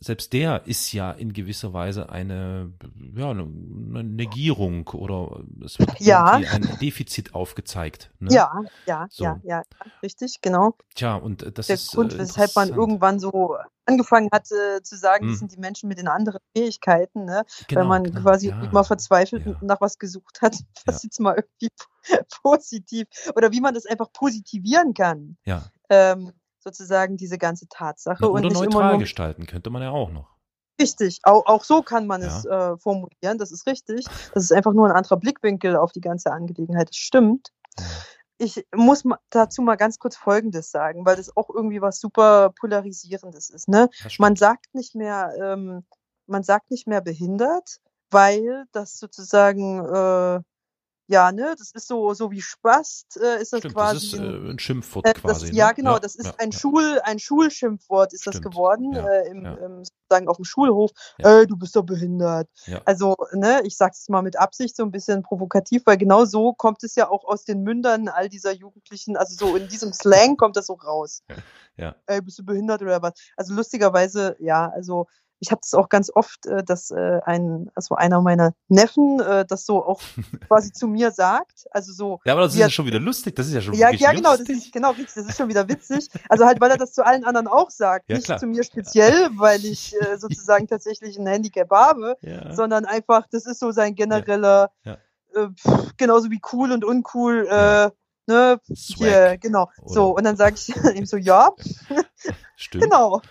selbst der ist ja in gewisser Weise eine, ja, eine Negierung oder es wird Ja. irgendwie ein Defizit aufgezeigt. Ne? Ja, ja, So. ja, ja, richtig, genau. Tja, und das Der ist Grund, äh, weshalb man interessant. irgendwann so angefangen hat äh, zu sagen, das Hm. sind die Menschen mit den anderen Fähigkeiten, ne? Genau, Weil man genau, quasi ja, immer verzweifelt ja. nach was gesucht hat, was Ja. jetzt mal irgendwie positiv oder wie man das einfach positivieren kann. Ja. Ähm, sozusagen diese ganze Tatsache Na, und oder nicht immer neutral nur gestalten könnte man ja auch noch. richtig. Auch, auch so kann man es Ja. äh, formulieren, das ist richtig. Das ist einfach nur ein anderer Blickwinkel auf die ganze Angelegenheit. Das stimmt. Ja. Ich muss ma dazu mal ganz kurz Folgendes sagen, weil das auch irgendwie was super Polarisierendes ist, ne? Das Man stimmt. sagt nicht mehr ähm, man sagt nicht mehr behindert, weil das sozusagen, äh, ja, ne, das ist so so wie Spast, äh, ist das Stimmt, das quasi ist äh, 'n ein Schimpfwort äh, das quasi, ja, ne? genau, Ja, das ist ja, ein ja. Schul ein Schulschimpfwort ist das Stimmt. geworden, Ja, äh, im ja. im sozusagen auf'm Schulhof. Ja. „Ey, du bist doch behindert.“ Ja. Also, ne, ich sage es mal mit Absicht so 'n bisschen provokativ, weil genau so kommt es ja auch aus den Mündern all dieser Jugendlichen, also so in diesem Slang kommt das so raus. Ja. „Ey, bist du behindert oder was?“ Also lustigerweise, ja, also ich habe das auch ganz oft, äh, dass äh, ein also einer meiner Neffen äh, das so auch quasi zu mir sagt. Also so, Ja, aber das wie ist er ja schon wieder lustig. Das ist ja schon ja, wirklich ja, genau, das lustig. ist genau richtig, das ist schon wieder witzig. Also halt, weil er das zu allen anderen auch sagt. Ja, Nicht klar. zu mir speziell, weil ich äh, sozusagen tatsächlich 'n Handicap habe, Ja. sondern einfach, das ist so sein genereller, Ja. äh, genauso wie cool und uncool, Ja. äh, ne, hier, Swag. genau. Oder So, und dann sage ich ihm so: „Ja, Stimmt. genau.“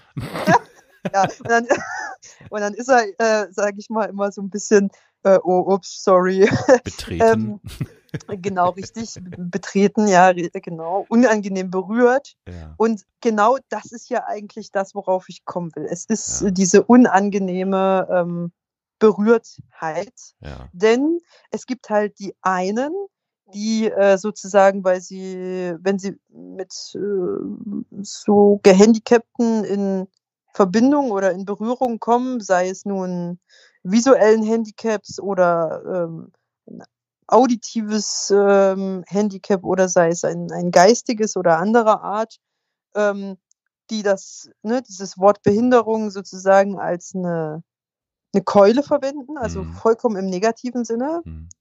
Ja, und dann und dann ist er, äh, sage ich mal, immer so 'n bisschen, äh: „Oh, ups, sorry.“ Betreten. Ähm, genau, richtig, b betreten, ja, ri genau, unangenehm berührt. Ja. Und genau das ist ja eigentlich das, worauf ich kommen will. Es ist Ja. diese unangenehme, ähm, Berührtheit. Ja. Denn es gibt halt die einen, die, äh, sozusagen, weil sie wenn sie mit, äh, so Gehandicapten in Verbindung oder in Berührung kommen, sei es nun visuellen Handicaps oder, ähm, 'n auditives, ähm, Handicap oder sei es ein ein geistiges oder anderer Art, ähm, die das ne, dieses Wort Behinderung sozusagen als 'ne 'ne Keule verwenden, also Mhm. vollkommen im negativen Sinne. Mhm.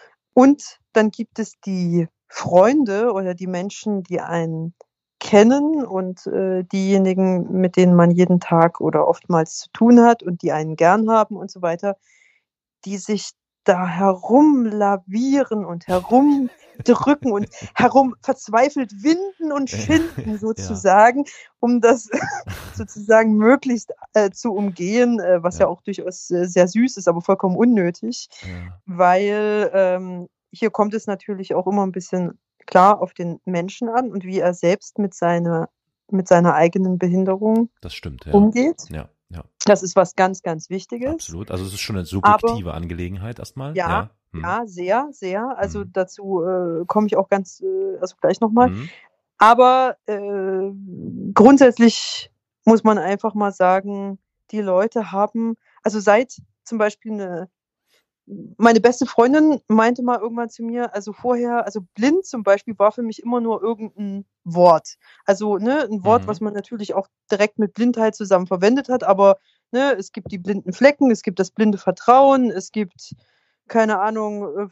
Und dann gibt es die Freunde oder die Menschen, die einen kennen und, äh, diejenigen, mit denen man jeden Tag oder oftmals zu tun hat und die einen gern haben und so weiter, die sich da herumlavieren und herumdrücken und herum verzweifelt winden und schinden Ja. sozusagen, um das sozusagen möglichst, äh, zu umgehen, äh, was ja Ja. auch durchaus, äh, sehr süß ist, aber vollkommen unnötig. Ja. Weil, ähm, hier kommt es natürlich auch immer 'n bisschen klar auf den Menschen an und wie er selbst mit seiner mit seiner eigenen Behinderung Das stimmt, ja. umgeht. Ja, ja. Das ist was ganz, ganz Wichtiges. Absolut. Also es ist schon 'ne Aber subjektive Angelegenheit erst mal, ja, ja. Mhm. ja, sehr, sehr. Also Mhm. dazu, äh, komme ich auch ganz äh, also gleich noch mal. Mhm. Aber, äh, grundsätzlich muss man einfach mal sagen, die Leute haben also seit zum Beispiel 'ne meine beste Freundin meinte mal irgendwann zu mir, also vorher also blind zum Beispiel war für mich immer nur irgend 'n Wort. Also, ne, 'n Wort, was Mhm. man natürlich auch direkt mit Blindheit zusammen verwendet hat, aber, ne, es gibt die blinden Flecken, es gibt das blinde Vertrauen, es gibt, keine Ahnung,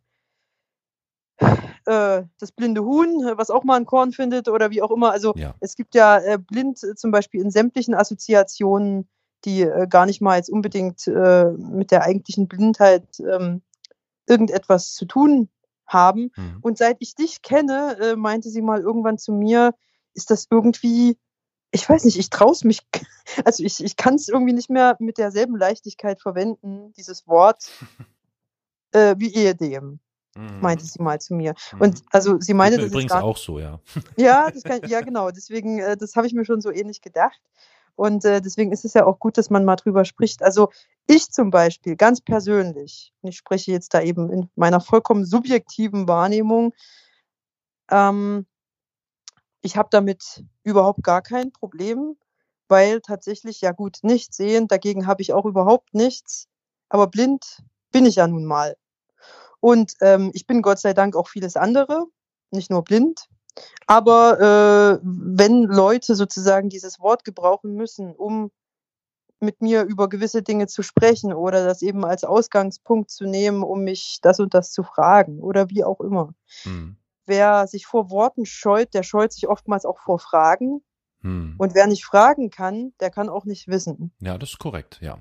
äh, äh, das blinde Huhn, was auch mal 'n Korn findet oder wie auch immer. Also, Ja. es gibt ja, äh, blind zum Beispiel in sämtlichen Assoziationen, die, äh, gar nicht mal jetzt unbedingt, äh, mit der eigentlichen Blindheit, ähm, irgendetwas zu tun haben. Mhm. Und seit ich dich kenne, äh, meinte sie mal irgendwann zu mir, ist das irgendwie ich weiß nicht, ich traue es mich also ich ich kann's irgendwie nicht mehr mit derselben Leichtigkeit verwenden, dieses Wort äh, wie ehedem, meinte Mhm. sie mal zu mir. Und Mhm. also sie Geht meinte mir das jetzt übrigens gar auch so, ja. ja, das kann ja genau, deswegen äh, das habe ich mir schon so ähnlich gedacht. Und, äh, deswegen ist es ja auch gut, dass man mal drüber spricht. Also, ich zum Beispiel, ganz persönlich, und ich spreche jetzt da eben in meiner vollkommen subjektiven Wahrnehmung ähm ich habe damit überhaupt gar kein Problem, weil tatsächlich ja gut, nicht sehend, dagegen habe ich auch überhaupt nichts, aber blind bin ich ja nun mal. Und, ähm, ich bin Gott sei Dank auch vieles andere, nicht nur blind. Aber, äh, wenn Leute sozusagen dieses Wort gebrauchen müssen, um mit mir über gewisse Dinge zu sprechen oder das eben als Ausgangspunkt zu nehmen, um mich das und das zu fragen oder wie auch immer. Hm. Wer sich vor Worten scheut, der scheut sich oftmals auch vor Fragen. Hm. Und wer nicht fragen kann, der kann auch nicht wissen. Ja, das ist korrekt, ja.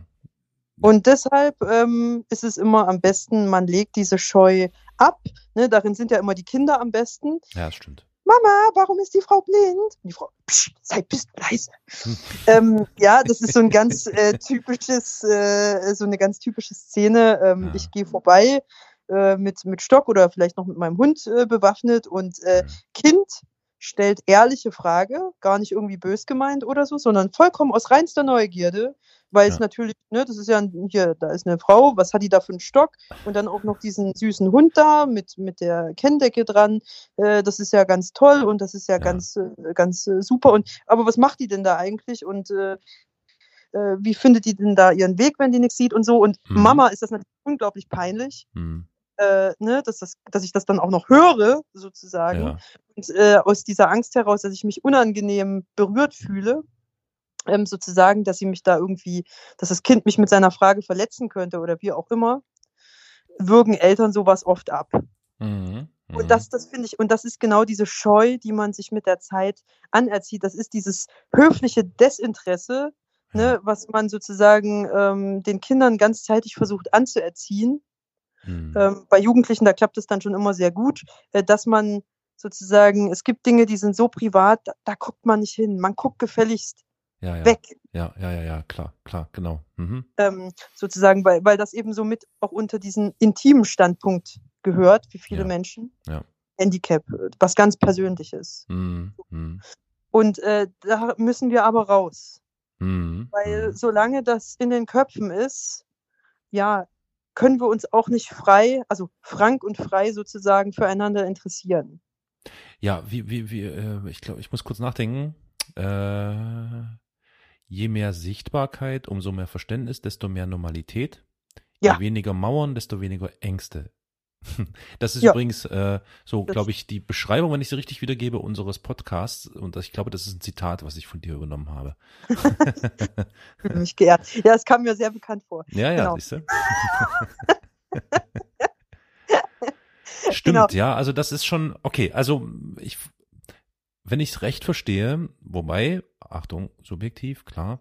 Und deshalb ähm, ist es immer am besten, man legt diese Scheu ab. Ne, darin sind ja immer die Kinder am besten. Ja, das stimmt. Mama, warum ist die Frau blind? Und die Frau, psch, sei bist leise. Hm. ähm, ja, das ist so ein ganz äh, typisches, äh, so eine ganz typische Szene. Ähm, ja. Ich gehe vorbei äh, mit, mit Stock oder vielleicht noch mit meinem Hund äh, bewaffnet und äh, ja. Kind stellt ehrliche Frage, gar nicht irgendwie bös gemeint oder so, sondern vollkommen aus reinster Neugierde, weil ja. es natürlich, ne, das ist ja hier, da ist eine Frau, was hat die da für einen Stock? Und dann auch noch diesen süßen Hund da mit, mit der Kenndecke dran. Äh, das ist ja ganz toll und das ist ja, ja. ganz, äh, ganz äh, super. Und aber was macht die denn da eigentlich? Und äh, äh, wie findet die denn da ihren Weg, wenn die nichts sieht und so? Und mhm. Mama ist das natürlich unglaublich peinlich. Mhm. Äh, ne, dass, das, dass ich das dann auch noch höre, sozusagen. Ja. Und äh, aus dieser Angst heraus, dass ich mich unangenehm berührt fühle, ähm, sozusagen, dass sie mich da irgendwie, dass das Kind mich mit seiner Frage verletzen könnte oder wie auch immer, würgen Eltern sowas oft ab. Mhm. Mhm. Und das, das finde ich, und das ist genau diese Scheu, die man sich mit der Zeit anerzieht. Das ist dieses höfliche Desinteresse, ja. ne, was man sozusagen ähm, den Kindern ganzzeitig versucht anzuerziehen. Mhm. Ähm, bei Jugendlichen, da klappt es dann schon immer sehr gut, äh, dass man sozusagen, es gibt Dinge, die sind so privat, da, da guckt man nicht hin, man guckt gefälligst ja, ja. weg. Ja, ja, ja, ja, klar, klar, genau. Mhm. Ähm, sozusagen, weil, weil das eben so mit auch unter diesen intimen Standpunkt gehört, für viele ja. Menschen. Ja. Handicap, was ganz Persönliches. Mhm. Mhm. Und äh, da müssen wir aber raus. Mhm. Weil mhm. solange das in den Köpfen ist, ja, können wir uns auch nicht frei, also frank und frei sozusagen füreinander interessieren. Ja, wie, wie, wie, äh, ich glaube, ich muss kurz nachdenken. Äh, je mehr Sichtbarkeit, umso mehr Verständnis, desto mehr Normalität. Ja. Je weniger Mauern, desto weniger Ängste. Das ist ja. übrigens äh, so, glaube ich, die Beschreibung, wenn ich sie richtig wiedergebe, unseres Podcasts. Und ich glaube, das ist ein Zitat, was ich von dir übernommen habe. Ich bin mich geehrt. Ja, es kam mir sehr bekannt vor. Ja, ja, genau. siehst du. Stimmt, genau. Ja, also das ist schon, okay, also ich, wenn ich es recht verstehe, wobei, Achtung, subjektiv, klar,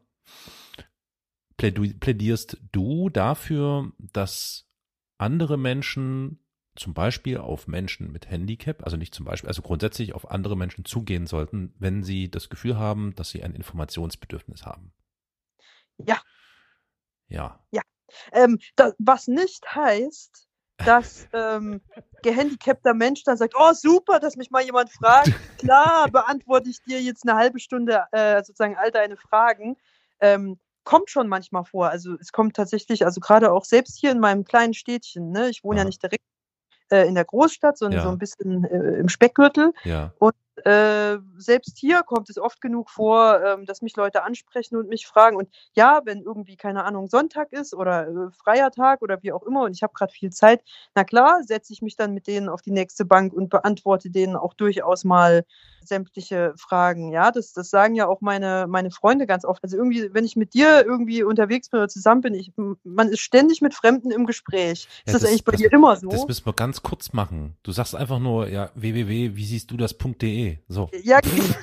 plädierst du dafür, dass andere Menschen zum Beispiel auf Menschen mit Handicap, also nicht zum Beispiel, also grundsätzlich auf andere Menschen zugehen sollten, wenn sie das Gefühl haben, dass sie ein Informationsbedürfnis haben. Ja. Ja. Ja. Ähm, das, was nicht heißt, dass ähm, gehandicapter Mensch dann sagt, oh super, dass mich mal jemand fragt, klar, beantworte ich dir jetzt eine halbe Stunde äh, sozusagen all deine Fragen. Ähm, kommt schon manchmal vor. Also es kommt tatsächlich, also gerade auch selbst hier in meinem kleinen Städtchen, ne, ich wohne ja, ja nicht direkt äh, in der Großstadt, sondern ja. so ein bisschen äh, im Speckgürtel. Ja. Und äh, selbst hier kommt es oft genug vor, ähm, dass mich Leute ansprechen und mich fragen. Und ja, wenn irgendwie, keine Ahnung, Sonntag ist oder äh, freier Tag oder wie auch immer und ich habe gerade viel Zeit, na klar, setze ich mich dann mit denen auf die nächste Bank und beantworte denen auch durchaus mal sämtliche Fragen. Ja, das, das sagen ja auch meine, meine Freunde ganz oft. Also irgendwie, wenn ich mit dir irgendwie unterwegs bin oder zusammen bin, ich, man ist ständig mit Fremden im Gespräch. Ist ja, das, das eigentlich bei das, dir immer so? Das müssen wir ganz kurz machen. Du sagst einfach nur, ja, w w w, wie siehst du das .de. So. Ja,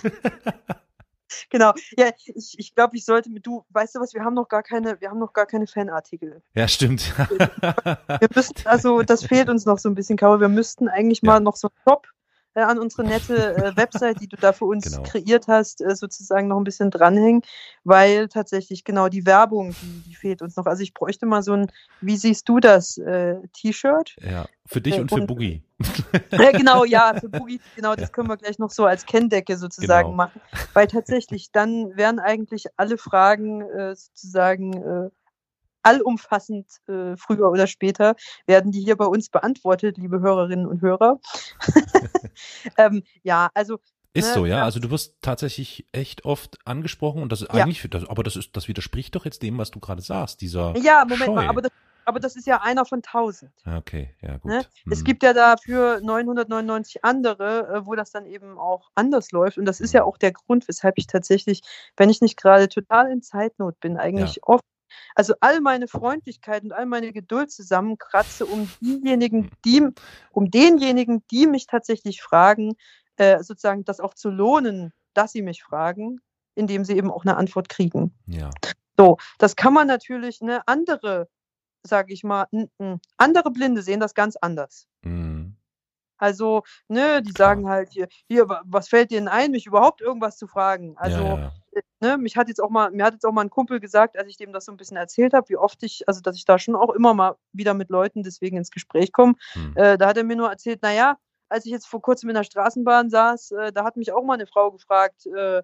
genau. Ja, ich, ich glaube, ich sollte mit du, weißt du was, wir haben noch gar keine, wir haben noch gar keine Fanartikel. Ja, stimmt. Wir müssen, also das fehlt uns noch so ein bisschen, Caro. Wir müssten eigentlich mal ja. noch so einen Shop äh, an unsere nette äh, Website, die du da für uns genau. kreiert hast, äh, sozusagen noch ein bisschen dranhängen, weil tatsächlich genau die Werbung, die, die fehlt uns noch. Also ich bräuchte mal so ein, wie siehst du das, äh, T-Shirt? Ja, für dich äh, und für und, Boogie. Ja, genau, ja, für Boogie, genau, das ja. können wir gleich noch so als Kenndecke sozusagen genau. machen, weil tatsächlich dann werden eigentlich alle Fragen äh, sozusagen äh, allumfassend, äh, früher oder später, werden die hier bei uns beantwortet, liebe Hörerinnen und Hörer. ähm, ja, also ist ne, so, ja. Also du wirst tatsächlich echt oft angesprochen und das ist ja. eigentlich, das, aber das ist, das widerspricht doch jetzt dem, was du gerade sagst, dieser Ja, Moment Scheu. mal, aber das aber das ist ja einer von tausend. Okay, ja gut. Ne? Hm. Es gibt ja dafür neunhundertneunundneunzig andere, äh, wo das dann eben auch anders läuft. Und das ist ja auch der Grund, weshalb ich tatsächlich, wenn ich nicht gerade total in Zeitnot bin, eigentlich Ja. oft, also all meine Freundlichkeit und all meine Geduld zusammenkratze, um diejenigen, die, um denjenigen, die mich tatsächlich fragen, äh, sozusagen das auch zu lohnen, dass sie mich fragen, indem sie eben auch eine Antwort kriegen. Ja. So, das kann man natürlich, ne, andere, sage ich mal, n- n- andere Blinde sehen das ganz anders. Mhm. Also, ne, die Klar. sagen halt hier, hier, wa- was fällt dir denn ein, mich überhaupt irgendwas zu fragen? Also, ja, ja. äh, ne, mich hat jetzt auch mal, mir hat jetzt auch mal ein Kumpel gesagt, als ich dem das so ein bisschen erzählt habe, wie oft ich, also dass ich da schon auch immer mal wieder mit Leuten deswegen ins Gespräch komme. Hm. Äh, da hat er mir nur erzählt, naja, als ich jetzt vor kurzem in der Straßenbahn saß, äh, da hat mich auch mal eine Frau gefragt, äh,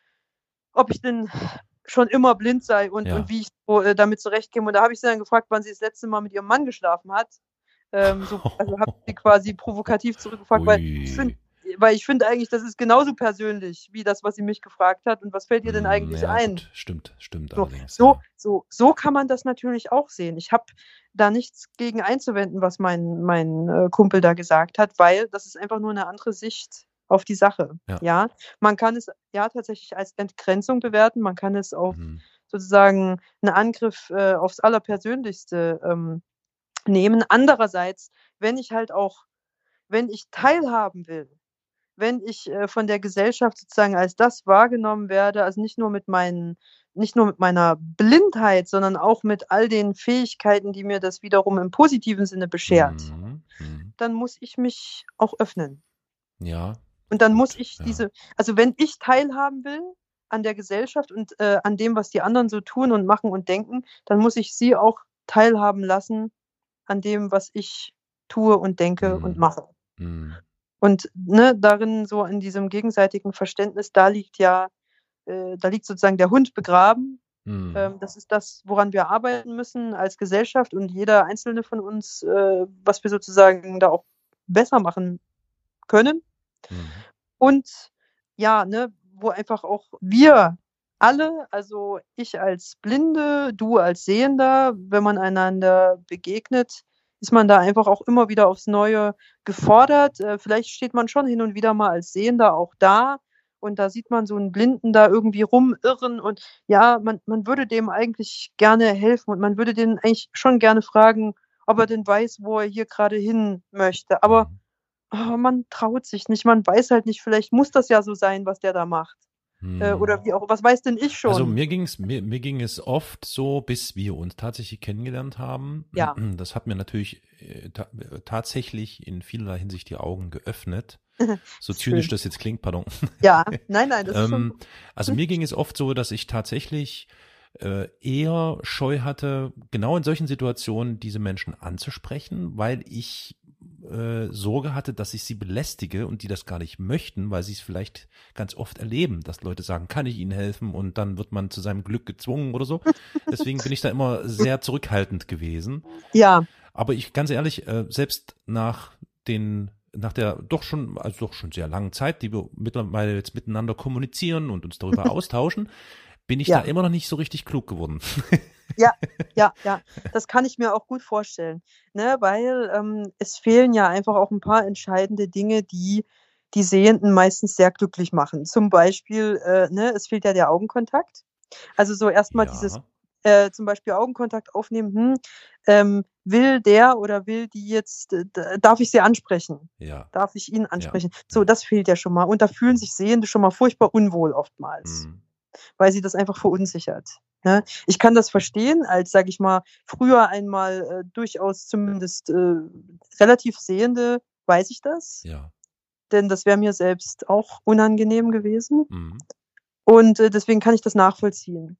ob ich denn schon immer blind sei und, Ja. und wie ich so, äh, damit zurechtkäme. Und da habe ich sie dann gefragt, wann sie das letzte Mal mit ihrem Mann geschlafen hat. Ähm, so, also habe sie quasi provokativ zurückgefragt, weil ich Ui. finde, weil ich finde eigentlich, das ist genauso persönlich wie das, was sie mich gefragt hat. Und was fällt dir denn Hm, eigentlich ja, ein? gut. Stimmt, stimmt So, allerdings. so, Ja. so, so kann man das natürlich auch sehen. Ich habe da nichts gegen einzuwenden, was mein, mein äh, Kumpel da gesagt hat, weil das ist einfach nur eine andere Sicht auf die Sache. Ja. Ja, man kann es ja tatsächlich als Entgrenzung bewerten, man kann es auf Mhm. sozusagen einen Angriff äh, aufs Allerpersönlichste ähm, nehmen. Andererseits, wenn ich halt auch, wenn ich teilhaben will, wenn ich äh, von der Gesellschaft sozusagen als das wahrgenommen werde, also nicht nur mit meinen, nicht nur mit meiner Blindheit, sondern auch mit all den Fähigkeiten, die mir das wiederum im positiven Sinne beschert, Mhm. Mhm. dann muss ich mich auch öffnen. Ja. Und dann Gut, muss ich ja. diese, also wenn ich teilhaben will an der Gesellschaft und äh, an dem, was die anderen so tun und machen und denken, dann muss ich sie auch teilhaben lassen an dem, was ich tue und denke und Mhm. mache. Mhm. Und ne, darin so in diesem gegenseitigen Verständnis, da liegt ja, äh, da liegt sozusagen der Hund begraben. Mhm. Ähm, das ist das, woran wir arbeiten müssen als Gesellschaft und jeder einzelne von uns, äh, was wir sozusagen da auch besser machen können. Mhm. Und ja, ne, wo einfach auch wir alle, also ich als Blinde, du als Sehender, wenn man einander begegnet, ist man da einfach auch immer wieder aufs Neue gefordert. Äh, vielleicht steht man schon hin und wieder mal als Sehender auch da und da sieht man so einen Blinden da irgendwie rumirren und ja, man, man würde dem eigentlich gerne helfen und man würde den eigentlich schon gerne fragen, ob er denn weiß, wo er hier gerade hin möchte. Aber Mhm. oh, man traut sich nicht, man weiß halt nicht, vielleicht muss das ja so sein, was der da macht. Äh, Mhm. oder wie auch, was weiß denn ich schon? Also mir ging's mir, mir ging es oft so, bis wir uns tatsächlich kennengelernt haben. Ja. Das hat mir natürlich äh, ta tatsächlich in vielerlei Hinsicht die Augen geöffnet. So Ist zynisch schön. das jetzt klingt, pardon. Ja, nein, nein, das ist schon. ähm, also mir ging es oft so, dass ich tatsächlich äh, eher Scheu hatte, genau in solchen Situationen diese Menschen anzusprechen, weil ich äh, Sorge hatte, dass ich sie belästige und die das gar nicht möchten, weil sie es vielleicht ganz oft erleben, dass Leute sagen, kann ich Ihnen helfen? Und dann wird man zu seinem Glück gezwungen oder so. Deswegen bin ich da immer sehr zurückhaltend gewesen. Ja, Aber ich, ganz ehrlich, äh, selbst nach den, nach der doch schon, also doch schon sehr langen Zeit, die wir mittlerweile jetzt miteinander kommunizieren und uns darüber austauschen, bin ich Ja. da immer noch nicht so richtig klug geworden. ja, ja, ja. Das kann ich mir auch gut vorstellen. Ne, weil ähm, es fehlen ja einfach auch ein paar entscheidende Dinge, die die Sehenden meistens sehr glücklich machen. Zum Beispiel, äh, ne, es fehlt ja der Augenkontakt. Also so erstmal dieses Ja, äh, zum Beispiel Augenkontakt aufnehmen, hm, ähm, will der oder will die jetzt, äh, d- darf ich sie ansprechen? ja. Darf ich ihn ansprechen? Ja. So, das fehlt ja schon mal. Und da fühlen sich Sehende schon mal furchtbar unwohl oftmals, Mhm. weil sie das einfach verunsichert. Ne? Ich kann das verstehen, als, sage ich mal, früher einmal äh, durchaus zumindest äh, relativ Sehende, weiß ich das, Ja. denn das wäre mir selbst auch unangenehm gewesen. Mhm. Und äh, deswegen kann ich das nachvollziehen.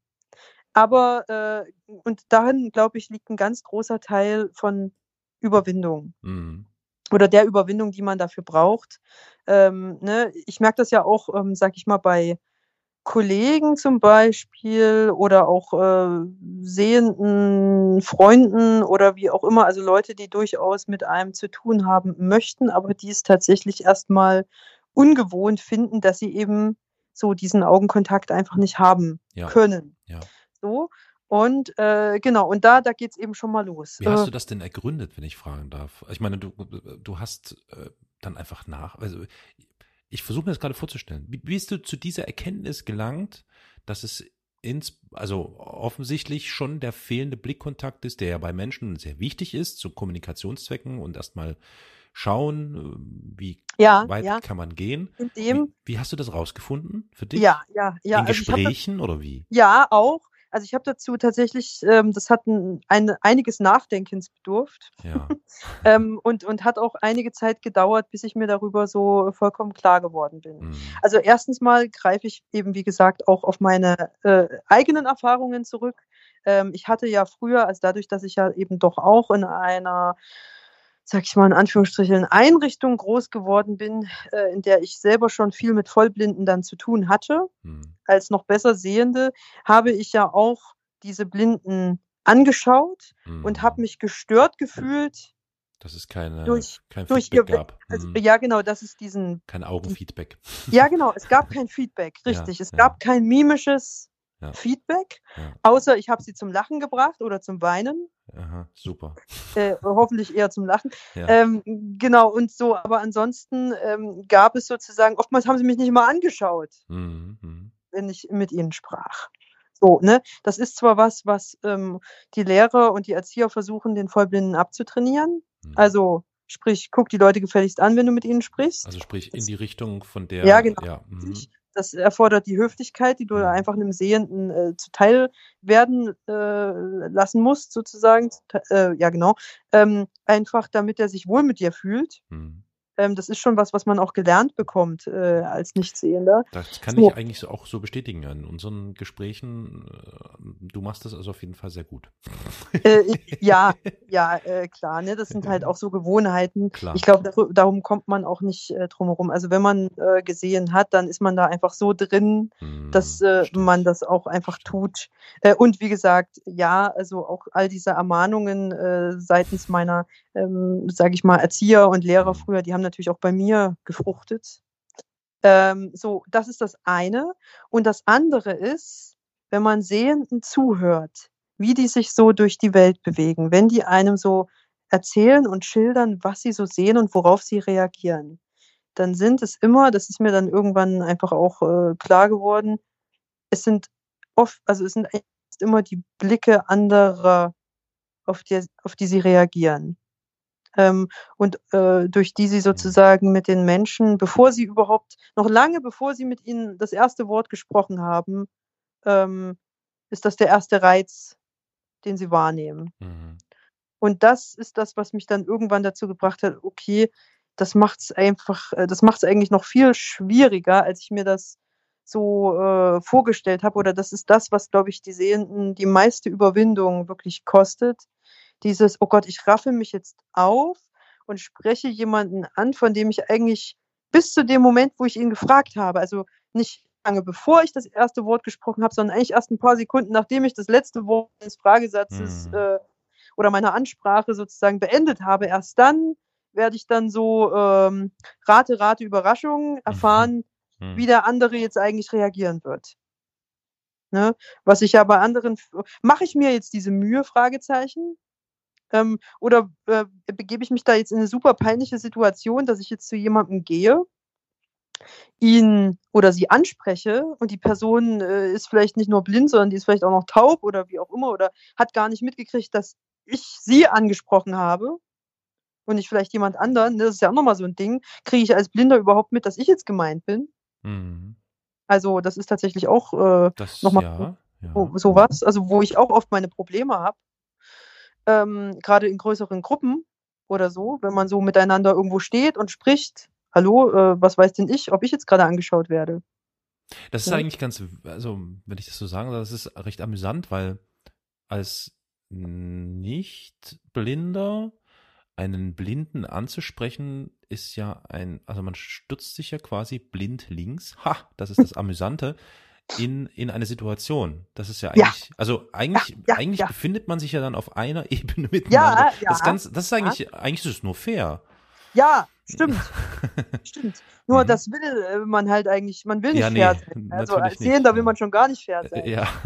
Aber, äh, und darin, glaube ich, liegt ein ganz großer Teil von Überwindung Mhm. oder der Überwindung, die man dafür braucht. Ähm, ne? Ich merke das ja auch, ähm, sage ich mal, bei Kollegen zum Beispiel oder auch äh, sehenden Freunden oder wie auch immer, also Leute, die durchaus mit einem zu tun haben möchten, aber die es tatsächlich erstmal ungewohnt finden, dass sie eben so diesen Augenkontakt einfach nicht haben Ja. können. Ja. So. Und äh, genau, und da, da geht's eben schon mal los. Wie hast Äh, du das denn ergründet, wenn ich fragen darf? Ich meine, du, du hast äh, dann einfach nach, also ich versuche mir das gerade vorzustellen. Wie bist du zu dieser Erkenntnis gelangt, dass es ins, also offensichtlich schon der fehlende Blickkontakt ist, der ja bei Menschen sehr wichtig ist, zu Kommunikationszwecken und erstmal schauen, wie ja, weit ja, kann man gehen. in Wie, dem, wie hast du das rausgefunden für dich? ja, ja, ja, In also ich habe das, Gesprächen oder wie? ja, auch. Also ich habe dazu tatsächlich, ähm, das hat ein, ein, einiges Nachdenkens bedurft. Ja. ähm, und, und hat auch einige Zeit gedauert, bis ich mir darüber so vollkommen klar geworden bin. Mhm. Also erstens mal greife ich eben, wie gesagt, auch auf meine äh, eigenen Erfahrungen zurück. Ähm, ich hatte ja früher, also dadurch, dass ich ja eben doch auch in einer, sag ich mal in Anführungsstrichen, Einrichtung groß geworden bin, äh, in der ich selber schon viel mit Vollblinden dann zu tun hatte, Mhm. als noch besser Sehende, habe ich ja auch diese Blinden angeschaut und habe Mhm. mich gestört gefühlt Dass es keine, durch, kein durch Feedback ihr, We- gab. also, Mhm. ja genau, dass es diesen, Kein die, Augenfeedback. ja genau, es gab kein Feedback, Ja, richtig, es ja, gab kein mimisches ja, Feedback, ja. außer ich habe sie zum Lachen gebracht oder zum Weinen, Aha, super. äh, hoffentlich eher zum Lachen. Ja. Ähm, genau, und so, aber ansonsten ähm, gab es sozusagen, oftmals haben sie mich nicht mal angeschaut, Mhm. Mhm. wenn ich mit ihnen sprach. So, ne? Das ist zwar was, was ähm, die Lehrer und die Erzieher versuchen, den Vollblinden abzutrainieren. Mhm. Also, sprich, guck die Leute gefälligst an, wenn du mit ihnen sprichst. Also sprich in Das, die Richtung von ja, der, genau. ja. Mhm. richtig. Das erfordert die Höflichkeit, die du Mhm. einfach einem Sehenden äh, zuteil werden äh, lassen musst, sozusagen. Äh, ja, genau. Ähm, einfach, damit er sich wohl mit dir fühlt. Mhm. Ähm, das ist schon was, was man auch gelernt bekommt äh, als Nichtsehender. Das kann So. ich eigentlich so auch so bestätigen in unseren Gesprächen. äh, Du machst das also auf jeden Fall sehr gut. Äh, ja, ja, äh, klar, ne? Das sind halt auch so Gewohnheiten. Klar. Ich glaube, dar darum kommt man auch nicht äh, drum herum. Also wenn man äh, gesehen hat, dann ist man da einfach so drin, dass Mhm. äh, Stimmt. man das auch einfach Stimmt. tut. Äh, und wie gesagt, ja, also auch all diese Ermahnungen äh, seitens meiner, ähm, sage ich mal, Erzieher und Lehrer Mhm. früher, die haben natürlich auch bei mir gefruchtet. Ähm, so, das ist das eine. Und das andere ist, wenn man Sehenden zuhört, wie die sich so durch die Welt bewegen, wenn die einem so erzählen und schildern, was sie so sehen und worauf sie reagieren, dann sind es immer, das ist mir dann irgendwann einfach auch äh, klar geworden, es sind oft, also es sind eigentlich immer die Blicke anderer, auf die, auf die sie reagieren. Ähm, und äh, durch die sie Mhm. sozusagen mit den Menschen, bevor sie überhaupt, noch lange bevor sie mit ihnen das erste Wort gesprochen haben, ähm, ist das der erste Reiz, den sie wahrnehmen. Mhm. Und das ist das, was mich dann irgendwann dazu gebracht hat, okay, das macht's einfach, äh, das macht's eigentlich noch viel schwieriger, als ich mir das so äh, vorgestellt habe. Oder das ist das, was, glaube ich, die Sehenden die meiste Überwindung wirklich kostet. Dieses, oh Gott, ich raffe mich jetzt auf und spreche jemanden an, von dem ich eigentlich bis zu dem Moment, wo ich ihn gefragt habe, also nicht lange bevor ich das erste Wort gesprochen habe, sondern eigentlich erst ein paar Sekunden, nachdem ich das letzte Wort des Fragesatzes Mhm. äh, oder meiner Ansprache sozusagen beendet habe, erst dann werde ich dann so ähm, Rate, Rate, Überraschung erfahren, Mhm. wie der andere jetzt eigentlich reagieren wird. Ne? Was ich ja bei anderen, mache ich mir jetzt diese Mühe, Fragezeichen? Ähm, oder äh, begebe ich mich da jetzt in eine super peinliche Situation, dass ich jetzt zu jemandem gehe, ihn oder sie anspreche und die Person äh, ist vielleicht nicht nur blind, sondern die ist vielleicht auch noch taub oder wie auch immer oder hat gar nicht mitgekriegt, dass ich sie angesprochen habe und nicht vielleicht jemand anderen. Das ist ja auch nochmal so ein Ding. Kriege ich als Blinder überhaupt mit, dass ich jetzt gemeint bin? Mhm. Also das ist tatsächlich auch äh, Das, nochmal ja, ja. so, sowas, also wo ich auch oft meine Probleme habe. Ähm, gerade in größeren Gruppen oder so, wenn man so miteinander irgendwo steht und spricht. Hallo, äh, was weiß denn ich, ob ich jetzt gerade angeschaut werde? Das ist Ne? eigentlich ganz, also wenn ich das so sagen soll, das ist recht amüsant, weil als Nicht-Blinder einen Blinden anzusprechen, ist ja ein, also man stürzt sich ja quasi blind links, ha, das ist das Amüsante, in, in eine Situation. Das ist ja Ja. eigentlich, also eigentlich, Ja, ja, eigentlich ja. befindet man sich ja dann auf einer Ebene miteinander. Ja, ja. Das ist ganz, das ist eigentlich, eigentlich ist es nur fair. Ja, stimmt. Stimmt. Nur Mhm. das will äh, man halt eigentlich, man will nicht Ja, nee, fair sein. Also natürlich als Sehender nicht, will ja. man schon gar nicht fair sein. Ja. Das,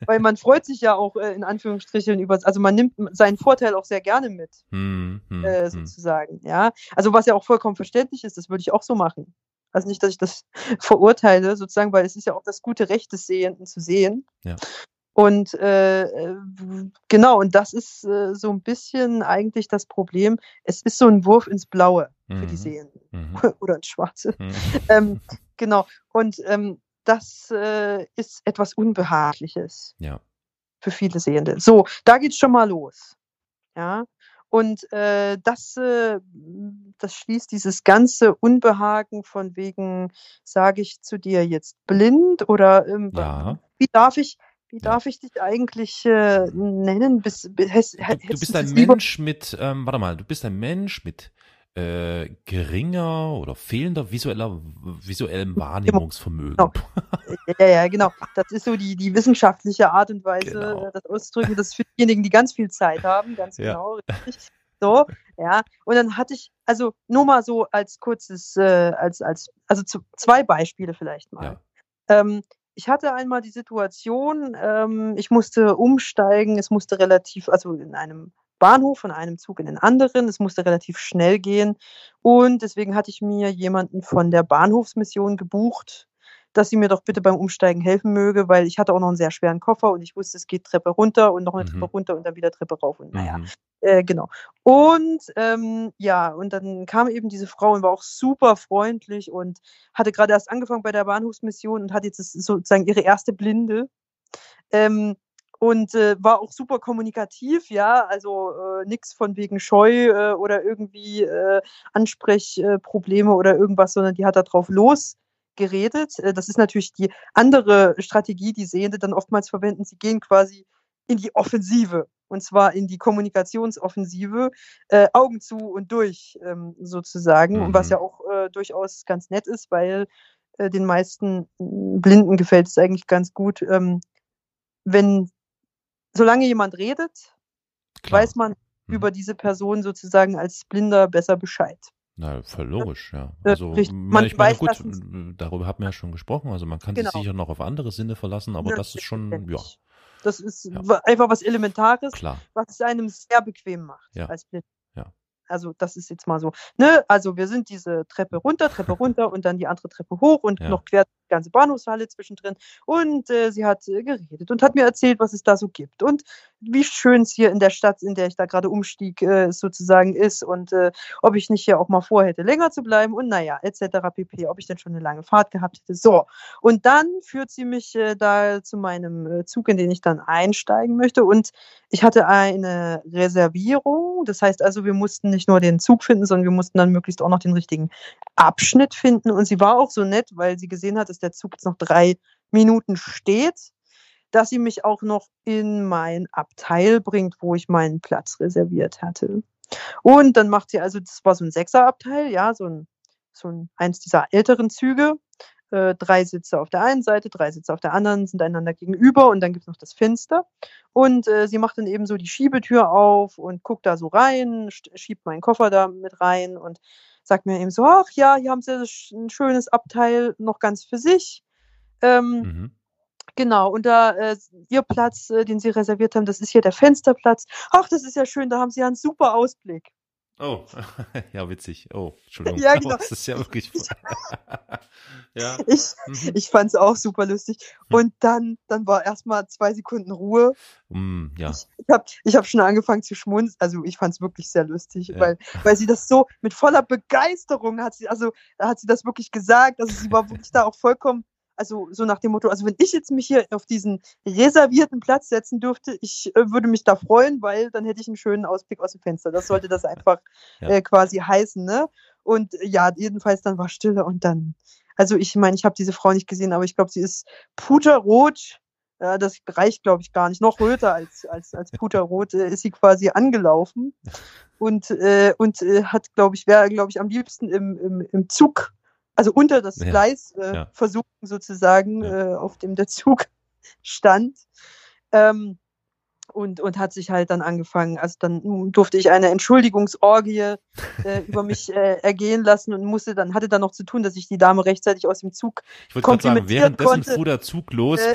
weil man freut sich ja auch äh, in Anführungsstrichen über, also man nimmt seinen Vorteil auch sehr gerne mit, Hm, hm, äh, hm. sozusagen, ja. Also was ja auch vollkommen verständlich ist, das würde ich auch so machen. Also nicht, dass ich das verurteile, sozusagen, weil es ist ja auch das gute Recht des Sehenden zu sehen. Ja. Und äh, äh, genau, und das ist äh, so ein bisschen eigentlich das Problem. Es ist so ein Wurf ins Blaue für die Mhm. Sehenden Mhm. oder ins Schwarze. Mhm. Ähm, genau. Und ähm, das äh, ist etwas Unbehagliches Ja. für viele Sehende. So, da geht's schon mal los. Ja. Und äh, das, äh, das schließt dieses ganze Unbehagen von wegen, sage ich zu dir jetzt blind oder ähm, Ja. wie darf ich, wie Ja. darf ich dich eigentlich äh, nennen? Bis, bis, hättest, Du, du hättest bist du ein es lieber- Mensch mit, ähm, warte mal, du bist ein Mensch mit äh, geringer oder fehlender visueller, visuellem Wahrnehmungsvermögen. Genau. Ja, ja, genau. Das ist so die, die wissenschaftliche Art und Weise, Genau. äh, das auszudrücken. Das ist für diejenigen, die ganz viel Zeit haben, ganz Ja. genau, richtig. So, ja. Und dann hatte ich, also nur mal so als kurzes, äh, als, als, also zu, zwei Beispiele vielleicht mal. Ja. Ähm, ich hatte einmal die Situation, ähm, ich musste umsteigen, es musste relativ, also in einem Bahnhof von einem Zug in den anderen, es musste relativ schnell gehen und deswegen hatte ich mir jemanden von der Bahnhofsmission gebucht, dass sie mir doch bitte beim Umsteigen helfen möge, weil ich hatte auch noch einen sehr schweren Koffer und ich wusste, es geht Treppe runter und noch eine Mhm. Treppe runter und dann wieder Treppe rauf und naja, Mhm. äh, genau. Und ähm, ja, und dann kam eben diese Frau und war auch super freundlich und hatte gerade erst angefangen bei der Bahnhofsmission und hat jetzt das sozusagen ihre erste Blinde. Ähm, und äh, war auch super kommunikativ, ja, also äh, nichts von wegen Scheu äh, oder irgendwie äh, Ansprechprobleme oder irgendwas, sondern die hat da drauf losgeredet. Äh, das ist natürlich die andere Strategie, die Sehende dann oftmals verwenden. Sie gehen quasi in die Offensive und zwar in die Kommunikationsoffensive, äh, Augen zu und durch ähm, sozusagen, Mhm. was ja auch äh, durchaus ganz nett ist, weil äh, den meisten Blinden gefällt es eigentlich ganz gut, ähm, wenn, solange jemand redet, Klar. weiß man Mhm. über diese Person sozusagen als Blinder besser Bescheid. Na, voll logisch, ja. Äh, Also, richtig. ja, Man ich meine, weiß gut, erstens, darüber haben wir ja schon gesprochen. Also, man kann sich genau, sicher noch auf andere Sinne verlassen, aber das ist schon, ja, selbstverständlich. Das ist ja, wa- einfach was Elementares, klar. was es einem sehr bequem macht Ja, als Blind. ja. Also das ist jetzt mal so. Ne? Also wir sind diese Treppe runter, Treppe runter und dann die andere Treppe hoch und Ja. noch quer die ganze Bahnhofshalle zwischendrin. Und äh, sie hat äh, geredet und hat mir erzählt, was es da so gibt und wie schön es hier in der Stadt, in der ich da gerade umstieg, äh, sozusagen ist und äh, ob ich nicht hier auch mal vorhätte, länger zu bleiben und naja, et cetera pp., ob ich denn schon eine lange Fahrt gehabt hätte. So, und dann führt sie mich äh, da zu meinem äh, Zug, in den ich dann einsteigen möchte und ich hatte eine Reservierung, das heißt also, wir mussten nicht nur den Zug finden, sondern wir mussten dann möglichst auch noch den richtigen Abschnitt finden. Und sie war auch so nett, weil sie gesehen hat, dass der Zug jetzt noch drei Minuten steht, dass sie mich auch noch in mein Abteil bringt, wo ich meinen Platz reserviert hatte. Und dann macht sie also, das war so ein Sechserabteil, ja, so ein, so ein eins dieser älteren Züge. Äh, drei Sitze auf der einen Seite, drei Sitze auf der anderen, sind einander gegenüber und dann gibt es noch das Fenster. Und äh, sie macht dann eben so die Schiebetür auf und guckt da so rein, sch- schiebt meinen Koffer da mit rein und sagt mir eben so, ach ja, hier haben sie ein schönes Abteil noch ganz für sich. Ähm, Mhm. Genau, und da äh, ihr Platz, äh, den sie reserviert haben, das ist hier der Fensterplatz. Ach, das ist ja schön, da haben sie ja einen super Ausblick. Oh, ja, witzig. Oh, Entschuldigung. Ja, genau. Aber das ist ja wirklich. Ja. Ich, Mhm. ich fand es auch super lustig. Hm. Und dann, dann war erstmal zwei Sekunden Ruhe. Mm, ja. Ich, ich habe ich hab schon angefangen zu schmunzeln. Also ich fand es wirklich sehr lustig, Ja. weil, weil sie das so mit voller Begeisterung hat sie, also hat sie das wirklich gesagt. Also sie war wirklich da auch vollkommen, also so nach dem Motto, also wenn ich jetzt mich hier auf diesen reservierten Platz setzen dürfte, ich äh, würde mich da freuen, weil dann hätte ich einen schönen Ausblick aus dem Fenster. Das sollte das einfach Ja. äh, quasi heißen, ne? Und äh, ja, jedenfalls dann war Stille und dann, also ich meine, ich habe diese Frau nicht gesehen, aber ich glaube, sie ist puterrot. Ja, das reicht, glaube ich, gar nicht. Noch röter als, als, als puterrot äh, ist sie quasi angelaufen und, äh, und äh, hat, glaube ich, wäre, glaube ich, am liebsten im, im, im Zug, also unter das Ja. Gleis äh, Ja. versuchen sozusagen, Ja. äh, auf dem der Zug stand. Ähm, und, und hat sich halt dann angefangen, also dann durfte ich eine Entschuldigungsorgie äh, über mich äh, ergehen lassen und musste dann, hatte dann noch zu tun, dass ich die Dame rechtzeitig aus dem Zug Ich wollte gerade sagen, komplimentieren währenddessen konnte, fuhr der Zug los. äh,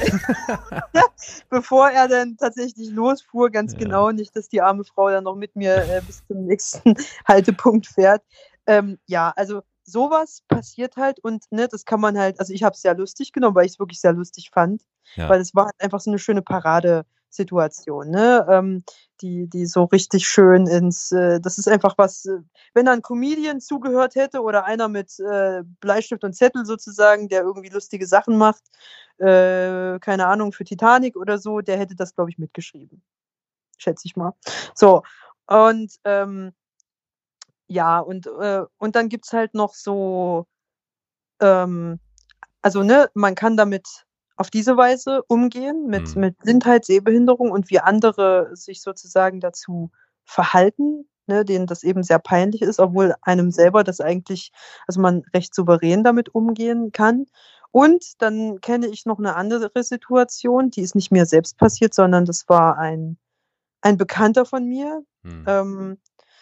bevor er dann tatsächlich losfuhr, ganz Ja. genau, nicht, dass die arme Frau dann noch mit mir äh, bis zum nächsten Haltepunkt fährt. Ähm, ja, also sowas passiert halt und ne, das kann man halt, also ich habe es sehr lustig genommen, weil ich es wirklich sehr lustig fand, Ja. weil es war halt einfach so eine schöne Paradesituation, ne, ähm, die, die so richtig schön ins, äh, das ist einfach was, äh, wenn da ein Comedian zugehört hätte oder einer mit äh, Bleistift und Zettel sozusagen, der irgendwie lustige Sachen macht, äh, keine Ahnung, für Titanic oder so, der hätte das, glaube ich, mitgeschrieben, schätze ich mal. So, und ähm, ja, und, äh, und dann gibt's halt noch so, ähm, also ne, man kann damit auf diese Weise umgehen, mit, Mhm. mit Blindheit, Sehbehinderung und wie andere sich sozusagen dazu verhalten, ne, denen das eben sehr peinlich ist, obwohl einem selber das eigentlich, also man recht souverän damit umgehen kann. Und dann kenne ich noch eine andere Situation, die ist nicht mir selbst passiert, sondern das war ein, ein Bekannter von mir. Mhm. Ähm,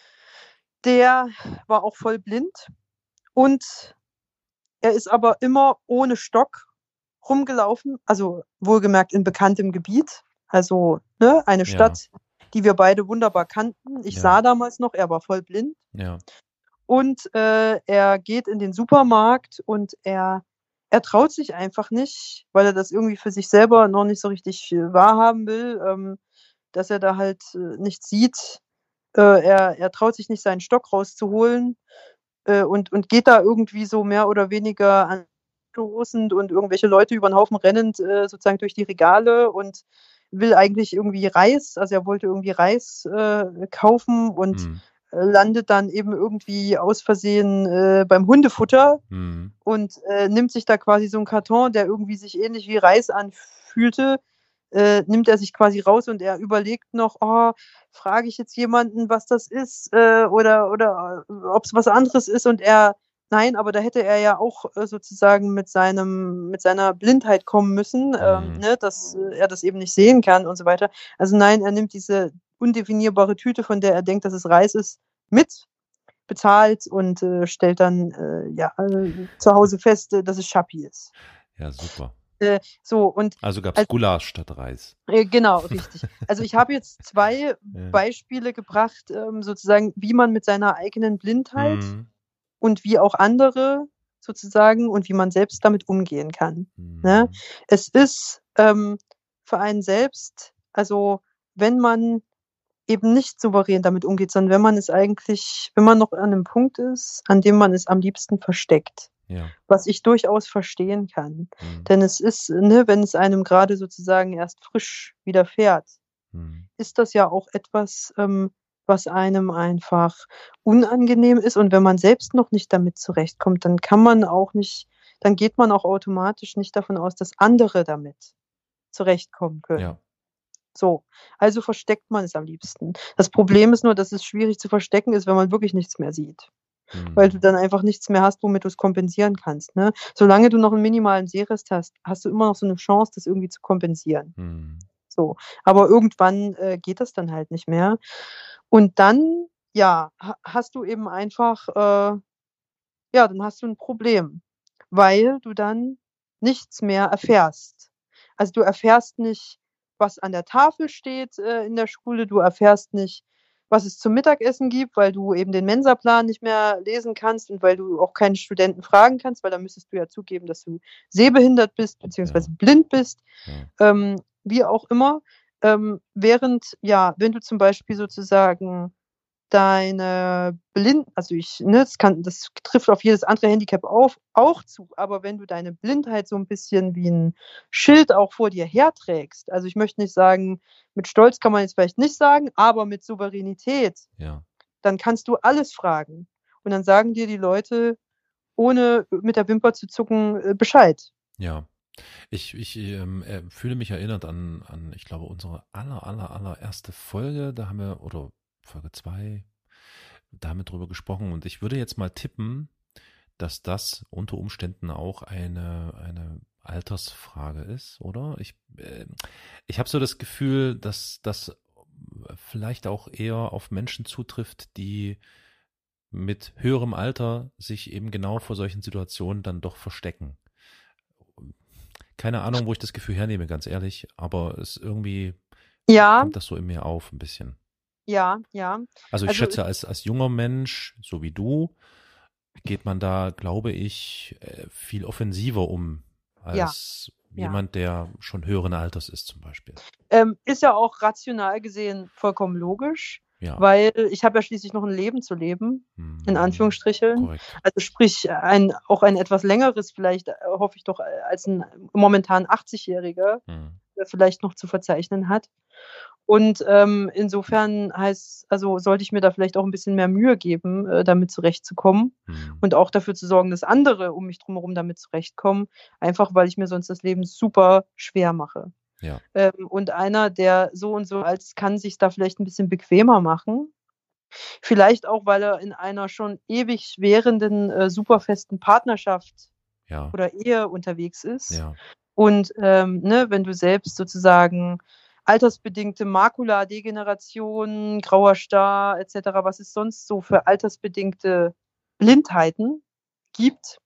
der war auch voll blind und er ist aber immer ohne Stock rumgelaufen, also wohlgemerkt in bekanntem Gebiet. Also, ne, eine Ja. Stadt, die wir beide wunderbar kannten. Ich Ja. sah damals noch, er war voll blind. Ja. Und äh, er geht in den Supermarkt und er, er traut sich einfach nicht, weil er das irgendwie für sich selber noch nicht so richtig äh, wahrhaben will, ähm, dass er da halt äh, nichts sieht. Äh, er, er traut sich nicht, seinen Stock rauszuholen äh, und, und geht da irgendwie so mehr oder weniger anstoßend und irgendwelche Leute über den Haufen rennend äh, sozusagen durch die Regale und will eigentlich irgendwie Reis, also er wollte irgendwie Reis äh, kaufen und Mhm. äh, landet dann eben irgendwie aus Versehen äh, beim Hundefutter Mhm. und äh, nimmt sich da quasi so einen Karton, der irgendwie sich ähnlich wie Reis anfühlte, äh, nimmt er sich quasi raus und er überlegt noch, oh, frage ich jetzt jemanden, was das ist äh, oder, oder ob es was anderes ist und er, nein, aber da hätte er ja auch äh, sozusagen mit seinem, mit seiner Blindheit kommen müssen, ähm, Mhm. ne, dass äh, er das eben nicht sehen kann und so weiter. Also nein, er nimmt diese undefinierbare Tüte, von der er denkt, dass es Reis ist, mit, bezahlt und äh, stellt dann äh, ja, äh, zu Hause fest, äh, dass es Schappi ist. Ja, super. Äh, so, und Also gab's als, Gulasch statt Reis. äh, genau, richtig. Also ich habe jetzt zwei Ja. Beispiele gebracht, ähm, sozusagen, wie man mit seiner eigenen Blindheit Mhm. und wie auch andere sozusagen und wie man selbst damit umgehen kann. Ne? Mhm. Es ist ähm, für einen selbst, also wenn man eben nicht souverän damit umgeht, sondern wenn man es eigentlich, wenn man noch an einem Punkt ist, an dem man es am liebsten versteckt, Ja. was ich durchaus verstehen kann. Mhm. Denn es ist, ne, wenn es einem gerade sozusagen erst frisch widerfährt, Mhm. ist das ja auch etwas, ähm, was einem einfach unangenehm ist. Und wenn man selbst noch nicht damit zurechtkommt, dann kann man auch nicht, dann geht man auch automatisch nicht davon aus, dass andere damit zurechtkommen können. Ja. So, also versteckt man es am liebsten. Das Problem ist nur, dass es schwierig zu verstecken ist, wenn man wirklich nichts mehr sieht. Weil du Mhm. dann einfach nichts mehr hast, womit du es kompensieren kannst. Ne? Solange du noch einen minimalen Sehrest hast, hast du immer noch so eine Chance, das irgendwie zu kompensieren. Mhm. So. Aber irgendwann äh, geht das dann halt nicht mehr. Und dann, ja, ha hast du eben einfach, äh, ja, dann hast du ein Problem, weil du dann nichts mehr erfährst. Also, du erfährst nicht, was an der Tafel steht, äh, in der Schule. Du erfährst nicht, was es zum Mittagessen gibt, weil du eben den Mensaplan nicht mehr lesen kannst und weil du auch keinen Studenten fragen kannst, weil dann müsstest du ja zugeben, dass du sehbehindert bist beziehungsweise Ja. blind bist, Ja. ähm, wie auch immer. Ähm, während ja, wenn du zum Beispiel sozusagen deine blind also ich ne, das kann das trifft auf jedes andere Handicap auf auch zu, aber wenn du deine Blindheit so 'n bisschen wie 'n Schild auch vor dir herträgst, also ich möchte nicht sagen, mit Stolz kann man jetzt vielleicht nicht sagen, aber mit Souveränität, Ja. dann kannst du alles fragen. Und dann sagen dir die Leute, ohne mit der Wimper zu zucken, äh, Bescheid. Ja. Ich, ich ähm, äh, fühle mich erinnert an, an, ich glaube, unsere aller, aller, allererste Folge. Da haben wir, oder Folge zwei, da haben wir drüber gesprochen. Und ich würde jetzt mal tippen, dass das unter Umständen auch eine, eine Altersfrage ist, oder? Ich, äh, ich habe so das Gefühl, dass das vielleicht auch eher auf Menschen zutrifft, die mit höherem Alter sich eben genau vor solchen Situationen dann doch verstecken. Keine Ahnung, wo ich das Gefühl hernehme, ganz ehrlich, aber es irgendwie Ja, kommt das so in mir auf ein bisschen. ja, ja. Also ich Also schätze, als, als junger Mensch, so wie du, geht man da, glaube ich, äh, viel offensiver um ja, als ja. jemand, der schon höheren Alters ist zum Beispiel. Ähm, ist ja auch rational gesehen vollkommen logisch, Ja, weil ich habe ja schließlich noch ein Leben zu leben, in hm, Anführungsstrichen. korrekt. Also sprich, ein, auch ein etwas längeres vielleicht, äh, hoffe ich doch, äh, als ein momentan achtzig-Jähriger Hm, äh, vielleicht noch zu verzeichnen hat. Und ähm, insofern heißt, also sollte ich mir da vielleicht auch ein bisschen mehr Mühe geben, äh, damit zurechtzukommen hm, und auch dafür zu sorgen, dass andere um mich drumherum damit zurechtkommen, einfach weil ich mir sonst das Leben super schwer mache. ja, Ähm, und einer, der so und so alt ist, kann sich da vielleicht ein bisschen bequemer machen. Vielleicht auch, weil er in einer schon ewig währenden, äh, super festen Partnerschaft ja, oder Ehe unterwegs ist. ja, Und ähm, ne, wenn du selbst sozusagen altersbedingte Makuladegeneration, grauer Star et cetera, was es sonst so für altersbedingte Blindheiten gibt,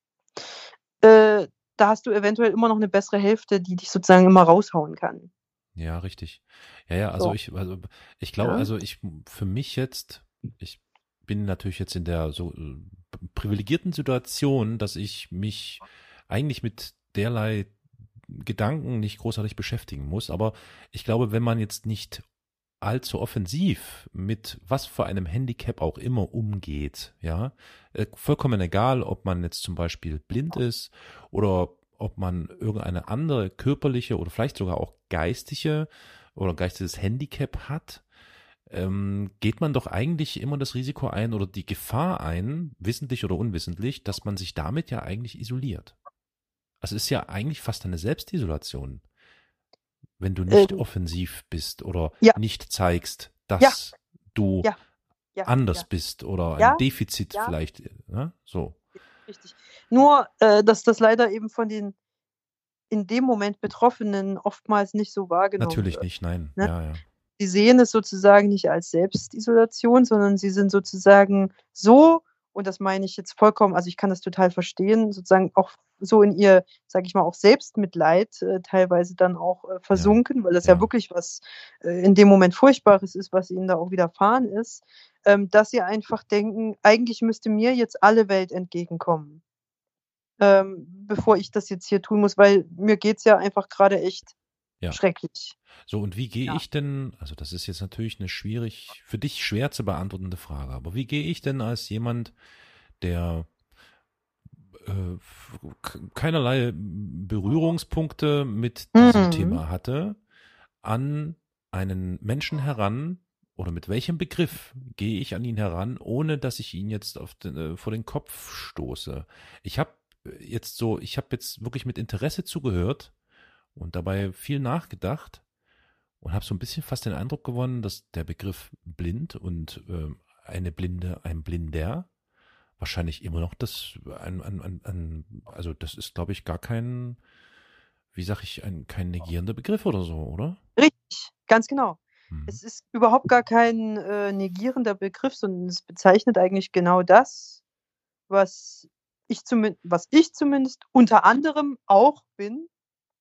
äh, da hast du eventuell immer noch eine bessere Hälfte, die dich sozusagen immer raushauen kann. ja, richtig. Ja, ja, also So, ich, also ich glaube, ja. also ich, für mich jetzt, ich bin natürlich jetzt in der so äh, privilegierten Situation, dass ich mich eigentlich mit derlei Gedanken nicht großartig beschäftigen muss, aber ich glaube, wenn man jetzt nicht allzu offensiv mit was für einem Handicap auch immer umgeht, ja, äh, vollkommen egal, ob man jetzt zum Beispiel blind ist oder ob man irgendeine andere körperliche oder vielleicht sogar auch geistige oder geistiges Handicap hat, ähm, geht man doch eigentlich immer das Risiko ein oder die Gefahr ein, wissentlich oder unwissentlich, dass man sich damit ja eigentlich isoliert. Also es ist ja eigentlich fast eine Selbstisolation, wenn du nicht Ähm, offensiv bist oder ja, nicht zeigst, ja, dass du ja, ja, anders ja, bist oder ein ja, Defizit ja, vielleicht, ne? So. richtig. Nur, äh, dass das leider eben von den in dem Moment Betroffenen oftmals nicht so wahrgenommen Natürlich wird. nicht, nein. Ne? Ja, ja. Sie sehen es sozusagen nicht als Selbstisolation, sondern sie sind sozusagen so, und das meine ich jetzt vollkommen, also ich kann das total verstehen, sozusagen auch so in ihr, sage ich mal, auch Selbstmitleid äh, teilweise dann auch äh, Ja, versunken, weil das ja ja, wirklich was äh, in dem Moment Furchtbares ist, was ihnen da auch widerfahren ist, ähm, dass sie einfach denken, eigentlich müsste mir jetzt alle Welt entgegenkommen, ähm, bevor ich das jetzt hier tun muss, weil mir geht's ja einfach gerade echt ja. schrecklich. So, und wie gehe Ja. ich denn, also das ist jetzt natürlich eine schwierig, für dich schwer zu beantwortende Frage, aber wie gehe ich denn als jemand, der äh, k- keinerlei Berührungspunkte mit diesem Mhm. Thema hatte, an einen Menschen heran oder mit welchem Begriff gehe ich an ihn heran, ohne dass ich ihn jetzt auf den, äh, vor den Kopf stoße? Ich habe jetzt so, ich habe jetzt wirklich mit Interesse zugehört und dabei viel nachgedacht und habe so ein bisschen fast den Eindruck gewonnen, dass der Begriff blind und äh, eine Blinde, ein Blinder wahrscheinlich immer noch das, ein, ein, ein, ein also das ist, glaube ich, gar kein, wie sag ich, ein, kein negierender Begriff oder so, oder? Richtig, ganz genau. Hm. Es ist überhaupt gar kein äh, negierender Begriff, sondern es bezeichnet eigentlich genau das, was ich, zumin was ich zumindest unter anderem auch bin.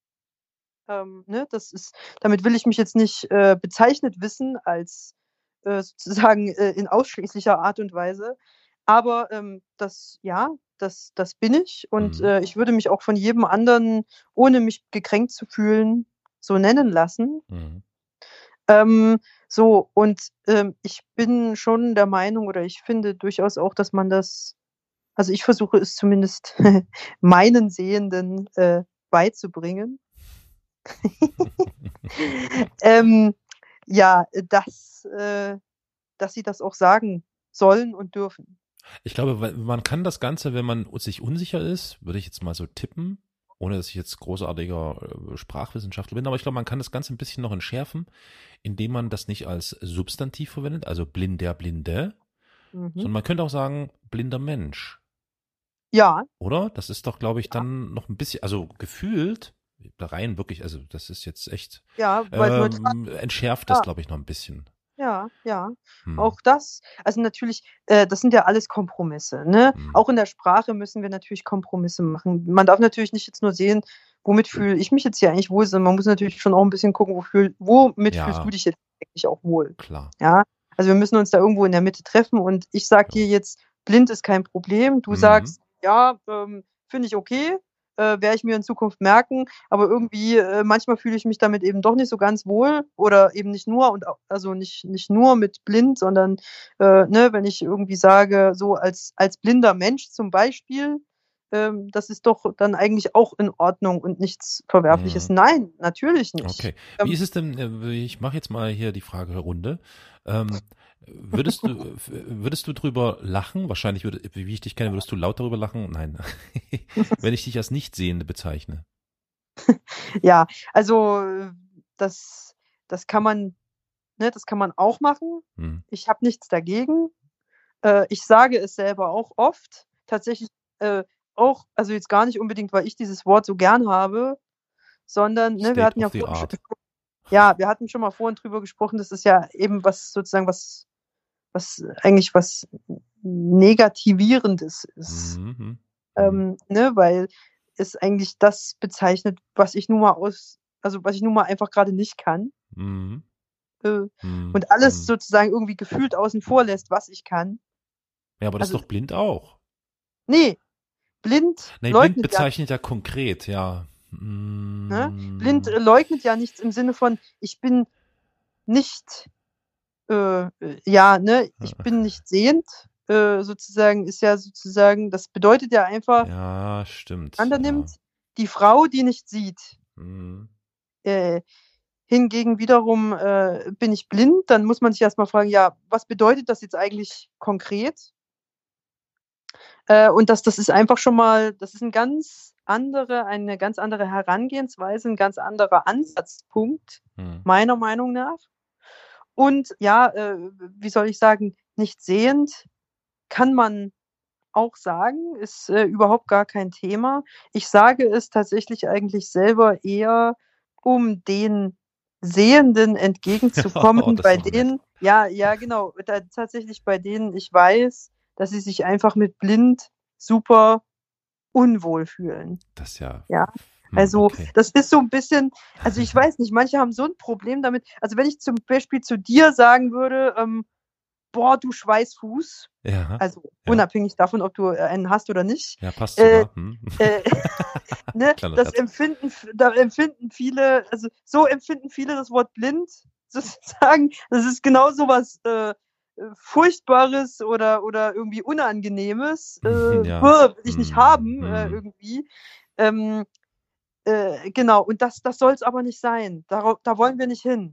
Ähm, ne, das ist, damit will ich mich jetzt nicht äh, bezeichnet wissen als äh, sozusagen äh, in ausschließlicher Art und Weise. Aber ähm, das, ja, das, das bin ich. Und Mhm. äh, ich würde mich auch von jedem anderen, ohne mich gekränkt zu fühlen, so nennen lassen. Mhm. Ähm, so, und ähm, ich bin schon der Meinung oder ich finde durchaus auch, dass man das, also ich versuche es zumindest meinen Sehenden äh, beizubringen. ähm, ja, dass, äh, dass sie das auch sagen sollen und dürfen. Ich glaube, weil man kann das Ganze, wenn man sich unsicher ist, würde ich jetzt mal so tippen, ohne dass ich jetzt großartiger äh, Sprachwissenschaftler bin, aber ich glaube, man kann das Ganze ein bisschen noch entschärfen, indem man das nicht als Substantiv verwendet, also blinder, blinde, Mhm. sondern man könnte auch sagen, blinder Mensch, Ja, oder? Das ist doch, glaube ich, dann noch ein bisschen, also gefühlt, rein wirklich, also das ist jetzt echt, ja, weil es neutral ähm, entschärft das, ja, glaube ich, noch ein bisschen. Ja, ja. Hm. Auch das, also natürlich, äh, das sind ja alles Kompromisse, ne? Hm. Auch in der Sprache müssen wir natürlich Kompromisse machen. Man darf natürlich nicht jetzt nur sehen, womit fühle ich mich jetzt hier eigentlich wohl, sondern man muss natürlich schon auch ein bisschen gucken, wo fühl, womit Ja. fühlst du dich jetzt eigentlich auch wohl. Klar. Ja, also wir müssen uns da irgendwo in der Mitte treffen und ich sag dir jetzt, blind ist kein Problem. Du Mhm. sagst, ja, ähm, finde ich okay, äh, werde ich mir in Zukunft merken, aber irgendwie, äh, manchmal fühle ich mich damit eben doch nicht so ganz wohl oder eben nicht nur und au- also nicht, nicht nur mit blind, sondern äh, ne, wenn ich irgendwie sage, so als, als blinder Mensch zum Beispiel, ähm, das ist doch dann eigentlich auch in Ordnung und nichts Verwerfliches. Mhm. Nein, natürlich nicht. Okay. Ähm, Wie ist es denn, äh, ich mache jetzt mal hier die Fragerunde. Ähm, würdest du, äh, würdest du drüber lachen? Wahrscheinlich, würde, wie ich dich kenne, würdest du laut darüber lachen? Nein. Wenn ich dich als Nichtsehende bezeichne. Ja, also äh, das, das kann man, ne, das kann man auch machen. Hm. Ich habe nichts dagegen. Äh, ich sage es selber auch oft. Tatsächlich äh, auch, also jetzt gar nicht unbedingt, weil ich dieses Wort so gern habe, sondern ne, wir State hatten ja of the vorhin schon, art. ja, wir hatten schon mal vorhin drüber gesprochen, das ist ja eben was sozusagen was, was eigentlich was Negativierendes ist. Mhm. Mhm. Ähm, ne, weil es eigentlich das bezeichnet, was ich nun mal aus, also was ich nun mal einfach gerade nicht kann. Mhm. Äh, Mhm. und alles Mhm. sozusagen irgendwie gefühlt außen vor lässt, was ich kann. Ja, aber das Also, ist doch blind auch. nee, blind Nee, blind leugnet ja, bezeichnet ja konkret, ja. ne? Mm. Blind äh, leugnet ja nichts im Sinne von, ich bin nicht, äh, äh, ja, ne, ich bin nicht sehend, äh, sozusagen, ist ja sozusagen, das bedeutet ja einfach, Ja, stimmt. man Ja. nimmt die Frau, die nicht sieht. Mhm. Äh, hingegen wiederum äh, bin ich blind, dann muss man sich erstmal fragen, ja, was bedeutet das jetzt eigentlich konkret? Äh, und das, das ist einfach schon mal, das ist ein ganz andere, eine ganz andere Herangehensweise, ein ganz anderer Ansatzpunkt, Mhm. meiner Meinung nach. Und ja, äh, wie soll ich sagen, nicht sehend kann man auch sagen, ist äh, überhaupt gar kein Thema. Ich sage es tatsächlich eigentlich selber eher, um den Sehenden Oh, entgegenzukommen, das bei ist doch nett. denen, ja, ja, genau, da, tatsächlich bei denen ich weiß, dass sie sich einfach mit blind super unwohl fühlen. Das ist ja. Ja, Hm, also okay. das ist so ein bisschen, also ich weiß nicht, manche haben so ein Problem damit. Also wenn ich zum Beispiel zu dir sagen würde, ähm, boah, du Schweißfuß, Ja. also Ja. unabhängig davon, ob du äh, einen hast oder nicht, Ja, passt äh, sogar. Hm. äh, ne, Kleiner das Scherz. empfinden, f- da empfinden viele, also so empfinden viele das Wort blind sozusagen. Das ist genau so was äh, äh, Furchtbares oder, oder irgendwie Unangenehmes. Äh, Ja. "Bäh, will ich nicht Hm, haben, äh, hm. irgendwie. Ähm, äh, genau, und das, das soll es aber nicht sein. Darauf, da wollen wir nicht hin.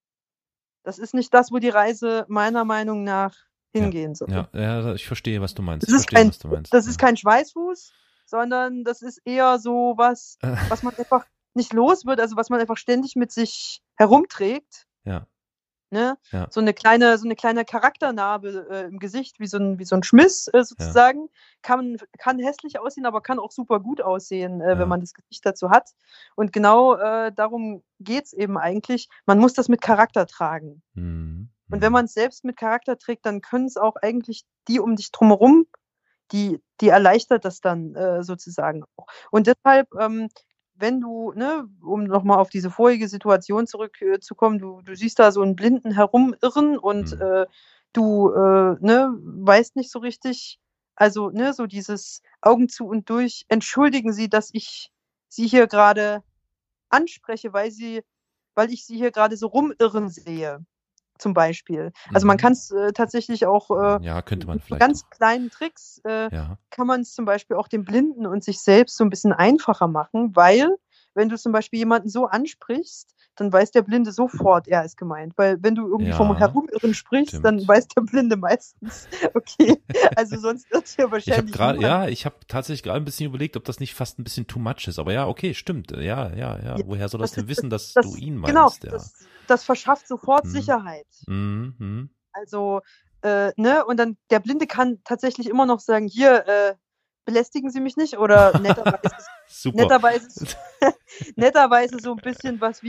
Das ist nicht das, wo die Reise meiner Meinung nach Ja. hingehen soll. Ja, ja, ich verstehe, was du meinst. Das Ich ist verstehe, kein, was du meinst. das ist Ja. kein Schweißfuß, sondern das ist eher so was, Äh, was man einfach nicht los wird, also was man einfach ständig mit sich herumträgt. Ja. Ne? Ja. So eine kleine, so eine kleine Charakternarbe äh, im Gesicht, wie so ein, wie so ein Schmiss äh, sozusagen. Kann, kann hässlich aussehen, aber kann auch super gut aussehen, äh, Ja. wenn man das Gesicht dazu hat. Und genau äh, darum geht's eben eigentlich. Man muss das mit Charakter tragen. Hm, Und hm. wenn man es selbst mit Charakter trägt, dann können es auch eigentlich die um dich drumherum, die, die erleichtert das dann äh, sozusagen auch. Und deshalb, ähm, wenn du, ne, um nochmal auf diese vorige Situation zurückzukommen, äh, du, du siehst da so einen Blinden herumirren und Hm. äh, du äh, ne, weißt nicht so richtig, also ne, so dieses Augen zu und durch, entschuldigen Sie, dass ich Sie hier gerade anspreche, weil sie, weil ich sie hier gerade so rumirren sehe. Zum Beispiel. Also man Mhm. kann es äh, tatsächlich auch äh, Ja, könnte man mit so vielleicht ganz auch. kleinen Tricks äh, Ja. kann man es zum Beispiel auch dem Blinden und sich selbst so ein bisschen einfacher machen, weil wenn du zum Beispiel jemanden so ansprichst, dann weiß der Blinde sofort, er ist gemeint. Weil wenn du irgendwie vom Ja, Herumirren sprichst, stimmt. dann weiß der Blinde meistens, okay, also sonst wird hier Ich habe wahrscheinlich gerade, niemand. ja, ich habe tatsächlich gerade ein bisschen überlegt, ob das nicht fast ein bisschen too much ist. Aber ja, okay, stimmt. Ja, ja, ja. Ja, Woher soll das das denn ist wissen, dass das, du ihn genau, meinst? Ja. das, das verschafft sofort Hm. Sicherheit. Mhm. Mhm. Also, äh, ne, und dann der Blinde kann tatsächlich immer noch sagen, hier, äh, belästigen Sie mich nicht oder netterweise, Super. netterweise, netterweise so ein bisschen was wie,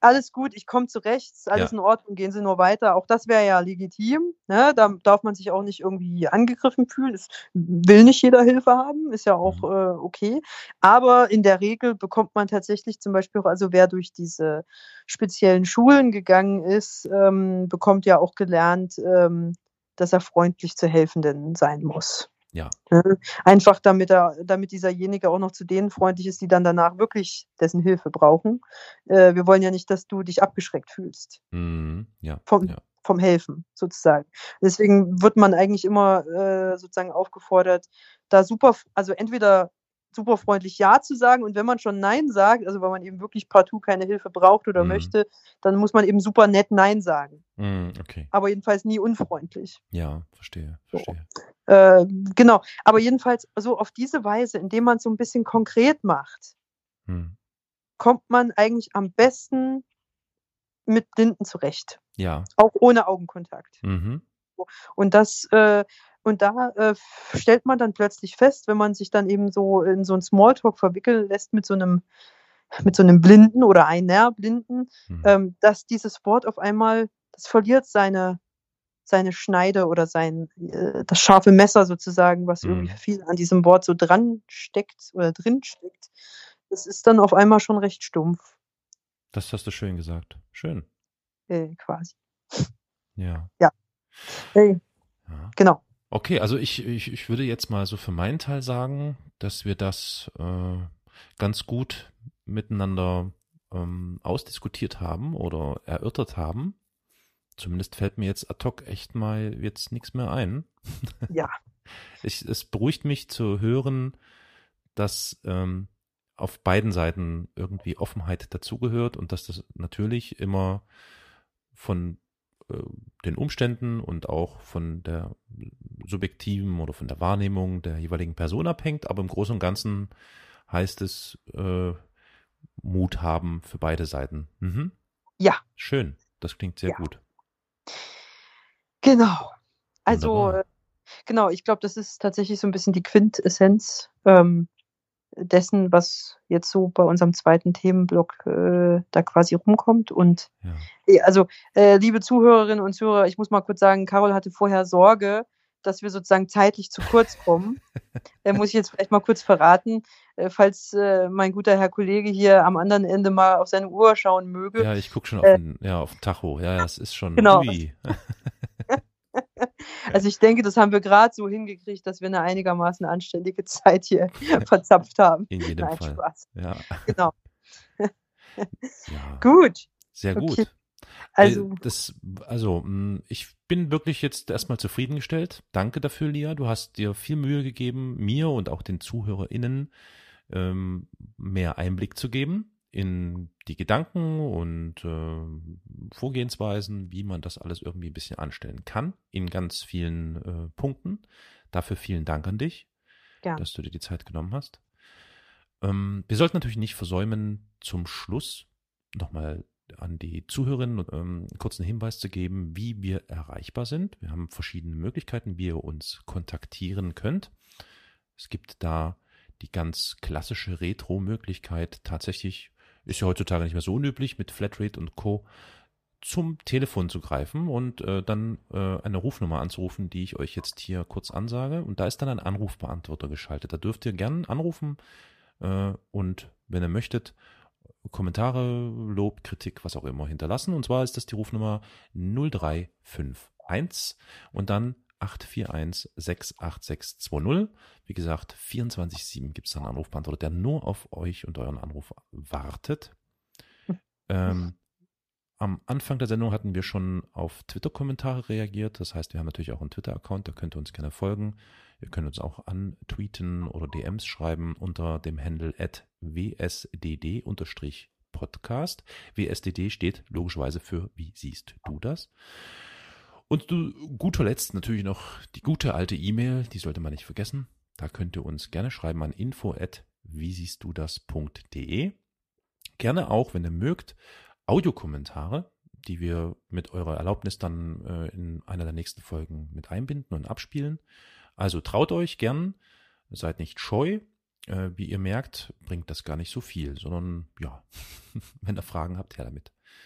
alles gut, ich komme zurecht, ist alles Ja. in Ordnung, gehen Sie nur weiter. Auch das wäre ja legitim, ne? Da darf man sich auch nicht irgendwie angegriffen fühlen. Es will nicht jeder Hilfe haben, ist ja auch Mhm. äh, okay. Aber in der Regel bekommt man tatsächlich zum Beispiel auch, also wer durch diese speziellen Schulen gegangen ist, ähm, bekommt ja auch gelernt, ähm, dass er freundlich zu Helfenden sein muss. Ja. Ne? Einfach damit er, damit dieserjenige auch noch zu denen freundlich ist, die dann danach wirklich dessen Hilfe brauchen. Äh, wir wollen ja nicht, dass du dich abgeschreckt fühlst Mhm. Ja. vom, Ja. vom Helfen sozusagen. Deswegen wird man eigentlich immer äh, sozusagen aufgefordert, da super, also entweder super freundlich Ja zu sagen und wenn man schon Nein sagt, also weil man eben wirklich partout keine Hilfe braucht oder Mhm. möchte, dann muss man eben super nett Nein sagen. Mhm. Okay. Aber jedenfalls nie unfreundlich. Ja, verstehe, So. verstehe. Äh, genau, aber jedenfalls so auf diese Weise, indem man es so ein bisschen konkret macht, Mhm. kommt man eigentlich am besten mit Blinden zurecht, Ja. auch ohne Augenkontakt. Mhm. Und das äh, und da äh, stellt man dann plötzlich fest, wenn man sich dann eben so in so 'n Smalltalk verwickeln lässt mit so einem mit so 'nem Blinden oder einer Blinden, Mhm. ähm, dass dieses Wort auf einmal, das verliert seine seine Schneide oder sein äh, das scharfe Messer sozusagen, was irgendwie Mhm. viel an diesem Wort so dran steckt oder drin steckt. Das ist dann auf einmal schon recht stumpf, Das hast du schön gesagt. Schön. äh, quasi. Ja. Ja, äh, Ja. genau. Okay, also ich, ich, ich würde jetzt mal so für meinen Teil sagen, dass wir das äh, ganz gut miteinander ähm, ausdiskutiert haben oder erörtert haben. Zumindest fällt mir jetzt ad hoc echt mal jetzt nichts mehr ein. Ja, Ich, es beruhigt mich zu hören, dass ähm, auf beiden Seiten irgendwie Offenheit dazugehört und dass das natürlich immer von äh, den Umständen und auch von der subjektiven oder von der Wahrnehmung der jeweiligen Person abhängt, aber im Großen und Ganzen heißt es äh, Mut haben für beide Seiten. Mhm. ja, Schön, das klingt sehr ja, gut. genau. Also, Wunderbar. äh, genau, ich glaube, das ist tatsächlich so 'n bisschen die Quintessenz, ähm, dessen, was jetzt so bei unserem zweiten Themenblock, äh, da quasi rumkommt. Und Ja. äh, also, äh, liebe Zuhörerinnen und Zuhörer, ich muss mal kurz sagen, Carol hatte vorher Sorge, dass wir sozusagen zeitlich zu kurz kommen. Äh, muss ich jetzt vielleicht mal kurz verraten, äh, falls äh, mein guter Herr Kollege hier am anderen Ende mal auf seine Uhr schauen möge. Ja, ich gucke schon auf Äh, den, ja, auf den Tacho. Ja, ja, es ist schon, genau. ui. Also ich denke, das haben wir gerade so hingekriegt, dass wir eine einigermaßen anständige Zeit hier verzapft haben. In jedem Nein, Fall. Spaß. Ja. Genau. Ja, Gut. sehr Okay. gut. Äh, Also, Das, also, mh, ich bin wirklich jetzt erstmal zufriedengestellt. Danke dafür, Lia. Du hast dir viel Mühe gegeben, mir und auch den ZuhörerInnen ähm, mehr Einblick zu geben in die Gedanken und äh, Vorgehensweisen, wie man das alles irgendwie ein bisschen anstellen kann, in ganz vielen äh, Punkten. Dafür vielen Dank an dich, gern. dass du dir die Zeit genommen hast. Ähm, wir sollten natürlich nicht versäumen, zum Schluss nochmal an die Zuhörerinnen ähm, einen kurzen Hinweis zu geben, wie wir erreichbar sind. Wir haben verschiedene Möglichkeiten, wie ihr uns kontaktieren könnt. Es gibt da die ganz klassische Retro-Möglichkeit. Tatsächlich ist ja heutzutage nicht mehr so unüblich, mit Flatrate und Co. zum Telefon zu greifen und äh, dann äh, eine Rufnummer anzurufen, die ich euch jetzt hier kurz ansage. Und da ist dann ein Anrufbeantworter geschaltet. Da dürft ihr gerne anrufen äh, und wenn ihr möchtet, Kommentare, Lob, Kritik, was auch immer hinterlassen. Und zwar ist das die Rufnummer null drei fünf eins und dann acht vier eins sechs acht sechs zwei null. Wie gesagt, vierundzwanzig sieben gibt es dann einen Anrufbeantworter, der nur auf euch und euren Anruf wartet. Ähm, am Anfang der Sendung hatten wir schon auf Twitter-Kommentare reagiert. Das heißt, wir haben natürlich auch einen Twitter-Account, da könnt ihr uns gerne folgen. Ihr könnt uns auch antweeten oder D Ms schreiben unter dem Handle at w s d d Podcast. W S D D steht logischerweise für Wie siehst du das? Und zu guter Letzt natürlich noch die gute alte E-Mail, die sollte man nicht vergessen. Da könnt ihr uns gerne schreiben an info at wie siehst du das punkt de. Gerne auch, wenn ihr mögt, Audiokommentare, die wir mit eurer Erlaubnis dann äh, in einer der nächsten Folgen mit einbinden und abspielen. Also traut euch gern, seid nicht scheu. Äh, wie ihr merkt, bringt das gar nicht so viel, sondern ja, wenn ihr Fragen habt, her damit.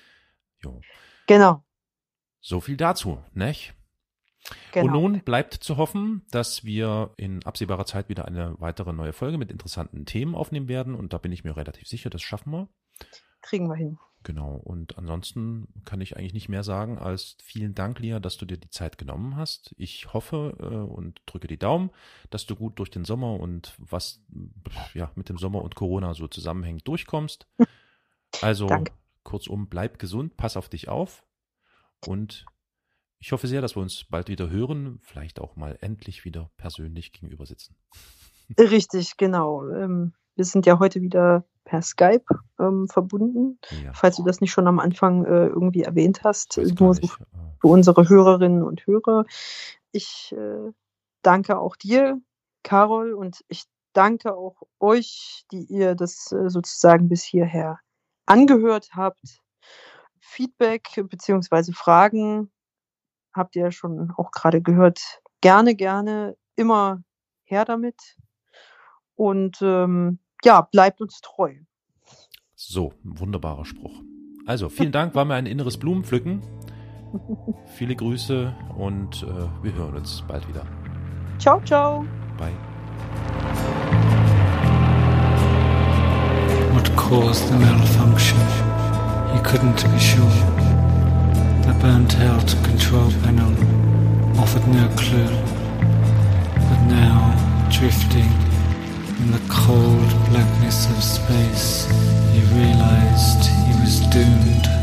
Jo. Genau. So viel dazu, nicht? Genau. Und nun bleibt zu hoffen, dass wir in absehbarer Zeit wieder eine weitere neue Folge mit interessanten Themen aufnehmen werden. Und da bin ich mir relativ sicher, das schaffen wir. Kriegen wir hin. Genau. Und ansonsten kann ich eigentlich nicht mehr sagen als vielen Dank, Lia, dass du dir die Zeit genommen hast. Ich hoffe äh, und drücke die Daumen, dass du gut durch den Sommer und was ja mit dem Sommer und Corona so zusammenhängt durchkommst. Also Danke. Kurzum, bleib gesund, pass auf dich auf und ich hoffe sehr, dass wir uns bald wieder hören, vielleicht auch mal endlich wieder persönlich gegenüber sitzen. Richtig, genau. Ähm, wir sind ja heute wieder per Skype ähm, verbunden. Ja. Falls du das nicht schon am Anfang äh, irgendwie erwähnt hast, Weiß nur gar so nicht. für unsere Hörerinnen und Hörer. Ich äh, danke auch dir, Carol, und ich danke auch euch, die ihr das äh, sozusagen bis hierher angehört habt. Feedback beziehungsweise Fragen habt ihr ja schon auch gerade gehört. Gerne, gerne, immer her damit. Und ähm, ja, bleibt uns treu. So, ein wunderbarer Spruch. Also, vielen Dank, war mir ein inneres Blumenpflücken. Viele Grüße und äh, wir hören uns bald wieder. Ciao, ciao. Bye. What caused the malfunction? He couldn't be sure. The burnt-out control panel offered no clue. But now, drifting in the cold blackness of space, he realized he was doomed.